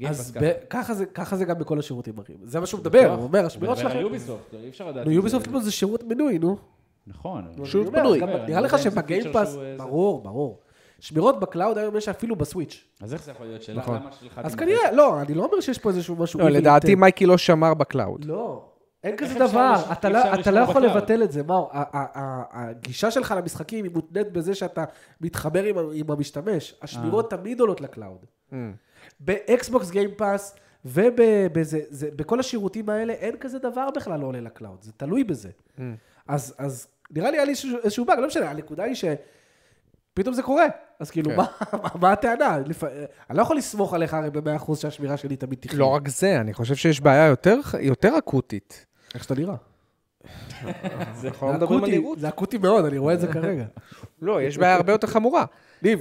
ככה זה גם בכל השירותים אחרים. זה מה שהוא מדבר, הוא אומר, השמירות שלכם. הוא מדבר על יוביסופט, אי אפשר לדעת. יוביסופט זה שירות מנוי, נו. נכון. שירות מנוי. נראה לך שבגיימפאס, ברור. שמירות בקלאוד היום יש אפילו בסוויץ'. אז איך זה יכול להיות שאלה? למה שלך... אז כנראה, לא, אני לא אומר שיש פה איזשהו משהו... לא, לדעתי מייקי לא שמר בקלאוד. לא, אין כזה דבר, אתה לא יכול לבטל את זה, מאו, הגישה שלך למשחקים היא מותנית בזה שאתה מתחבר עם המשתמש, השמירות תמיד עולות לקלאוד. באקסבוקס גיימפאס ובכל השירותים האלה אין כזה דבר בכלל לא עולה לקלאוד, זה תלוי בזה. אז נראה לי היה לי איזשהו באג, לא משנה, הנקודה היא פתאום זה קורה, אז כאילו, מה הטענה? אני לא יכול לסמוך עליך הרי ב100% שהשמירה שלי תמיד תחיה. לא רק זה, אני חושב שיש בעיה יותר אקוטית. איך שאתה נראה? אנחנו לא מדברים על נראות. זה אקוטי מאוד, אני רואה את זה כרגע. לא, יש בעיה הרבה יותר חמורה. ניב.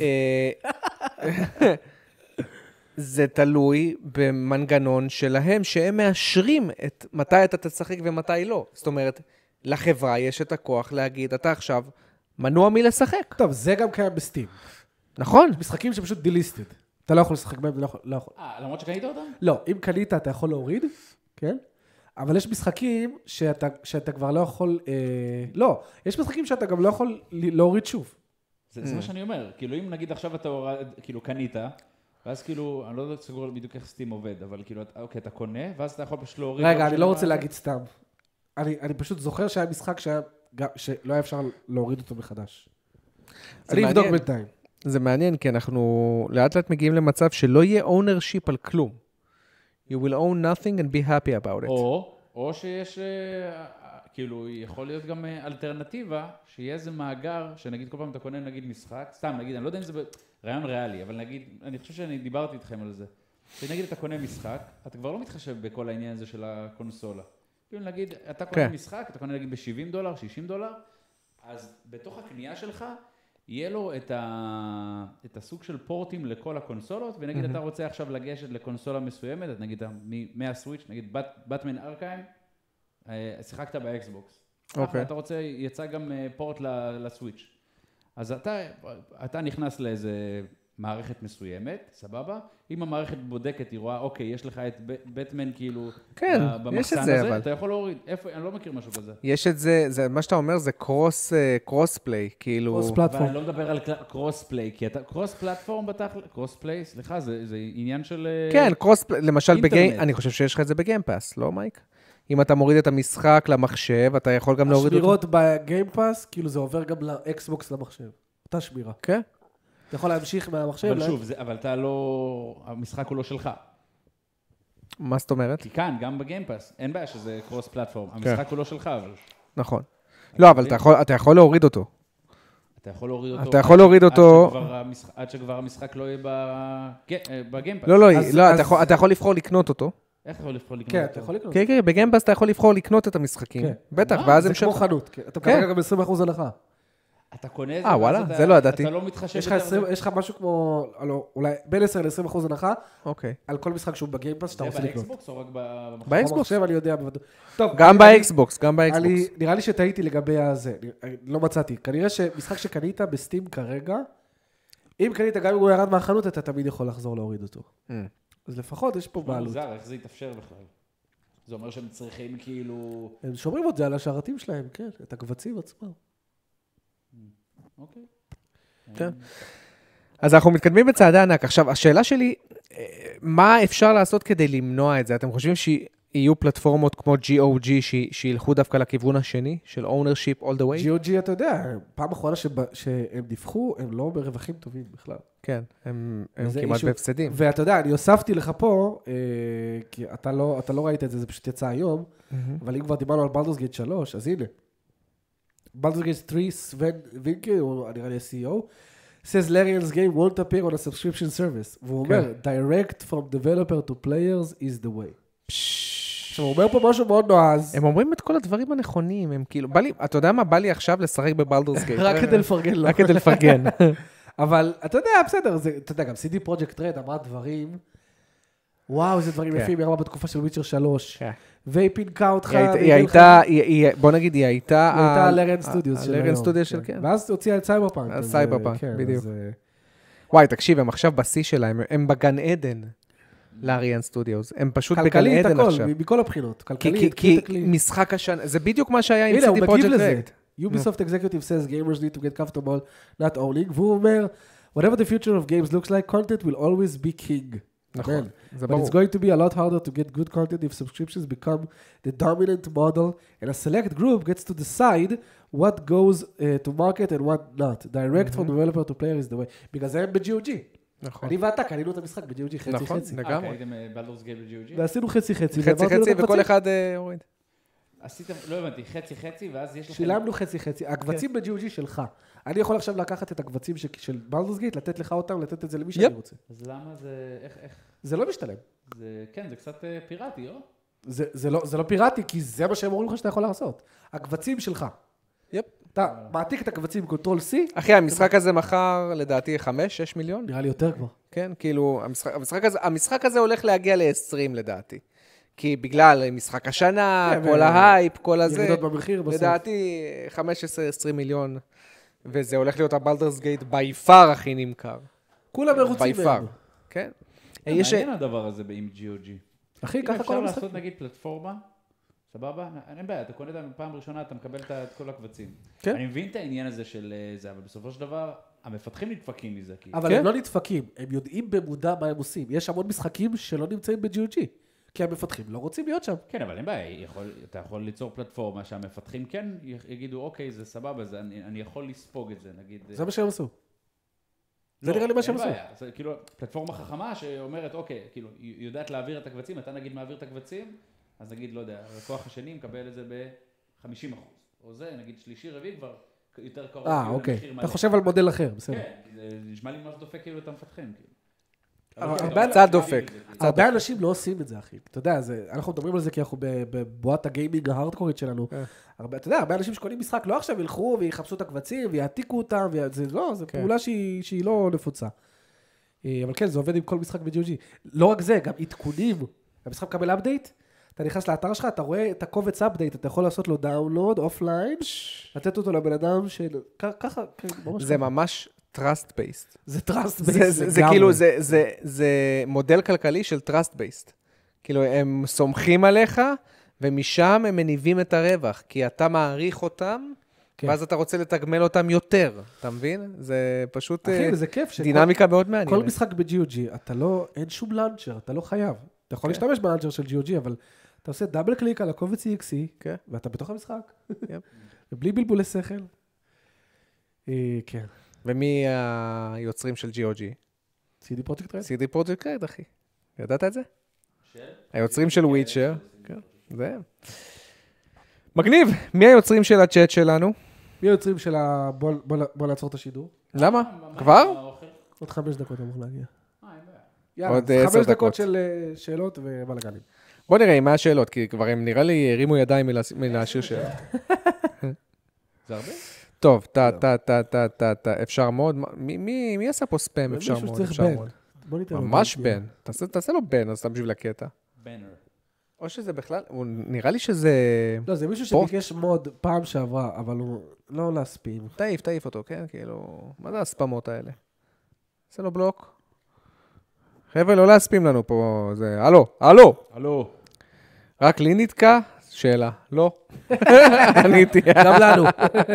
זה תלוי במנגנון שלהם, שהם מאשרים את מתי אתה תשחק ומתי לא. זאת אומרת, לחברה יש את הכוח להגיד, אתה עכשיו מנוע מלשחק. טוב, זה גם קיים בסטים. נכון. משחקים שפשוט דיליסטד. אתה לא יכול לשחק בהם, לא יכול. למרות שקנית אותם? לא, אם קנית אתה יכול להוריד, כן? אבל יש משחקים שאתה כבר לא יכול... לא, יש משחקים שאתה גם לא יכול להוריד שוב. זה מה שאני אומר. כאילו, אם נגיד עכשיו אתה כאילו קנית, ואז כאילו, אני לא יודע סגור בדיוק איך סטים עובד, אבל כאילו, אוקיי, אתה קונה, ואז אתה יכול פשוט להוריד... רגע, אני לא רוצה להגיד סתם. אני פשוט זוכר שהיה משחק שלא היה אפשר להוריד אותו מחדש. אני אבדוק בינתיים. זה מעניין, כי אנחנו לאט לאט מגיעים למצב שלא יהיה ownership על כלום. You will own nothing and be happy about it. או שיש, כאילו, יכול להיות גם אלטרנטיבה, שיהיה איזה מאגר, שנגיד כל פעם אתה קונה נגיד משחק, סתם נגיד, אני לא יודע אם זה רעיון ריאלי, אבל נגיד, אני חושב שאני דיברתי איתכם על זה, שנגיד אתה קונה משחק, אתה כבר לא מתחשב בכל העניין הזה של הקונסולה. כאילו נגיד, אתה קונה משחק, אתה קונה נגיד ב$70, $60, אז בתוך הקנייה שלך, יהיה לו את הסוג של פורטים לכל הקונסולות, ונגיד אתה רוצה עכשיו לגשת לקונסולה מסוימת, נגיד מהסוויץ', נגיד בטמן ארקיים, שיחקת באקסבוקס. אתה רוצה, יצא גם פורט לסוויץ'. אז אתה נכנס לאיזה מערכת מסוימת, סבבה? אם המערכת בודקת, היא רואה, אוקיי, יש לך את בטמן כאילו במחסן הזה, אתה יכול להוריד. איפה, אני לא מכיר משהו כזה. יש את זה, מה שאתה אומר זה קרוס פליי, כאילו... קרוס פלטפורם. אבל אני לא מדבר על קרוס פליי, כי אתה, קרוס פלטפורם קרוס פליי, סליחה, זה עניין של... כן, קרוס פליי, למשל אני חושב שיש לך את זה בגיימפאס, לא מייק? אם אתה מוריד את המשחק למחשב, אתה יכול גם להוריד אותו. השמירות בגיימפאס, כאילו זה עובר גם לאקסבוקס למחשב. אותה שמירה. כן. אתה יכול להמשיך מהמחשב. אבל שוב, אבל אתה לא... המשחק הוא לא שלך. מה זאת אומרת? כי כאן, גם בגיימפאס, אין בעיה שזה קרוס פלטפורם. המשחק הוא לא שלך, אבל... נכון. לא, אבל אתה יכול להוריד אותו. אתה יכול להוריד אותו... אתה יכול להוריד אותו... עד שכבר המשחק לא יהיה בגיימפאס. לא, אתה יכול לבחור לקנות אותו. איך אתה יכול לבחור לקנות כן, אותו? אתה יכול לקנות. כן, כן, בגיימפאס אתה יכול לבחור לקנות את המשחקים. בטח, ואז הם זה כמו חנות. אתה מקבל גם 20% הנחה. אתה קונה את זה, וואלה, זה לא ידעתי. אתה לא מתחשב יש לך משהו כמו, אולי בין 10 ל-20% הנחה, אוקיי. על כל משחק שהוא בגיימפאס שאתה רוצה זה לקנות. באקסבוקס או רק במחשב? באקסבוקס. במחשב אני יודע בוודאות. טוב, גם באקסבוקס, גם באקסבוקס. נראה לי שטעיתי לגבי הזה, לא מצאתי. כנראה שמשחק שקנית בסטים כרגע, אם קנית גם אם הוא ירד מהחנות, אתה תמיד יכול לחזור להוריד אותו. אז לפחות יש פה בעלות. מוזר, איך זה יתאפשר בכלל? זה אומר שהם צריכים כאילו... הם שומרים את זה על השרתים שלהם, כן, את הקבצים עצמם. אוקיי. כן. אז אנחנו מתקדמים בצעדי ענק. עכשיו, השאלה שלי, מה אפשר לעשות כדי למנוע את זה? אתם חושבים שיהיו פלטפורמות כמו GOG שילכו דווקא לכיוון השני, של ownership all the way? GOG, אתה יודע, פעם אחרונה שהם דיווחו, הם לא ברווחים טובים בכלל. כן, הם כמעט בהפסדים. ואתה יודע, אני הוספתי לך פה, כי אתה לא ראית את זה, זה פשוט יצא היום, אבל אם כבר דיברנו על בלדורס גייט 3, אז הנה. בלדורס גייט 3, סוון וינקי, הוא נראה לי CEO, says Larian's game won't appear on a subscription service. והוא אומר, direct from developer to players is the way. עכשיו, הוא אומר פה משהו מאוד נועז. הם אומרים את כל הדברים הנכונים, הם כאילו, אתה יודע מה, בא לי עכשיו לשחק בבלדורס גייט. רק כדי לפרגן לו. רק כדי לפרגן. אבל אתה יודע, בסדר, אתה יודע, גם CD Projekt Red אמרה דברים, וואו, איזה דברים יפים, היא אמרה בתקופה של וויצ'ר 3, והיא פינקה אותך. היא הייתה, בוא נגיד, היא הייתה... היא הייתה לרן סטודיוס של היום. לרן סטודיוס של, כן. ואז הוציאה את סייברפאנק. סייברפאנק, בדיוק. וואי, תקשיב, הם עכשיו בשיא שלהם, הם בגן עדן, לאריאן סטודיוס. הם פשוט בגן עדן עכשיו. כלכלית, הכל, מכל הבחינות. כלכלית, כי משחק השנה, זה בדיוק מה שהיה עם CD Projekt Red. Ubisoft executive says gamers need to get comfortable not owning, והוא אומר, whatever the future of games looks like, content will always be king. נכון, זה But ברור. it's going to be a lot harder to get good content if subscriptions become the dominant model, and a select group gets to decide what goes to market and what not. Direct from developer to player is the way. בגלל זה הם ב-GOG. נכון. אני ואתה קנינו את המשחק ב-GOG חצי נכון, חצי. לגמרי. קניתם בלדורס גייט ב-GOG? ועשינו חצי חצי. חצי חצי וכל אחד הוריד. עשיתם, לא הבנתי, חצי חצי, ואז יש לכם... שילמנו חצי חצי. הקבצים ב-GOG שלך. אני יכול עכשיו לקחת את הקבצים של בלדורס גייט, לתת לך אותם, לתת את זה למי שאני רוצה. אז למה זה... איך? זה לא משתלם. כן, זה קצת פיראטי, לא? זה לא פיראטי, כי זה מה שהם אומרים לך שאתה יכול לעשות. הקבצים שלך. יפ. אתה מעתיק את הקבצים קונטרול C. אחי, המשחק הזה מחר לדעתי 5-6 מיליון. נראה לי יותר כבר. כן, כאילו, המשחק הזה הולך להגיע ל-20 לדעתי. כי בגלל משחק השנה, כל ההייפ, כל הזה. ירידות במחיר בסוף. לדעתי 15-20 מיליון. וזה הולך להיות הבלדורס גייט ביפר הכי נמכר. כולם מרוצים ביפר. מהם. כן. מעניין הדבר הזה עם GOG. אחי, ככה כל אפשר המשחק. לעשות נגיד פלטפורמה, סבבה? אין בעיה, אתה קונה את הפעם ראשונה, אתה מקבל את כל הקבצים. כן. אני מבין את העניין הזה של זה, אבל בסופו של דבר, המפתחים נדפקים מזה. אבל הם לא נדפקים, הם יודעים במודע מה הם עושים. יש המון משחקים שלא נמצאים ב-GOG, כי המפתחים לא רוצים להיות שם. כן, אבל אין בעיה, אתה יכול ליצור פלטפורמה שהמפתחים כן יגידו, אוקיי, זה סבבה, אני יכול לספוג את זה, נגיד... זה מה שהם עשו. זה נראה לי מה שהם עשו. אין בעיה, זה כאילו פלטפורמה חכמה שאומרת, אוקיי, כאילו, היא יודעת להעביר את הקבצים, אתה נגיד מעביר את הקבצים, אז נגיד, לא יודע, הלקוח השני מקבל את זה ב-50%. או זה, נגיד שלישי, רביעי כבר יותר קרוב. אוקיי. אתה חושב על מודל אחר, בסדר. כן, זה נשמע לי ממש דופק כאילו את המפתחים. קצת דופק. הרבה אנשים לא עושים את זה, אחי. אתה יודע, אנחנו מדברים על זה כי אנחנו בבועת הגיימינג ההארדקורית שלנו. אתה יודע, הרבה אנשים שקונים משחק לא עכשיו ילכו ויחפשו את הקבצים ויעתיקו אותם, זו פעולה שהיא לא נפוצה. אבל כן, זה עובד עם כל משחק ב-GOG. לא רק זה, גם עדכונים. המשחק מקבל אפדייט, אתה נכנס לאתר שלך, אתה רואה את הקובץ אפדייט, אתה יכול לעשות לו דאונלוד, אופליין, לתת אותו לבן אדם ככה, זה ממש trust based. זה trust based. זה כאילו, זה מודל כלכלי של trust based. כאילו, הם סומכים עליך, ומשם הם מניבים את הרווח, כי אתה מעריך אותם, ואז אתה רוצה לתגמל אותם יותר, אתה מבין? זה פשוט דינמיקה מאוד מעניינת. כל משחק ב-GOG, אין שום לאנצ'ר, אתה לא חייב. אתה יכול להשתמש בלאנצ'ר של GOG, אבל אתה עושה דאבל קליק על הקובץ EXE, כן. ואתה בתוך המשחק. יפ. ובלי בלבולי שכל. כן. ומי היוצרים של GOG? CD Projekt Red? CD Projekt Red, אחי. ידעת את זה? היוצרים של וויצ'ר. כן, זה. מגניב. מי היוצרים של הצ'אט שלנו? מי היוצרים של בוא לעצור את השידור? למה? כבר? עוד 5 דקות אמור להגיע. עוד יאללה, 10 5 דקות. דקות של שאלות ובלגנים. בוא נראה מה השאלות, כי כבר הם נראה לי הרימו ידיים מלהשאיר שאלות. זה הרבה? טוב, אפשר מאוד. מי עשה פה ספאם? אפשר מישהו מאוד, שצריך אפשר בן. מאוד. בוא ניתן לו ממש בן. בן. תעשה לו בן, אז תמשיך לקטע. בנר. או שזה בכלל, נראה לי שזה... לא, זה מישהו פה? שביקש מוד פעם שעברה, אבל הוא לא להספים. תעיף אותו, כן? כאילו, מה זה הספמות האלה? עשה לו בלוק. חבר'ה, לא להספים לנו פה, זה... הלו. הלו. רק לי נתקע? שאלה. לא. עניתי. גם לנו.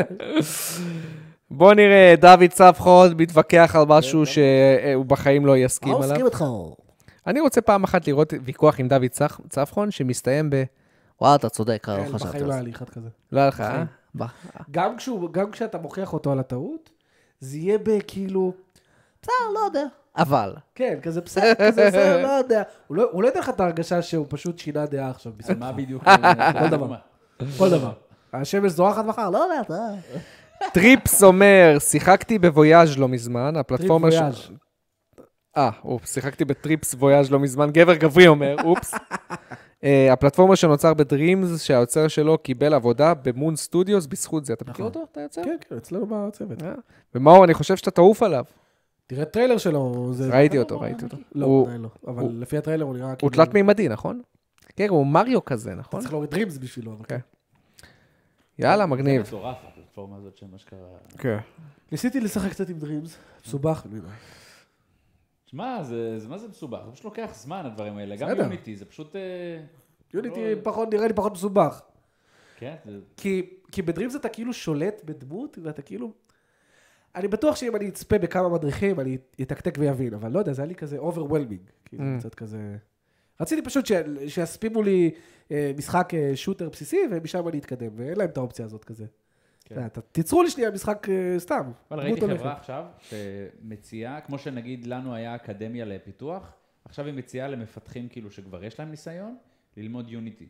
בוא נראה, דוד צפחון מתווכח על משהו שהוא בחיים לא יסכים מה עליו. עוסקים איתך? אני רוצה פעם אחת לראות ויכוח עם דוד צפחון שמסתיים ב... וואו, אתה צודק, לא כן, חשבתי בחיים על לא זה. היה לי אחד כזה. לא היה לך, אה? גם כשאתה מוכיח אותו על הטעות, זה יהיה בכאילו, בסדר, לא יודע. אבל. כן, כזה בסדר, כזה, לא יודע. הוא לא ייתן לך את ההרגשה שהוא פשוט שינה דעה עכשיו. בזכות. מה בדיוק? כל דבר. כל דבר. השמש זורחת מחר, לא יודע. טריפס אומר, שיחקתי בוויאז' לא מזמן, הפלטפורמה... טריפ וויאז'. אופס, שיחקתי בטריפס וויאז' לא מזמן, גבר גברי אומר, אופס. הפלטפורמה שנוצר בדרימס, שהיוצר שלו קיבל עבודה במון סטודיוס בזכות זה. אתה מכיר אותו? אתה יוצר? כן, כן, אצלנו בצוות. ומאור, אני חושב שאתה תעוף עליו. תראה טריילר שלו. זה- ראיתי אותו. לא, הוא- עדיין לא. אבל לפי הטריילר הוא נראה הוא תלת מימדי, נכון? כן, הוא מריו כזה, נכון? צריך להוריד דרימס בשבילו. אבל כן. יאללה, מגניב. זה מטורף, הפלטפורמה הזאת של מה שקרה. כן. ניסיתי לשחק קצת עם דרימס, מסובך מדי. שמע, מה זה מסובך? זה פשוט לוקח זמן, הדברים האלה. גם בסדר. יוניטי, זה פשוט... יוניטי נראה לי פחות מסובך. כן, זה... כי בדרימס אתה כאילו שולט בדמות, ואתה כאילו... אני בטוח שאם אני אצפה בכמה מדריכים, אני אתקתק ויבין, אבל לא יודע, זה היה לי כזה overwhelming. כאילו, קצת כזה... רציתי פשוט שיספימו לי משחק שוטר בסיסי, ומשם אני אתקדם, ואין להם את האופציה הזאת כזה. תיצרו לי שנייה משחק סתם. אבל ראיתי חברה עכשיו שמציעה, כמו שנגיד לנו היה אקדמיה לפיתוח, עכשיו היא מציעה למפתחים כאילו שכבר יש להם ניסיון, ללמוד יוניטי.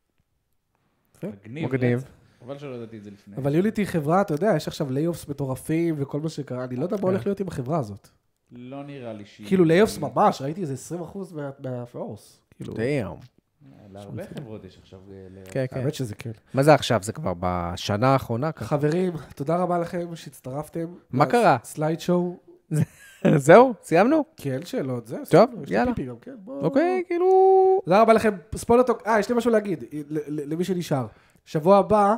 מגניב. אבל שלא ידעתי את זה לפני. אבל יוניטי חברה, אתה יודע, יש עכשיו ליי-אופס מטורפים וכל מה שקרה, אני לא יודע מה הולך להיות עם החברה הזאת. לא נראה לי שהיא... כאילו ליי-אופס ממש, ראיתי איזה 20% מהפורס. כאילו, דאם. להרבה חברות יש עכשיו... כן, כן. האמת שזה כן. מה זה עכשיו? זה כבר בשנה האחרונה ככה. חברים, תודה רבה לכם שהצטרפתם. מה קרה? סלייד שואו. זהו? סיימנו? כן, שאלות, זהו. טוב, יש לי יאללה. פיפי גם, כן, בוא. אוקיי, כאילו... תודה רבה לכם. ספוילרטוק, יש לי משהו להגיד, למי שנשאר. שבוע הבא,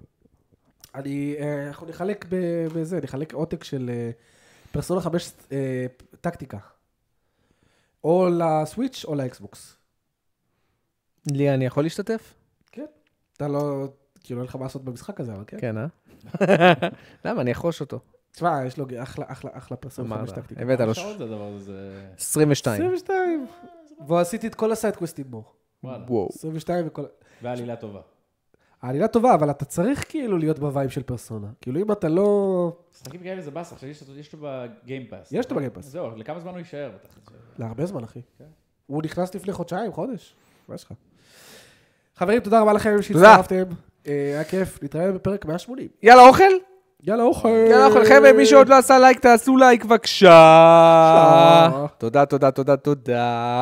אנחנו נחלק בזה, נחלק עותק של פרסונה 5 טקטיקה. או לסוויץ' או לאקסבוקס. לי, אני יכול להשתתף? כן. אתה לא, כאילו אין לך מה לעשות במשחק הזה, אבל כן. כן, אה? למה? אני אחרוש אותו. תשמע, יש לו אחלה פרסונה 5 טקטיקה. הבאת לו שעות זה הדבר הזה... 22. 22. ועשיתי את כל הסיידקווסטים בו. וואלה. וואו. 22 וכל... ועלילה טובה. העלילה טובה, אבל אתה צריך כאילו להיות בווייב של פרסונה. כאילו אם אתה לא... משחקים כאלה זה באס, עכשיו יש לו בגיימפאס. יש לו בגיימפאס. זהו, לכמה זמן הוא יישאר? להרבה זמן, אחי. הוא נכנס לפני חודש. מה יש לך? חברים, תודה רבה לכם שהצטרפתם. היה כיף, נתראה בפרק 180. יאללה, אוכל? יאללה, אוכל. יאללה, אוכל. חבר'ה, מי שעוד לא עשה לייק, תעשו לייק, בבקשה. תודה, תודה, תודה, תודה.